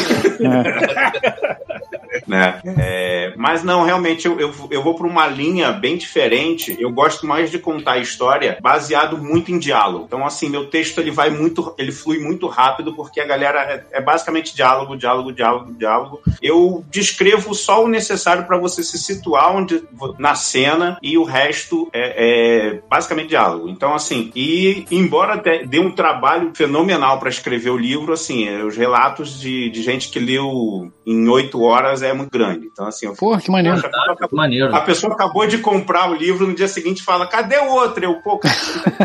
Né? É, mas não, realmente eu, eu, eu vou para uma linha bem diferente. Eu gosto mais de contar a história baseado muito em diálogo. Então, assim, meu texto ele vai muito, ele flui muito rápido porque a galera é, é basicamente diálogo, diálogo, diálogo, diálogo. Eu descrevo só o necessário para você se situar onde, na cena e o resto é, é basicamente diálogo. Então, assim, e embora até dê um trabalho fenomenal para escrever o livro, assim, os relatos de, de gente que leu em oito horas é muito grande. Então, assim, eu Porra, que maneiro. Poxa, a pessoa- Maneiro. a pessoa acabou de comprar o livro, no dia seguinte fala, cadê o outro? Eu, pô, cara,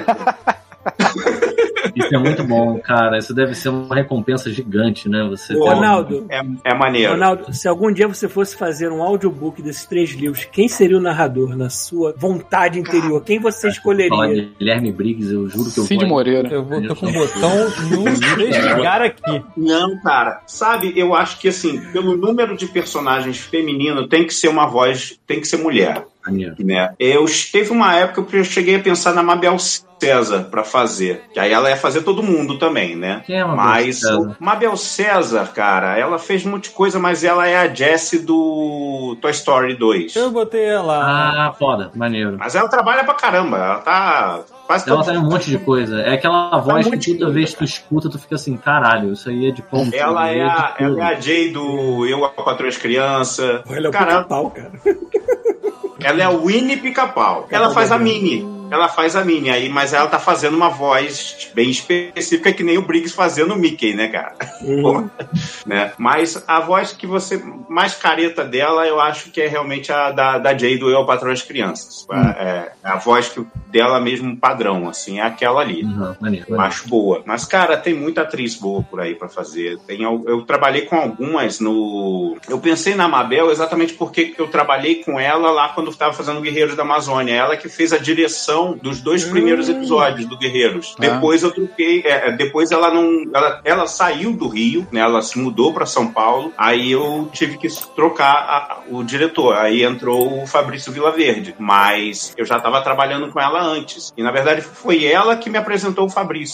Isso é muito bom, cara. Isso deve ser uma recompensa gigante, né? Você Ô, ter- Ronaldo, é, é maneiro. Ronaldo, se algum dia você fosse fazer um audiobook desses três livros, quem seria o narrador na sua vontade interior? Quem você falar escolheria? de Guilherme Briggs, eu juro que eu Cid vou... Moreira. Eu vou tô com um botão no desligar aqui. Não, cara, sabe, eu acho que assim, pelo número de personagens femininos, tem que ser uma voz, tem que ser mulher. Maneiro. Né? Eu teve uma época que eu cheguei a pensar na Mabel César pra fazer, que aí ela ia fazer todo mundo também, né? Quem é Mabel Mas César? Mabel César, cara, ela fez muita coisa, mas ela é a Jessie do Toy Story dois. Eu botei ela. Ah, foda. Maneiro. Mas ela trabalha pra caramba, ela tá quase Ela todo... tem um monte de coisa. É aquela voz um monte que de toda coisa, vez que tu escuta, tu fica assim, caralho, isso aí é de como? Ela é, a, ela é a Jay do Eu, a Patroa e as Crianças. Olha o Cara, pica-pau, cara. ela é a Winnie Pica-Pau. Ela faz a Minnie. Ela faz a Minnie aí, mas ela tá fazendo uma voz bem específica, que nem o Briggs fazendo o Mickey, né, cara? Uhum. Né? Mas a voz que você mais careta dela, eu acho que é realmente a da, da Jay do Eu, a Patroa e as Crianças. Hum. É, é a voz que, dela mesmo padrão, assim, é aquela ali. Uhum, maneiro, Eu maneiro. acho boa. Mas, cara, tem muita atriz boa por aí pra fazer. Tem, al- eu trabalhei com algumas no... Eu pensei na Mabel exatamente porque eu trabalhei com ela lá quando eu estava fazendo Guerreiros da Amazônia. Ela que fez a direção dos dois primeiros episódios do Guerreiros. Ah. Depois eu troquei... é, depois ela não... Ela, ela saiu do Rio, né? Ela se mudou pra São Paulo. Aí eu tive que trocar a- o diretor. Aí entrou o Fabrício Vilaverde. Mas eu já estava trabalhando com ela antes. E, na verdade, foi ela que me apresentou o Fabrício.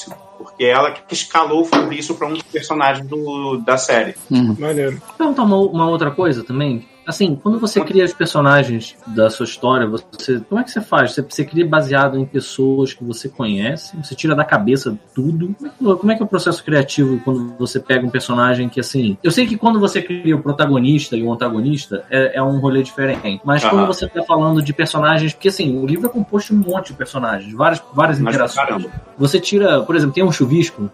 porque é ela que escalou o Fabrício para um dos personagens do, da série. Uhum. Maneiro. Perguntar uma, uma outra coisa também. Assim, quando você cria os personagens da sua história, você, como é que você faz? Você, você cria baseado em pessoas que você conhece? Você tira da cabeça tudo? Como é, que, como é que é o processo criativo quando você pega um personagem que, assim... Eu sei que quando você cria o protagonista e o antagonista, é, é um rolê diferente. Mas Aham. quando você tá falando de personagens... Porque, assim, o livro é composto de um monte de personagens, várias, várias Mas, interações. caramba. Você tira... Por exemplo, tem um chuvisco?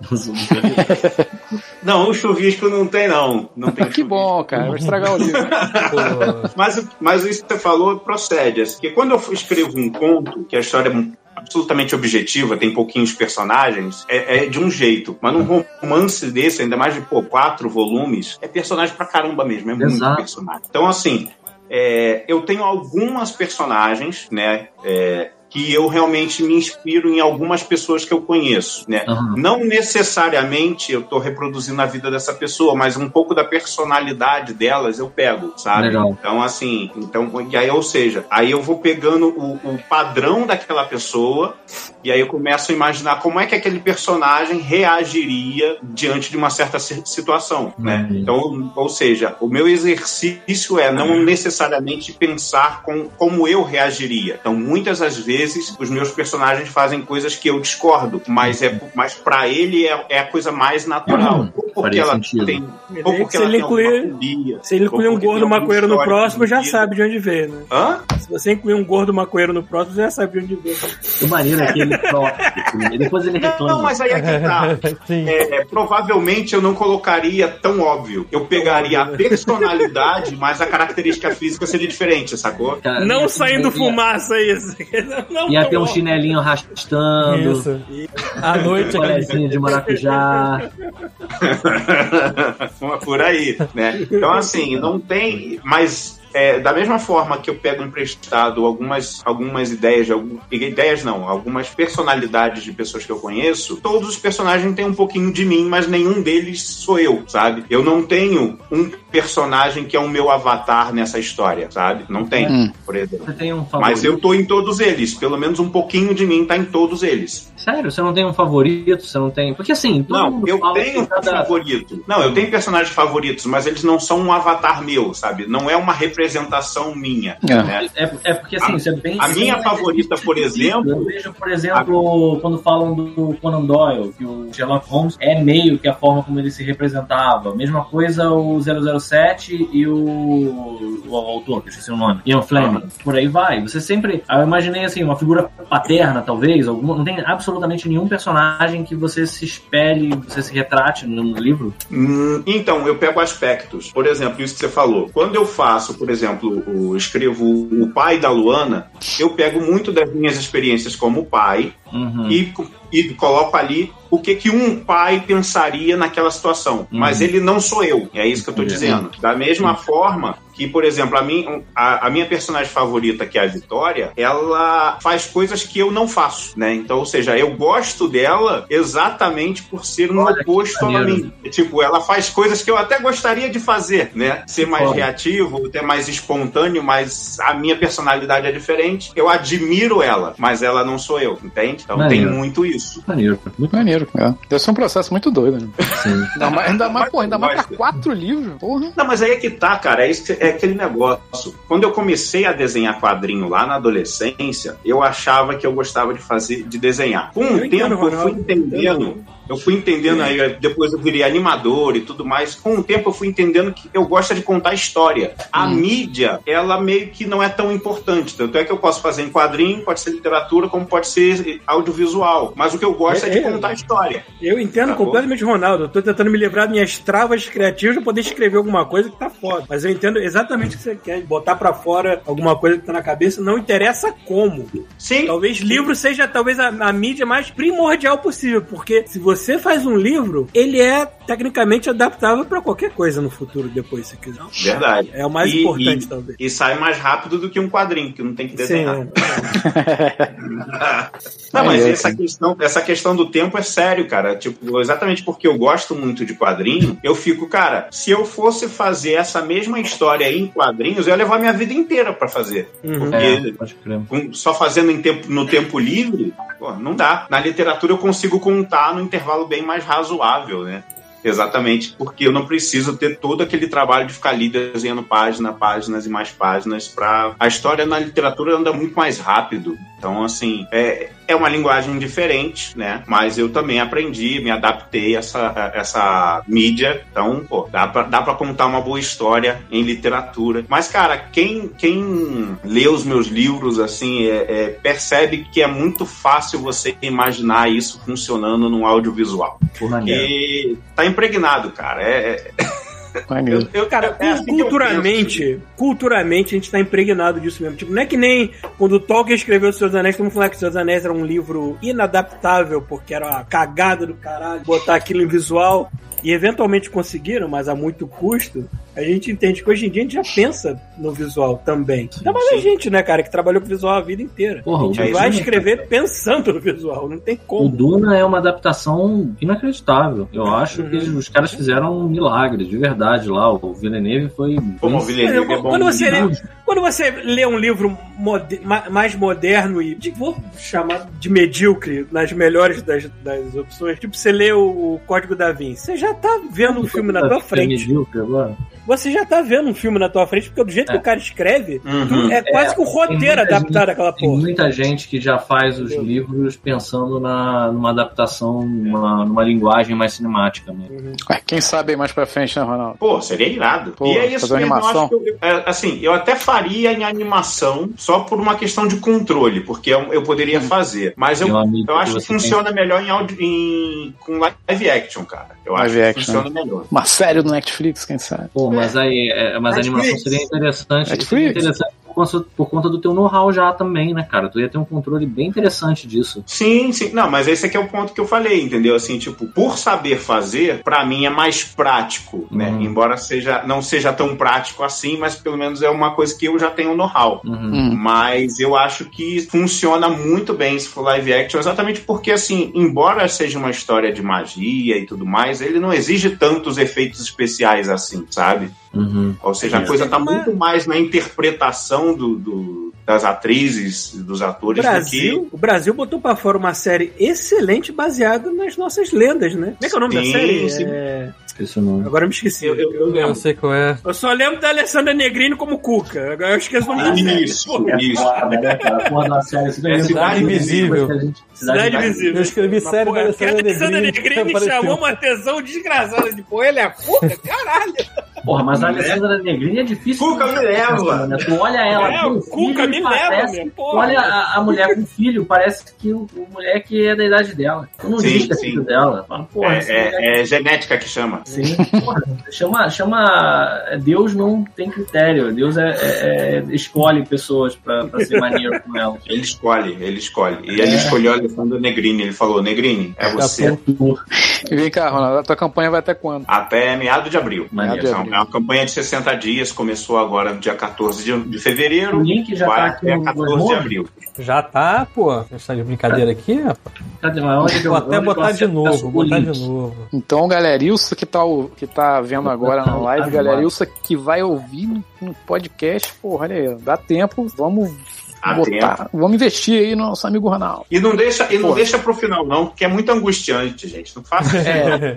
Não, o chuvisco não tem, não. Não tem Que bom, cara. Vai estragar o livro. Mas, mas isso que você falou procede. Assim, porque quando eu escrevo um conto, que a história é absolutamente objetiva, tem pouquinhos personagens, é, é de um jeito. Mas num romance desse, ainda mais de pô, quatro volumes, é personagem pra caramba mesmo. É muito Exato. personagem. Então, assim, é, eu tenho algumas personagens, né? É, que eu realmente me inspiro em algumas pessoas que eu conheço, né? Uhum. Não necessariamente eu tô reproduzindo a vida dessa pessoa, mas um pouco da personalidade delas eu pego, sabe? Legal. Então, assim, então, e aí, ou seja, aí eu vou pegando o, o padrão daquela pessoa e aí eu começo a imaginar como é que aquele personagem reagiria diante de uma certa situação, Uhum. né? Então, ou seja, o meu exercício é não necessariamente pensar com, como eu reagiria. Então, muitas das vezes os meus personagens fazem coisas que eu discordo, mas é mas para ele é, é a coisa mais natural. Ou porque Faria ela sentido. tem, Mas ou aí, porque se ela ele tem incluir- alguma fobia, Se ele incluir ou um porque gordo tem alguma maconheiro no história próximo, já escondida. sabe de onde veio, né? Hã? Se você incluir um gordo maconheiro no próximo, já sabe de onde veio. O maneiro é que ele próprio. Depois ele reclama. Não, mas aí é que tá. Sim. É, é, provavelmente eu não colocaria tão óbvio. Eu pegaria a personalidade, mas a característica física seria diferente, sacou? Cara, Não ia- saindo ia- fumaça isso. Não, Ia não, ter um não. chinelinho arrastando. Isso. À noite, Um aquele... bonezinho de maracujá. Por aí, né? Então, assim, não tem... Mas... É, da mesma forma que eu pego emprestado algumas, algumas ideias, de algum, ideias não, algumas personalidades de pessoas que eu conheço, todos os personagens têm um pouquinho de mim, mas nenhum deles sou eu, sabe? Eu não tenho um personagem que é o meu avatar nessa história, sabe? Não tenho, Hum. por exemplo. Você tem um favorito? Mas eu tô em todos eles, pelo menos um pouquinho de mim tá em todos eles. Sério? Você não tem um favorito? Você não tem... Porque assim, todo Não, mundo eu fala tenho que cada... favorito. Não, eu tenho personagens favoritos, mas eles não são um avatar meu, sabe? Não é uma representação minha. É. Né? É, é porque assim, A- isso é bem... a minha bem favorita, por exemplo- Eu vejo, por exemplo, quando falam do Conan Doyle, que o Sherlock Holmes é meio que a forma como ele se representava. Mesma coisa o zero zero sete e o, o autor, que eu esqueci o nome, Ian Fleming. Por aí vai. Você sempre... Eu imaginei assim, uma figura paterna, talvez, alguma, não tem absolutamente nenhum personagem que você se espelhe, você se retrate no, no livro. Hum, então, eu pego aspectos. Por exemplo, isso que você falou. Quando eu faço, por exemplo, o, escrevo o pai da Luana, eu pego muito das minhas experiências como pai Uhum. e, e coloco ali o que, que um pai pensaria naquela situação. Uhum. Mas ele não sou eu. É isso que eu tô Uhum. dizendo. Da mesma forma que, por exemplo, a, mim, a, a minha personagem favorita, que é a Vitória, ela faz coisas que eu não faço, né? Então, ou seja, eu gosto dela exatamente por ser um Olha, oposto que a maneiro. mim. Tipo, ela faz coisas que eu até gostaria de fazer, né? Ser mais Foda. reativo, até mais espontâneo, mas a minha personalidade é diferente. Eu admiro ela, mas ela não sou eu, entende? Então Maneiro. tem muito isso. Maneiro. Muito maneiro, cara. Deve ser um processo muito doido, né? Sim. Ainda mais, ainda mais, pô, ainda mais pra Gosto. quatro livros, porra. Não, mas aí é que tá, cara. É, isso que- é aquele negócio. Quando eu comecei a desenhar quadrinho lá na adolescência, eu achava que eu gostava de fazer, de desenhar. Com o Eu entendo, tempo, eu fui Ronaldo. entendendo. Eu fui entendendo aí, depois eu virei animador e tudo mais. Com o tempo eu fui entendendo que eu gosto de contar história. A mídia, ela meio que não é tão importante. Tanto é que eu posso fazer em quadrinho, pode ser literatura, como pode ser audiovisual. Mas o que eu gosto é, É, de é. contar história. Eu entendo Tá bom. completamente o Ronaldo. Eu tô tentando me livrar das minhas travas criativas pra poder escrever alguma coisa que tá foda. Mas eu entendo exatamente o que você quer. Botar pra fora alguma coisa que tá na cabeça. Não interessa como. Sim. Talvez livro seja talvez a, a mídia mais primordial possível. Porque se você faz um livro, ele é tecnicamente adaptável pra qualquer coisa no futuro, depois, se quiser. Verdade. É o mais E- importante, e- talvez. E sai mais rápido do que um quadrinho, que não tem que Sim, desenhar. é. Não, mas Maneiro, essa cara. questão, essa questão do tempo é sério, cara. Tipo, exatamente porque eu gosto muito de quadrinho, eu fico, cara, se eu fosse fazer essa mesma história em quadrinhos, eu ia levar minha vida inteira pra fazer. Uhum. Porque É, pode crer. com- só fazendo em tempo, no tempo livre, pô, não dá. Na literatura eu consigo contar no intervalo intervalo bem mais razoável, né? Exatamente, porque eu não preciso ter todo aquele trabalho de ficar ali desenhando página, páginas e mais páginas para a história na literatura anda muito mais rápido. Então, assim, é, é uma linguagem diferente, né? Mas eu também aprendi, me adaptei a essa, a essa mídia. Então, pô, dá pra, dá pra contar uma boa história em literatura. Mas, cara, quem, quem lê os meus livros, assim, é, é, percebe que é muito fácil você imaginar isso funcionando num audiovisual. Porque tá impregnado, cara. É... é... Eu, eu, cara, é assim culturalmente, culturalmente a gente tá impregnado disso mesmo. Tipo, não é que nem quando o Tolkien escreveu Os Senhor dos Anéis, todo mundo falava que Os Senhor dos Anéis era um livro inadaptável, porque era uma cagada do caralho botar aquilo em visual. E eventualmente conseguiram, mas a muito custo. A gente entende que hoje em dia a gente já pensa no visual também. Ainda mais a gente, né, cara, que trabalhou com visual a vida inteira. Porra, a gente vai escrever é... pensando no visual, não tem como. O Duna é uma adaptação inacreditável. Eu acho uhum. que os caras fizeram um milagre, de verdade, lá. O Villeneuve foi... Como o Villeneuve é bom. Quando você, lê, quando você lê um livro moder, mais moderno e, vou chamar de medíocre, nas melhores das, das opções, tipo, você lê o Código da Vinci, você já tá vendo um filme na tua frente. Você já tá vendo um filme na tua frente, porque do jeito é. que o cara escreve, uhum. é quase é, que um roteiro adaptado àquela porra. Tem muita gente que já faz os Entendeu? livros pensando na, numa adaptação, numa, numa linguagem mais cinemática mesmo. Uhum. Ué, quem sabe mais pra frente, né, Ronaldo? Pô, seria irado. Pô, e é isso mesmo, eu acho que eu, é, assim, eu até faria em animação só por uma questão de controle, porque eu, eu poderia uhum. fazer. Mas eu, eu acho que funciona tem... melhor em, audio, em com live action, cara. Eu live acho action. que funciona melhor. Uma série do Netflix, quem sabe? Pô, mas aí, é, mas a animação seria interessante. Seria interessante por conta, por conta do teu know-how já também, né, cara? Tu ia ter um controle bem interessante disso. Sim, sim. Não, mas esse aqui é o ponto que eu falei, entendeu? Assim, tipo, por saber fazer, pra mim é mais prático, né? Uhum. Embora seja, não seja tão prático assim, mas pelo menos é uma coisa que eu já tenho know-how. Uhum. Mas eu acho que funciona muito bem se for live action, exatamente porque, assim, embora seja uma história de magia e tudo mais, ele não exige tantos efeitos especiais assim, sabe? Uhum. Ou seja, a coisa tá muito mais na interpretação do, do, das atrizes, dos atores. O Brasil, do que... o Brasil botou pra fora uma série excelente baseada nas nossas lendas, né? Como é que é o nome sim, da série? Sim. É... Esqueci o nome. Agora eu me esqueci. Eu, eu, eu, eu sei qual é. Eu só lembro da Alessandra Negrini como Cuca. Agora eu esqueço o nome da série. Isso, isso. É Cidade Invisível. Cidade Invisível. Eu escrevi Mas, série pô, da Alessandra Negrini. Alessandra Negrini me chamou uma atenção desgraçada. De, pô, ele é a Cuca? Caralho. Porra, mas a Alessandra Negrini é difícil. Cuca me leva. Né? Tu olha ela. É, o Cuca me leva, meu. Olha a, a mulher com filho, parece que o, o moleque é da idade dela. Tu não diz que é filho dela. Fala, porra, é, é, é genética que chama. Sim, porra, chama, chama. Deus não tem critério. Deus é, é, é escolhe pessoas pra, pra ser maneiro com ela. Ele escolhe, ele escolhe. E ele é. escolheu a Alessandra Negrini. Ele falou: Negrini, é você. E vem cá, Ronaldo, a tua campanha vai até quando? Até meado de abril. Meado de abril. É uma campanha de sessenta dias, começou agora no dia quatorze de, de fevereiro. O link já vai tá até quatorze de abril. Já tá, pô. A gente tá de brincadeira aqui, rapaz. Cadê? Onde vou até botar de novo, botar de novo. Então, galera, Ilsa que tá, que tá vendo agora na live, galera, Ilsa que vai ouvir no podcast, porra, olha aí, dá tempo, vamos botar, vamos investir aí no nosso amigo Ronaldo. E não deixa, e não deixa pro final, não, porque é muito angustiante, gente. Não faça isso. É,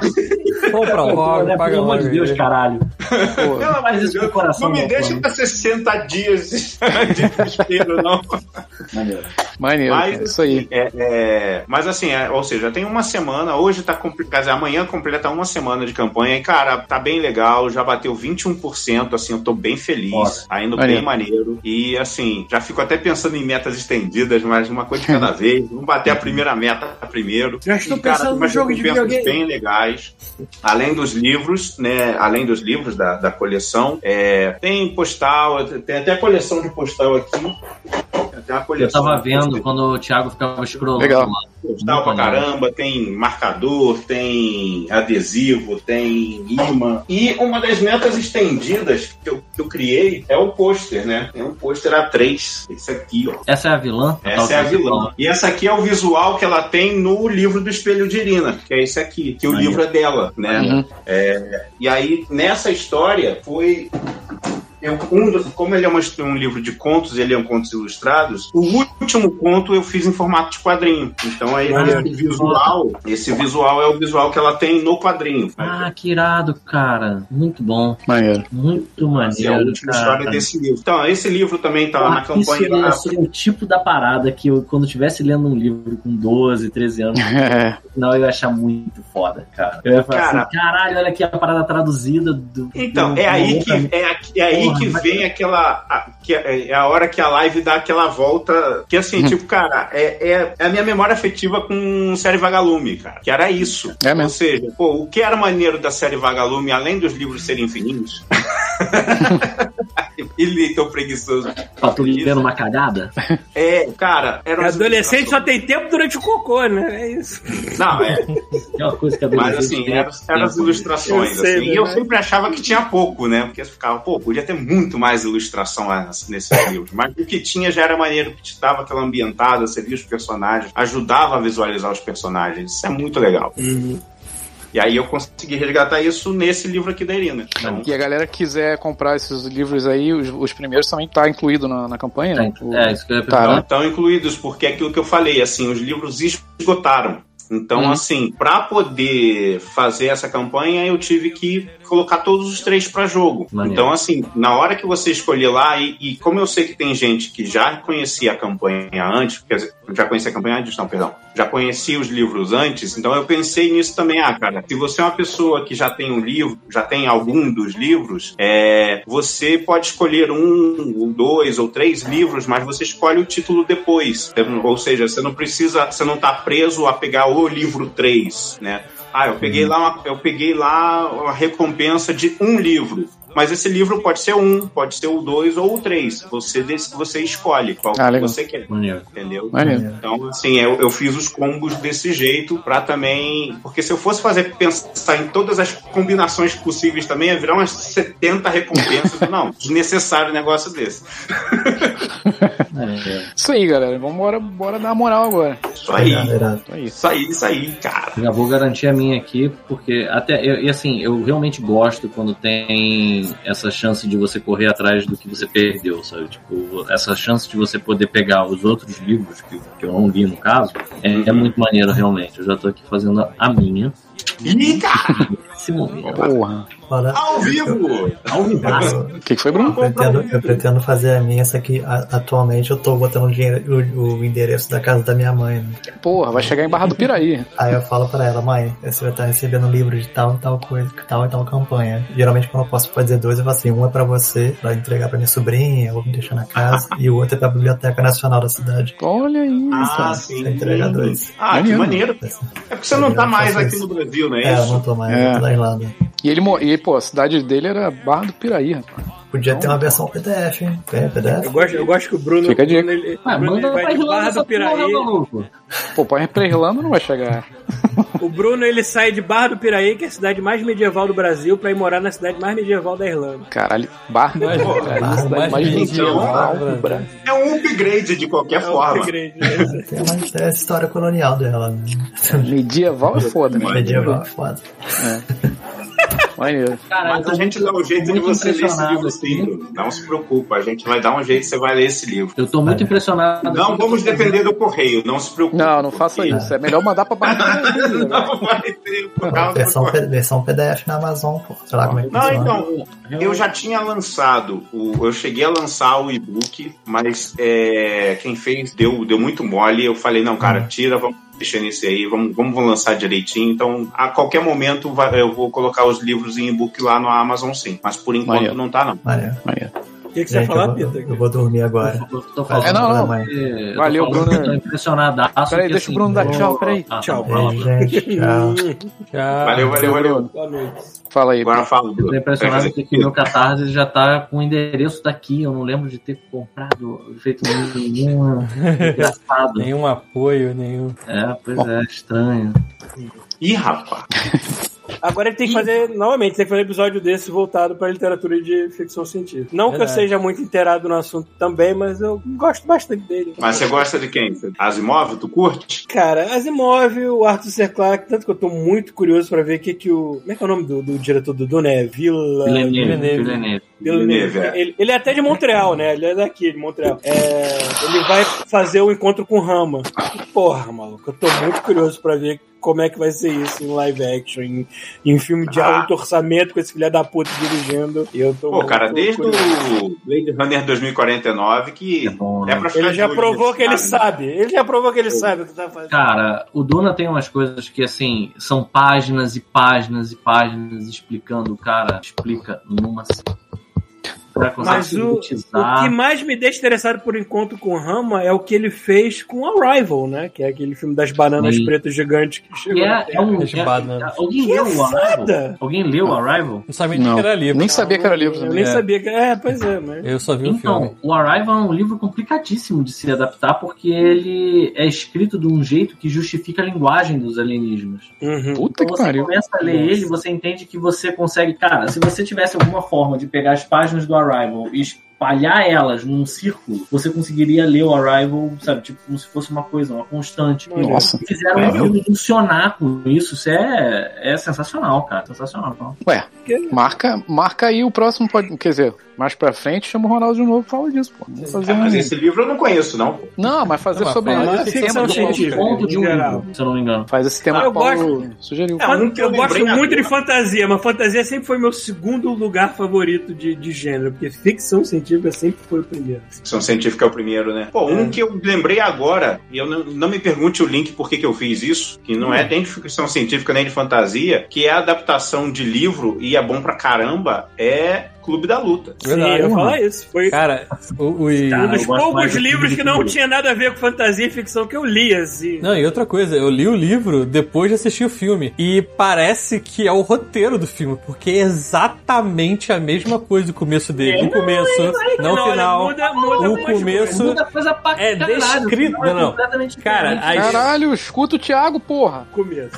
é. Compra logo, paga pelo amor de Deus, caralho. Pelo amor de Deus, coração, não me deixa pra sessenta dias de desespero, não. Maneiro. Maneiro, mas, isso aí. É, é, mas assim, é, ou seja, tem uma semana, hoje tá complicado, amanhã completa uma semana de campanha e, cara, tá bem legal, já bateu vinte e um por cento, assim, eu tô bem feliz, Nossa. tá indo maneiro. bem maneiro. E, assim, já fico até pensando em metas estendidas, mas uma coisa de cada vez. Vamos bater a primeira meta primeiro. Já estou e, cara, pensando no jogo de videogame. Bem legais. Além dos livros, né? Além dos livros da, da coleção, é, tem postal, tem até a coleção de postal aqui. Tem uma coleção. Eu tava vendo quando o Thiago ficava escrolando. Legal. Postal pra caramba, tem marcador, tem adesivo, tem imã. E uma das metas estendidas que eu, que eu criei é o pôster, né? É um pôster A três. Esse aqui, ó. Essa é a vilã? Essa é a vilã. E essa aqui é o visual que ela tem no livro do Espelho de Irina, que é esse aqui, que o livro é dela, né? Uhum. É, e aí, nessa história, foi... eu, um, como ele é uma, um livro de contos, ele é um contos ilustrados, o último conto eu fiz em formato de quadrinho. Então aí esse visual, esse visual é o visual que ela tem no quadrinho. Ah, que irado, cara. Muito bom. Maneiro. Muito maneiro. É a última cara. história desse livro. Então, esse livro também tá Ah, na campanha. Isso Da... é seria o tipo da parada que eu, quando estivesse lendo um livro com doze, treze anos, É. não, eu ia achar muito foda, cara. Eu ia falar Cara, assim, caralho, olha aqui a parada traduzida do. Então, do, é aí do- que, é, aqui- é aí Porra, que mas- vem aquela. A, que é é a hora que a live dá aquela volta. Que assim, tipo, cara, é, é, é a minha memória afetiva com série Vagalume, cara. Que era isso. É mesmo. Ou seja, pô, o que era maneiro da série Vagalume, além dos livros serem fininhos. Ele tão preguiçoso. Pra tu vendo uma cagada? É, cara, era umas Adolescente só tem tempo durante o cocô, né? É isso. Não, é. É uma coisa que a Mas assim, eram eram as ilustrações, Eu sei, assim. né? E eu sempre achava que tinha pouco, né? Porque eu ficava, pô, podia ter muito mais ilustração nesses livros. Mas o que tinha já era maneiro, que te dava aquela ambientada, você via os personagens, ajudava a visualizar os personagens. Isso é muito legal. E aí eu consegui resgatar isso nesse livro aqui da Irina. Então, E a galera que quiser comprar esses livros aí, os, os primeiros também tá incluído na, na campanha? Tá, né? O- é, isso que eu ia Tá, perguntar. né? estão incluídos, porque é aquilo que eu falei, assim, os livros esgotaram. Então, Uhum. assim, para poder fazer essa campanha, eu tive que colocar todos os três para jogo. Maneiro. Então, assim, na hora que você escolher lá, e, e como eu sei que tem gente que já conhecia a campanha antes, quer dizer, já conhecia a campanha antes, não, perdão, já conhecia os livros antes, então eu pensei nisso também. Ah, cara, se você é uma pessoa que já tem um livro, já tem algum dos livros, é, você pode escolher um, ou dois, ou três livros, mas você escolhe o título depois. Ou seja, você não precisa, você não tá preso a pegar o livro três, né? Ah, eu peguei lá, uma, eu peguei lá a recompensa de um livro. Mas esse livro pode ser um, pode ser o dois ou o três. Você, você escolhe qual Ah, que legal. você quer. Maneiro. Entendeu? Maneiro. Então, assim, eu, eu fiz os combos desse jeito pra também... Porque se eu fosse fazer, pensar em todas as combinações possíveis também, ia virar umas setenta recompensas. Não, desnecessário um negócio desse. É, Isso aí, galera. Vamos bora, bora dar uma moral agora. Isso aí. Irado, irado. Isso aí. Isso aí, isso aí, cara. já vou garantir a minha aqui, porque até, eu, e assim, eu realmente gosto quando tem essa chance de você correr atrás do que você perdeu, sabe? Tipo, essa chance de você poder pegar os outros livros, que, que eu não li no caso, é, é muito maneiro, realmente. Eu já tô aqui fazendo a minha. Ih, cara! Esse momento. Porra. Fora- Ao vivo! Ao vivaço. Eu, O que, que foi, Bruno? eu pretendo, eu pretendo fazer a minha, essa aqui. a- Atualmente eu tô botando o, dinheiro, o, o endereço da casa da minha mãe, né? Porra, vai chegar em Barra do Piraí. Aí eu falo pra ela, mãe, você vai estar recebendo um livro de tal e tal coisa, tal e tal campanha. Geralmente quando eu posso fazer dois, eu falo assim, um é pra você, pra entregar pra minha sobrinha, ou deixar na casa, e o outro é pra Biblioteca Nacional da cidade. Olha aí, Ah, cara. sim. Você entrega dois. Ah, que Maneiro. maneiro. É porque você não tá mais aqui no Brasil, não é É, eu isso? não tô mais, É. eu tô na Irlanda. E ele, mo- e, pô, a cidade dele era Barra do Piraí, rapaz. Podia ter uma versão P D F, hein? Tem P D F? Eu gosto, eu gosto que o Bruno, Fica a dica. Bruno, ele, Ah, o Bruno manda ele vai pra de Irlanda Barra essa do Piraí. porra, maluco. Pô, pra, pra Irlanda não vai chegar. O Bruno ele sai de Barra do Piraí, que é a cidade mais medieval do Brasil, pra ir morar na cidade mais medieval da Irlanda. Caralho, Barra do Piraí, a cidade mais mais medieval medieval do Brasil. É um upgrade de qualquer É um forma. upgrade, né? Tem uma tem essa história colonial dela, né? Medieval é foda, né? Medieval é foda. Maneiro. Cara, Mas eu tô a gente muito- dá um jeito de muito você ler esse impressionado livro aqui. sim, Bruno. Não se preocupa, a gente vai dar um jeito, você vai ler esse livro. Eu tô muito impressionado. Não vamos depender do correio, não se preocupe. Não, não faça isso. É melhor mandar pra Barra do Piraí. né? Não vai ter por causa do Versão, correio. P- versão P D F na Amazon, pô. Sei lá como é que Não, funciona. então, eu já tinha lançado, o, eu cheguei a lançar o e-book, mas é, quem fez deu, deu muito mole. Eu falei, não, cara, tira, vamos mexer nesse aí, vamos, vamos lançar direitinho. Então, a qualquer momento vai- eu vou colocar os livros em e-book lá no Amazon, sim. Mas por enquanto Maneiro. não tá, não. Maneiro. Maneiro. O que, que você Gente, vai eu falar, vou, Pita? eu vou dormir agora. Eu tô falando, É, não, não. mãe. eu tô Valeu, falando Bruno. que eu tô impressionadaço. Peraí, que, deixa o assim, Bruno dar eu- tchau, peraí. Ah, Tchau, tá, Beijo, gente. Tchau. Tchau. Valeu, valeu, valeu. Boa noite. Fala aí. Agora fala, Eu Bruno. tô impressionado que aqui meu Catarse ele já tá com o endereço daqui. Eu não lembro de ter comprado, feito nenhum. Engraçado. Nenhum apoio, nenhum. É, pois é, estranho. Ih, rapaz. Agora ele tem que fazer, novamente, tem que fazer um episódio desse voltado pra literatura de ficção científica. Não Verdade. que eu seja muito inteirado no assunto também, mas eu gosto bastante dele. Mas você gosta de quem? Asimov, tu curte? Cara, Asimov, o Arthur C. Clarke, tanto que eu tô muito curioso pra ver o que que o... Como é que é o nome do, do diretor do Dune? É Villa... Villeneuve. Villeneuve. Villeneuve. Ele, ele é até de Montreal, né? Ele é daqui, de Montreal. É, ele vai fazer o encontro com Rama. Porra, maluco, eu tô muito curioso pra ver como é que vai ser isso em live action, em, em filme de ah. alto orçamento com esse filho da puta dirigindo. Eu tô Pô, cara, desde curioso. o Blade Runner dois mil e quarenta e nove que é, bom, né? é pra Ele já provou que ele sabe. Ele já provou que ele sabe o que tá fazendo. Cara, o Duna tem umas coisas que, assim, são páginas e páginas e páginas explicando. O cara explica numa... Mas o, o que mais me deixa interessado por Encontro com Rama é o que ele fez com Arrival, né? Que é aquele filme das bananas Sim. pretas gigantes que chegou. É, é um, é, alguém que leu é o Arrival? Alguém leu o Arrival? Não sabia nem que era livro. Nem sabia que era livro. Eu nem é. sabia que É, pois é, mas... Eu só vi o então, filme. O Arrival é um livro complicadíssimo de se adaptar porque ele é escrito de um jeito que justifica a linguagem dos alienígenas. Uhum. Puta então que você pariu. começa a ler ele, você entende que você consegue... Cara, se você tivesse alguma forma de pegar as páginas do Arrival e espalhar elas num círculo, você conseguiria ler o Arrival, sabe, tipo, como se fosse uma coisa, uma constante. Nossa. Fizeram um filme funcionar com isso, isso é, é sensacional, cara, sensacional. Então. Ué, marca, marca aí o próximo, pode, quer dizer, mais pra frente, chama o Ronaldo de novo e fala disso, pô. Fazer é, um... Mas esse livro eu não conheço, não. Pô. Não, mas fazer não, sobre mas esse ficção tema científica, ponto de um livro, se eu não me engano. Faz esse tema ah, que eu o Paulo gosto, sugeriu. É, um que eu, eu gosto muito agora. de fantasia, mas fantasia sempre foi meu segundo lugar favorito de, de gênero, porque ficção científica sempre foi o primeiro. Ficção científica é o primeiro, né? Pô, um é. que eu lembrei agora, e eu não, não me pergunte o link por que que eu fiz isso, que não hum. é nem de ficção científica nem de fantasia, que é a adaptação de livro e é bom pra caramba, é Clube da Luta. Sim, eu ia falar isso. Foi cara, o, o, um dos poucos livros que não tinha nada a ver com fantasia e ficção que eu li, assim. Não, e outra coisa, eu li o livro depois de assistir o filme. E parece que é o roteiro do filme, porque é exatamente a mesma coisa o começo dele. É, no começo, não, não, não, no final. Muda, muda, o começo muda coisa pra é descrito. Não, não. Cara, as... Caralho, escuta o Thiago, porra. Começo.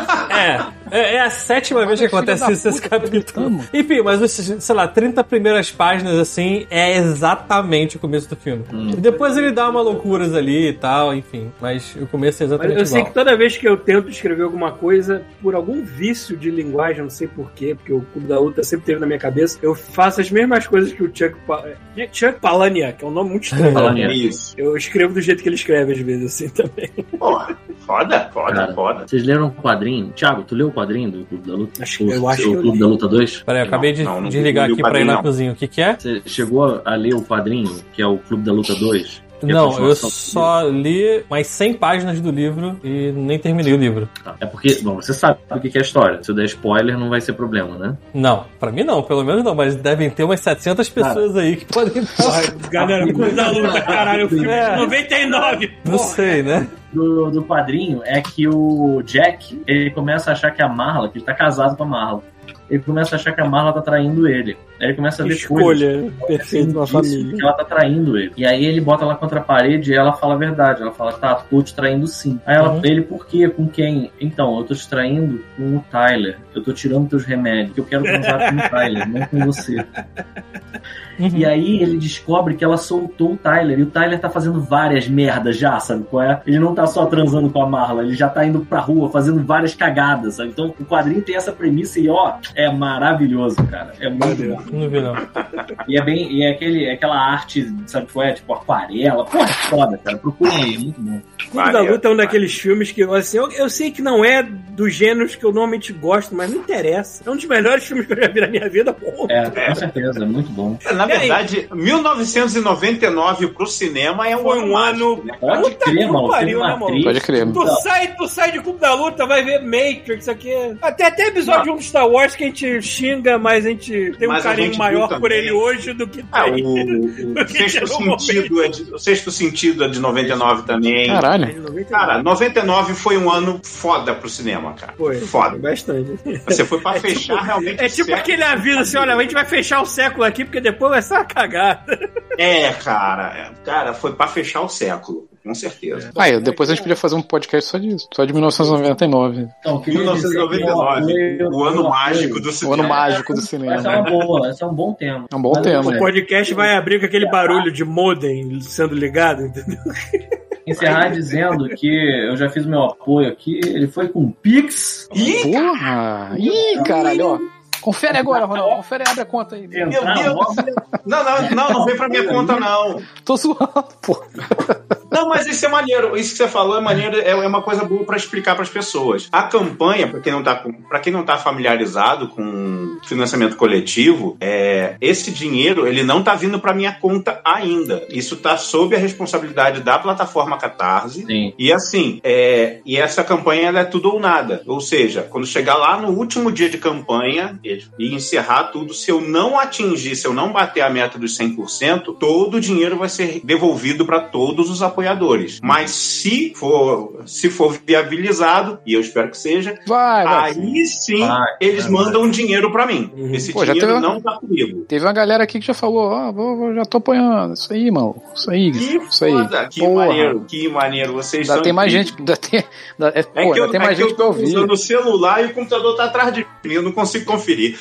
É, é, é a sétima vez que acontece isso nesse capítulo. Enfim, mas, sei lá, trinta primeiras páginas, assim, é exatamente o começo do filme. Hum. E depois ele dá uma loucuras ali e tal, enfim. Mas o começo é exatamente mas eu igual. sei que toda vez que eu tento escrever alguma coisa, por algum vício de linguagem, não sei porquê, porque o Clube da Luta sempre teve na minha cabeça, eu faço as mesmas coisas que o Chuck, pa... Chuck Palahniuk, que é um nome muito estranho. Palahniuk. Isso. Eu escrevo do jeito que ele escreve, às vezes, assim, também. Porra, foda, foda, Cara, foda. Vocês leram o quadrinho? Thiago, tu leu o quadrinho do Clube da Luta? Acho, o, eu acho o, que o Clube da Luta dois? Peraí, eu acabei de não, não, desligar não aqui pra ir na cozinha. O que que é? Você chegou a ler o quadrinho, que é o Clube da Luta dois? Não, eu só li mais cem páginas do livro e nem terminei o livro. Tá. É porque, bom, você sabe o que é a história. Se eu der spoiler, não vai ser problema, né? Não, pra mim não, pelo menos não, mas devem ter umas setecentas pessoas ah. aí que podem... Galera, Clube da Luta, caralho, o filme é de noventa e nove, porra. Não sei, né? Do, do quadrinho é que o Jack, ele começa a achar que a Marla, que ele tá casado com a Marla, ele começa a achar que a Marla tá traindo ele. Aí ele começa a ver Escolha perfeita da família. Que ela tá traindo ele. E aí ele bota ela contra a parede e ela fala a verdade. Ela fala, tá, tô te traindo sim. Aí ela, uhum. ele, por quê? Com quem? Então, eu tô te traindo com o Tyler. Eu tô tirando teus remédios, que eu quero transar com o Tyler, não com você. Uhum. E aí ele descobre que ela soltou o Tyler. E o Tyler tá fazendo várias merdas já, sabe qual é? Ele não tá só transando com a Marla, ele já tá indo pra rua fazendo várias cagadas, sabe? Então o quadrinho tem essa premissa e, ó, é maravilhoso, cara. É muito bom. Não vi, não. E é bem, e é, aquele, é aquela arte, sabe qual é? Tipo aquarela. Porra, é foda, cara. Procurem aí, é muito bom. Clube da Luta é um daqueles filmes que, assim, eu, eu sei que não é dos gêneros que eu normalmente gosto, mas não interessa. É um dos melhores filmes que eu já vi na minha vida, porra. É, com certeza, é muito bom. Na verdade, mil novecentos e noventa e nove pro cinema é um Foi um ano... Né? Pode crer, mano. Pariu, né, mano? Pode crer. Tu sai, tu sai de Clube da Luta, vai ver Matrix aqui. Até, até episódio um do Star Wars que a gente xinga, mas a gente tem um mas carinho maior por ele hoje do que ah, tem. O, o, sexto sentido é de, o Sexto Sentido é de noventa e nove também. Caralho. Cara, noventa e nove foi um ano foda pro cinema, cara. Foi. Foda. Bastante. Você foi pra é fechar tipo, realmente É tipo aquele aviso assim, olha, a gente vai fechar o século aqui porque depois vai ser uma cagada. É, cara. Cara, foi pra fechar o século. com certeza. Aí, depois a gente podia fazer um podcast só disso, só de mil novecentos e noventa e nove. Então, queria mil novecentos e noventa e nove, o ano mágico do O cinema. ano mágico do cinema. Essa é uma boa, esse é um bom tema. É um bom Mas tema. O podcast vai abrir com aquele barulho de modem sendo ligado, entendeu? Encerrar dizendo que eu já fiz meu apoio aqui, ele foi com Pix. Ih, Porra! Ih, caralho, ó. Confere agora, Ronaldo. Confere, abre a conta aí. meu Deus do céu. Não, não, não, não vem pra minha conta, não. Tô zoando, pô. Não, mas isso é maneiro. Isso que você falou é maneiro, é uma coisa boa pra explicar pras pessoas. A campanha, pra quem não tá, pra quem não tá familiarizado com financiamento coletivo, é, esse dinheiro, ele não tá vindo pra minha conta ainda. Isso tá sob a responsabilidade da plataforma Catarse. Sim. E assim, é, e essa campanha ela é tudo ou nada. Ou seja, quando chegar lá no último dia de campanha e encerrar tudo, se eu não atingir, se eu não bater a meta dos cem por cento, todo o dinheiro vai ser devolvido para todos os apoiadores. Mas se for, se for viabilizado, e eu espero que seja, Vai, vai. aí sim Vai, eles vai, mandam dinheiro para mim. Esse Pô, já dinheiro teve- não tá comigo. Teve uma galera aqui que já falou, ó, vou, vou- já tô apoiando. Isso aí, mano. Isso aí. Que Isso aí. foda, que Porra. maneiro, que maneiro. Vocês Ainda são tem mais incríveis. gente. Ainda tem, ainda, é, É pô, que ainda eu, tem é mais que gente eu pra tô ouvir. usando o celular e o computador tá atrás de mim, eu não consigo conferir.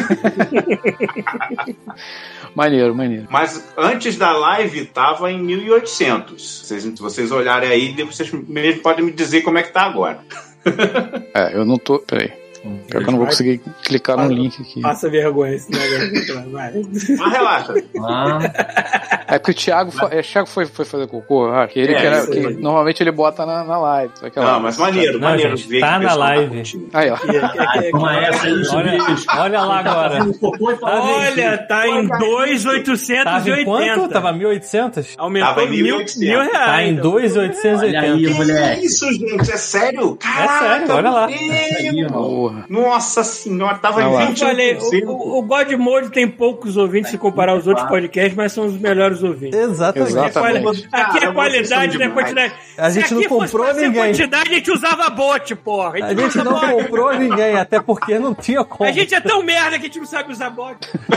Maneiro, maneiro. Mas antes da live tava em mil e oitocentos. Vocês, se vocês olharem aí, vocês mesmo podem me dizer como é que tá agora. É, eu não tô. Peraí. Pior que eu não vou conseguir clicar no link aqui. Passa vergonha esse negócio. Vai. Mas relaxa. Ah, É que o Thiago, foi, é, o Thiago foi, foi fazer cocô, eu acho. Ele É, que era, isso que aí. normalmente ele bota na, na live. Só que lá- Não, mas maneiro, Não, maneiro. gente, ver tá que o na pessoal live. curtindo. Aí, ó. toma essa aí, Olha, bicho. olha lá agora. Fazendo cocô e falando Olha, tá em dois mil oitocentos Tava e em quanto? oitenta. Tava mil e oitocentos? Aumentou Tava em mil, mil e oitocentos. mil reais. Tá em então. dois mil oitocentos e Olha aí, oitenta. moleque. Que isso, gente? É sério? Caraca, sério, olha lá. meu Aí, Deus. ó. Porra. Nossa senhora, tava Olha em lá. Eu vinte e um falei, por cento. o, o, o God Mode tem poucos ouvintes se comparar aos outros podcasts, mas são os melhores ouvintes. Exatamente. Exatamente. Aqui é Cara, vocês qualidade, são não é demais. quantidade. A gente Se não aqui fosse comprou pra ser ninguém. quantidade, a gente usava bot, porra. A gente não comprou ninguém, até porque não tinha como. A gente é tão merda que a gente não sabe usar bot.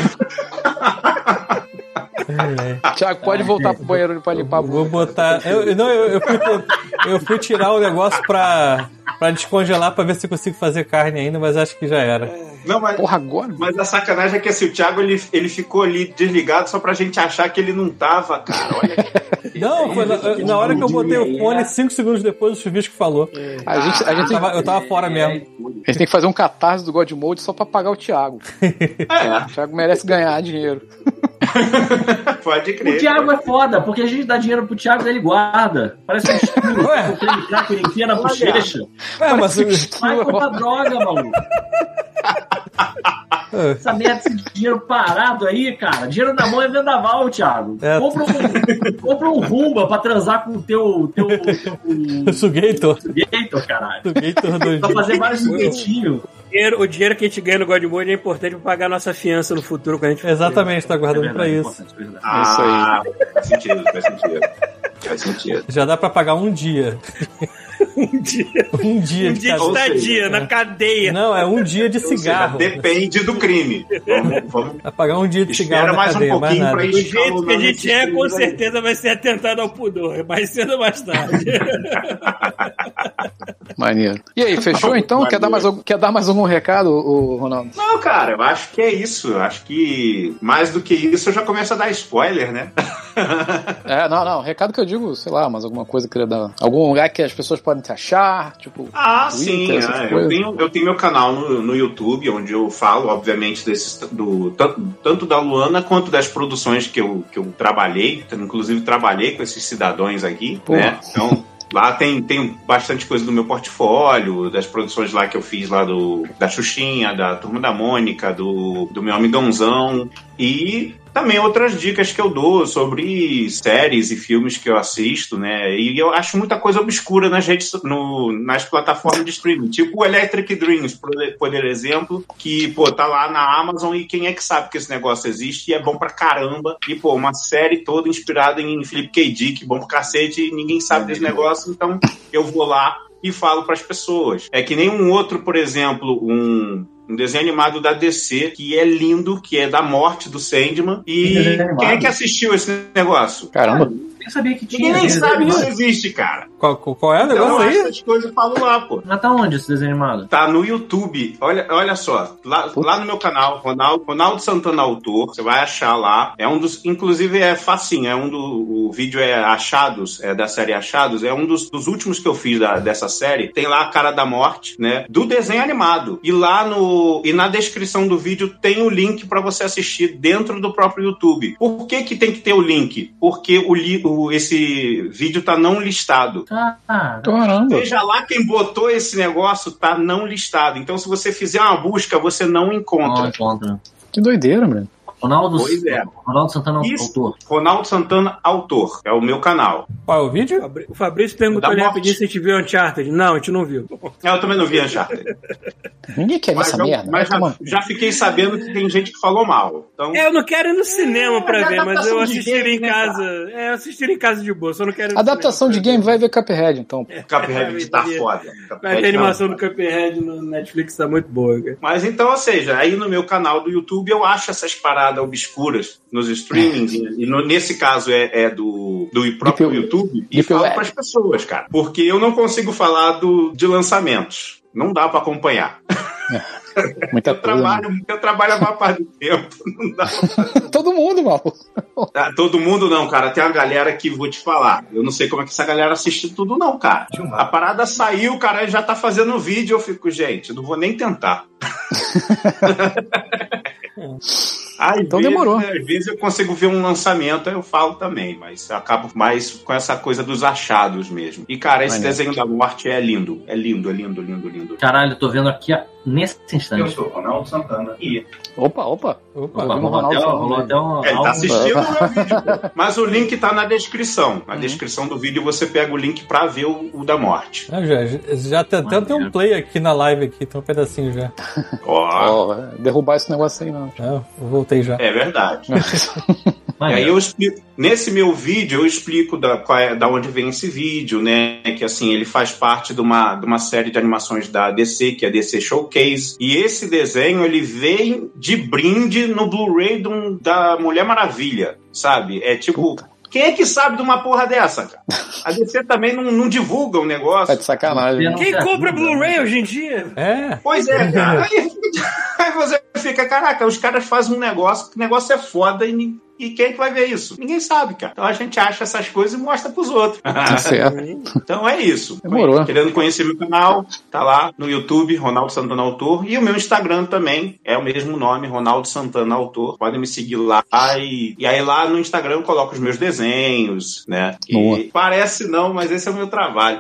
Thiago, pode voltar pro banheiro pra limpar a Vou bunda. botar. Eu, não, eu, eu, fui, eu fui tirar o negócio pra, pra descongelar pra ver se eu consigo fazer carne ainda, mas acho que já era. Não, mas, Porra, agora? mas a sacanagem é que assim, o Thiago ele, ele ficou ali desligado só pra gente achar que ele não tava, cara. Olha. Não, foi na, na hora que eu botei o fone, cinco segundos depois o Chuvisco falou. A gente, a, gente Eu tem, tava, eu tava fora mesmo. a gente tem que fazer um catarse do God Mode só pra pagar o Thiago. É, O Thiago merece ganhar dinheiro. pode O crer. Thiago é foda, porque a gente dá dinheiro pro Thiago e ele guarda. Parece um escuro. Ué? O creme crack ele enfia na bochecha. Ué, mas Vai comprar droga, maluco. Essa merda, esse dinheiro parado aí, cara. Dinheiro na mão é vendaval, Thiago. É. Compra, um, compra um rumba pra transar com o teu. teu, teu o Sugator. Gator, caralho. Sugator dois Pra fazer vários foguetinhos. dinheiro- o dinheiro que a gente ganha no God Mode é importante pra pagar a nossa fiança no futuro quando a gente Exatamente, tá É guardando verdade, pra é isso. importante, é verdade. Ah, faz sentido, faz sentido. Faz sentido. Já dá pra pagar um dia. um dia, Um dia um de dia de cada- estadia É. na cadeia. Não, é um dia de Ou seja, cigarro. depende do crime. Vamos, vamos. Vai pagar um dia de cigarro Espera na mais um cadeia, mais pouquinho nada. pra ir Do jeito que a escalonando gente esses é, com crimes aí. certeza vai ser atentado ao pudor, mais cedo ou mais tarde. Maneiro. E aí, fechou então? Quer dar, mais, algum- quer dar mais algum recado, o Ronaldo? Não, cara, eu acho que é isso. Eu acho que mais do que isso eu já começo a dar spoiler, né? É, não, não. Recado que eu digo, sei lá, mas alguma coisa que eu queria dar. Algum lugar que as pessoas podem te achar, tipo. Ah, Twitter, sim. essas é. Eu, coisas. tenho, eu tenho meu canal no, no YouTube, onde eu falo, obviamente, desses, do, tanto, tanto da Luana quanto das produções que eu, que eu trabalhei. Inclusive, trabalhei com esses cidadãos aqui, Pô. né? Então. Lá tem, tem bastante coisa do meu portfólio, das produções lá que eu fiz lá do, da Xuxinha, da Turma da Mônica, do, do meu amigãozão. E também outras dicas que eu dou sobre séries e filmes que eu assisto, né? E eu acho muita coisa obscura nas redes, no, nas plataformas de streaming. Tipo o Electric Dreams, por, por exemplo, que, pô, tá lá na Amazon e quem é que sabe que esse negócio existe e é bom pra caramba. E, pô, uma série toda inspirada em Philip K. Dick, bom pro cacete, e ninguém sabe desse negócio, então eu vou lá e falo pras pessoas. É que nem um outro, por exemplo, um... um desenho animado da D C, que é lindo, que é da morte do Sandman. E Desenho animado? quem é que assistiu esse negócio? Caramba. nem sabia que tinha. Ninguém nem Esse sabe que desenho. isso existe, cara. Qual, qual é o Então, negócio aí? essas coisas eu falo lá, pô. Mas tá onde esse desenho animado? Tá no YouTube. Olha, olha só. Lá, lá no meu canal, Ronaldo, Ronaldo Santana Autor. Você vai achar lá. É um dos. Inclusive é facinho. É um do. O vídeo é Achados, é da série Achados. É um dos, dos últimos que eu fiz da, dessa série. Tem lá a cara da morte, né? Do desenho animado. E lá no. E na descrição do vídeo tem o link pra você assistir dentro do próprio YouTube. Por que que tem que ter o link? Porque o, li, o esse vídeo tá não listado. Ah, Caramba. Veja lá quem botou esse negócio, tá não listado. Então, se você fizer uma busca, você não encontra. não encontra. Que doideira, mano. Ronaldo, Pois é. Ronaldo Santana, Isso. autor. Ronaldo Santana Autor. É o meu canal. Qual é o vídeo? Fabri- O Fabrício perguntou Da ali morte. rapidinho se a gente viu Uncharted. Não, a gente não viu. Eu também não vi Uncharted. Ninguém quer ver Mas, essa já, merda. mas Vai tomar- já, já fiquei sabendo que tem gente que falou mal. Então, É, eu não quero ir no cinema pra é ver, mas eu adaptação de assistiria game, em né, casa. É, eu assistiria em casa de boa, só não quero ir no Adaptação de cinema game, pra vai ver Cuphead, então. o Cuphead tá Vai foda. ver. Cuphead Mas a não. animação do Cuphead no Netflix tá muito boa, cara. Mas então, ou seja, aí no meu canal do YouTube eu acho essas paradas obscuras nos streamings, e no- nesse caso é, é do, do próprio Deep- YouTube, e Deep falo Web. pras pessoas, cara. Porque eu não consigo falar do, de lançamentos. Não dá pra acompanhar. Muita Eu coisa. trabalho, eu trabalho a maior parte do tempo. Não dá pra... Todo mundo, mal. Ah, todo mundo não, cara. Tem uma galera que vou te falar. Eu não sei como é que essa galera assiste tudo, não, cara. A parada saiu, o cara já tá fazendo vídeo. Eu fico, gente, eu não vou nem tentar. Às Então vezes, demorou. né, às vezes eu consigo ver um lançamento, aí eu falo também, mas eu acabo mais com essa coisa dos achados mesmo. E, cara, esse Maneiro. desenho da morte é lindo. É lindo, é lindo, lindo, lindo. Caralho, eu tô vendo aqui a- nesse instante. sou Ronaldo Santana. E Opa, opa. Opa. Tô vendo o Rolou Ronaldo até, falando rolou aí. até um É, ele tá algo- assistindo o meu vídeo. Pô. Mas o link tá na descrição. Na descrição do vídeo você pega o link pra ver o, o da morte. Ah, já, já até até tem um play aqui na live aqui, tem um pedacinho já. Ó, Ó, derrubar esse negócio aí, não. Ah, eu voltei já. é verdade. E Maneiro. aí eu explico, nesse meu vídeo eu explico da, qual é, da onde vem esse vídeo, né? Que assim, ele faz parte de uma, de uma série de animações da D C, que é a D C Showcase. E esse desenho, ele vem de brinde no Blu-ray de um- da Mulher Maravilha, sabe? É tipo... Quem é que sabe de uma porra dessa, cara? A D C também não, não divulga o negócio. Tá de sacanagem. Não Quem se compra ajuda, Blu-ray né? hoje em dia? É. Pois é, cara. Aí, aí você fica, caraca, os caras fazem um negócio, que o negócio é foda e, ni- e quem é que vai ver isso? Ninguém sabe, cara. Então a gente acha essas coisas e mostra pros outros. Tá certo. Então é isso. Demorou. Querendo conhecer meu canal, tá lá no YouTube, Ronaldo Santana Autor. E o meu Instagram também é o mesmo nome, Ronaldo Santana Autor. Podem me seguir lá. E, e aí lá no Instagram eu coloco os meus desenhos, né? Boa. E parece não, mas esse é o meu trabalho.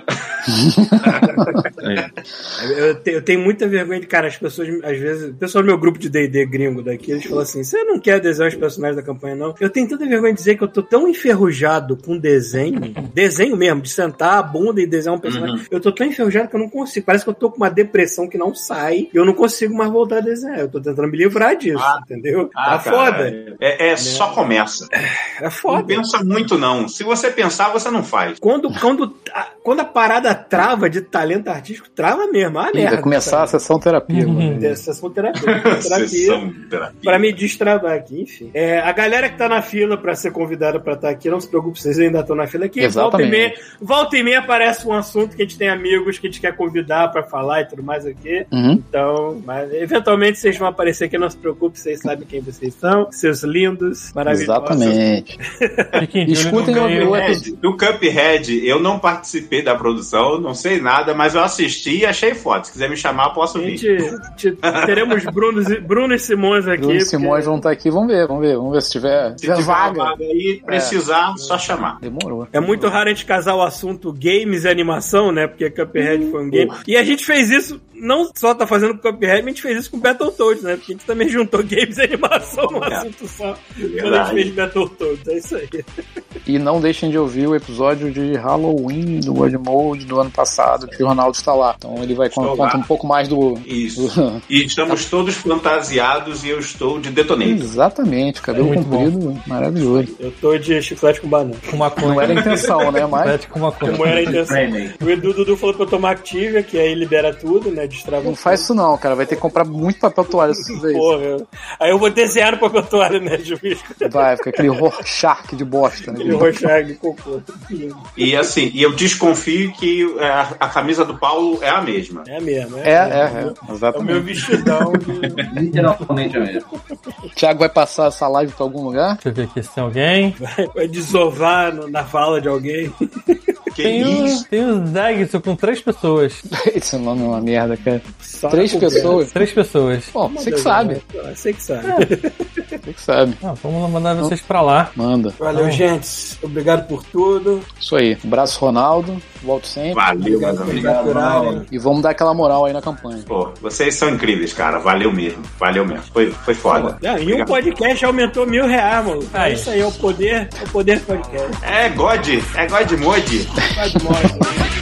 Eu, te- eu tenho muita vergonha de, cara, as pessoas, às vezes, o pessoal do meu grupo de D e D gringo daqui, eles falam assim, você não quer desenhar os personagens da campanha, não? Eu tenho tanta vergonha de dizer que eu tô tão enferrujado com desenho, desenho mesmo, de sentar a bunda e desenhar um personagem, Uhum. eu tô tão enferrujado que eu não consigo, parece que eu tô com uma depressão que não sai, e eu não consigo mais voltar a desenhar, eu tô tentando me livrar disso, Ah. entendeu? Ah, tá cara, foda, É, é só começa. é Não foda. pensa muito, não. Se você pensar, você não faz. Quando, quando, a, quando a parada trava de talento artístico, trava mesmo, ah, Ih, merda. vai começar a sessão terapia. mano. É, sessão terapia. terapia. Sessão de terapia. Pra me destravar aqui, enfim. É, a galera que tá na fila pra ser convidada pra estar aqui, não se preocupe, vocês ainda estão na fila aqui. Volta e, Exatamente. meia, volta e meia aparece um assunto que a gente tem amigos que a gente quer convidar pra falar e tudo mais aqui. Uhum. Então, mas eventualmente vocês vão aparecer aqui, não se preocupe, vocês sabem quem vocês são, seus lindos, maravilhosos. Exatamente. Fiquem de olho Escutem no o- ganho. o- Cuphead, do Cuphead, eu não participei da produção, não sei nada, mas eu assisti e achei foda. Se quiser me chamar, posso A vir. gente, te- teremos Bruno, e- Bruno e Simões aqui. Bruno e porque- Simões vão estar aqui, vamos ver, vamos ver, vamos ver se tiver, Se tiver tiver uma vaga. vaga aí, precisar, só chamar. Demorou. É muito raro a gente casar o assunto games e animação, né? Porque Cuphead foi um game. E a gente fez isso, não só tá fazendo com Cuphead, mas a gente fez isso com Battletoads, né? Porque a gente também juntou games e animação num É. assunto só. Quando a Verdade. gente fez Battletoads, é isso aí. E não deixem de ouvir o episódio de Halloween do God Mode do ano passado, que o Ronaldo está lá. Então ele vai Estou contar lá. um pouco mais do... Isso. do- E estamos todos fantasiados e eu estou de detonator. Exatamente, cabelo Muito comprido, maravilhoso. Eu tô de chiclete com banana. Com maconha. Não era a intenção, né? Mas Chiclete com maconha. Como era a intenção. Friendly. O Edu Dudu falou pra eu tomar Activia, que aí libera tudo, né? Destrava não faz isso não, cara. Vai ter que comprar muito papel toalha se fizer isso. Porra. Aí eu vou desenhar no papel toalha, né, Juiz? Vai, fica aquele Rorschach de bosta, né? Aquele roxado de cocô. E assim, e eu desconfio que a, a camisa do Paulo é a mesma. É mesmo, É, é, é. É o Exatamente. meu vestidão de... Literalmente é mesmo. O Thiago vai passar essa live pra algum lugar? Deixa eu ver aqui se tem alguém. Vai, vai desovar no- na fala de alguém. Que Tem isso? o, tem o Zagson com três pessoas. Esse nome é uma merda, cara. Só Três na conversa. pessoas? Três pessoas. Bom, você que sabe. Você que sabe. Você que sabe. Ah, vamos mandar vocês pra lá. Manda. Valeu, gente. Obrigado por tudo. Isso aí. Abraço, Ronaldo. Volto sempre. Valeu, meus amigos. Obrigado por orarem. E vamos dar aquela moral aí na campanha. Pô, vocês são incríveis, cara. Valeu mesmo. Valeu mesmo. Foi, foi foda. Não, e um Obrigado. podcast aumentou mil reais, mano. É Aí. isso aí, é o poder, é o poder do podcast. É God, é God Mode. Vai de moda.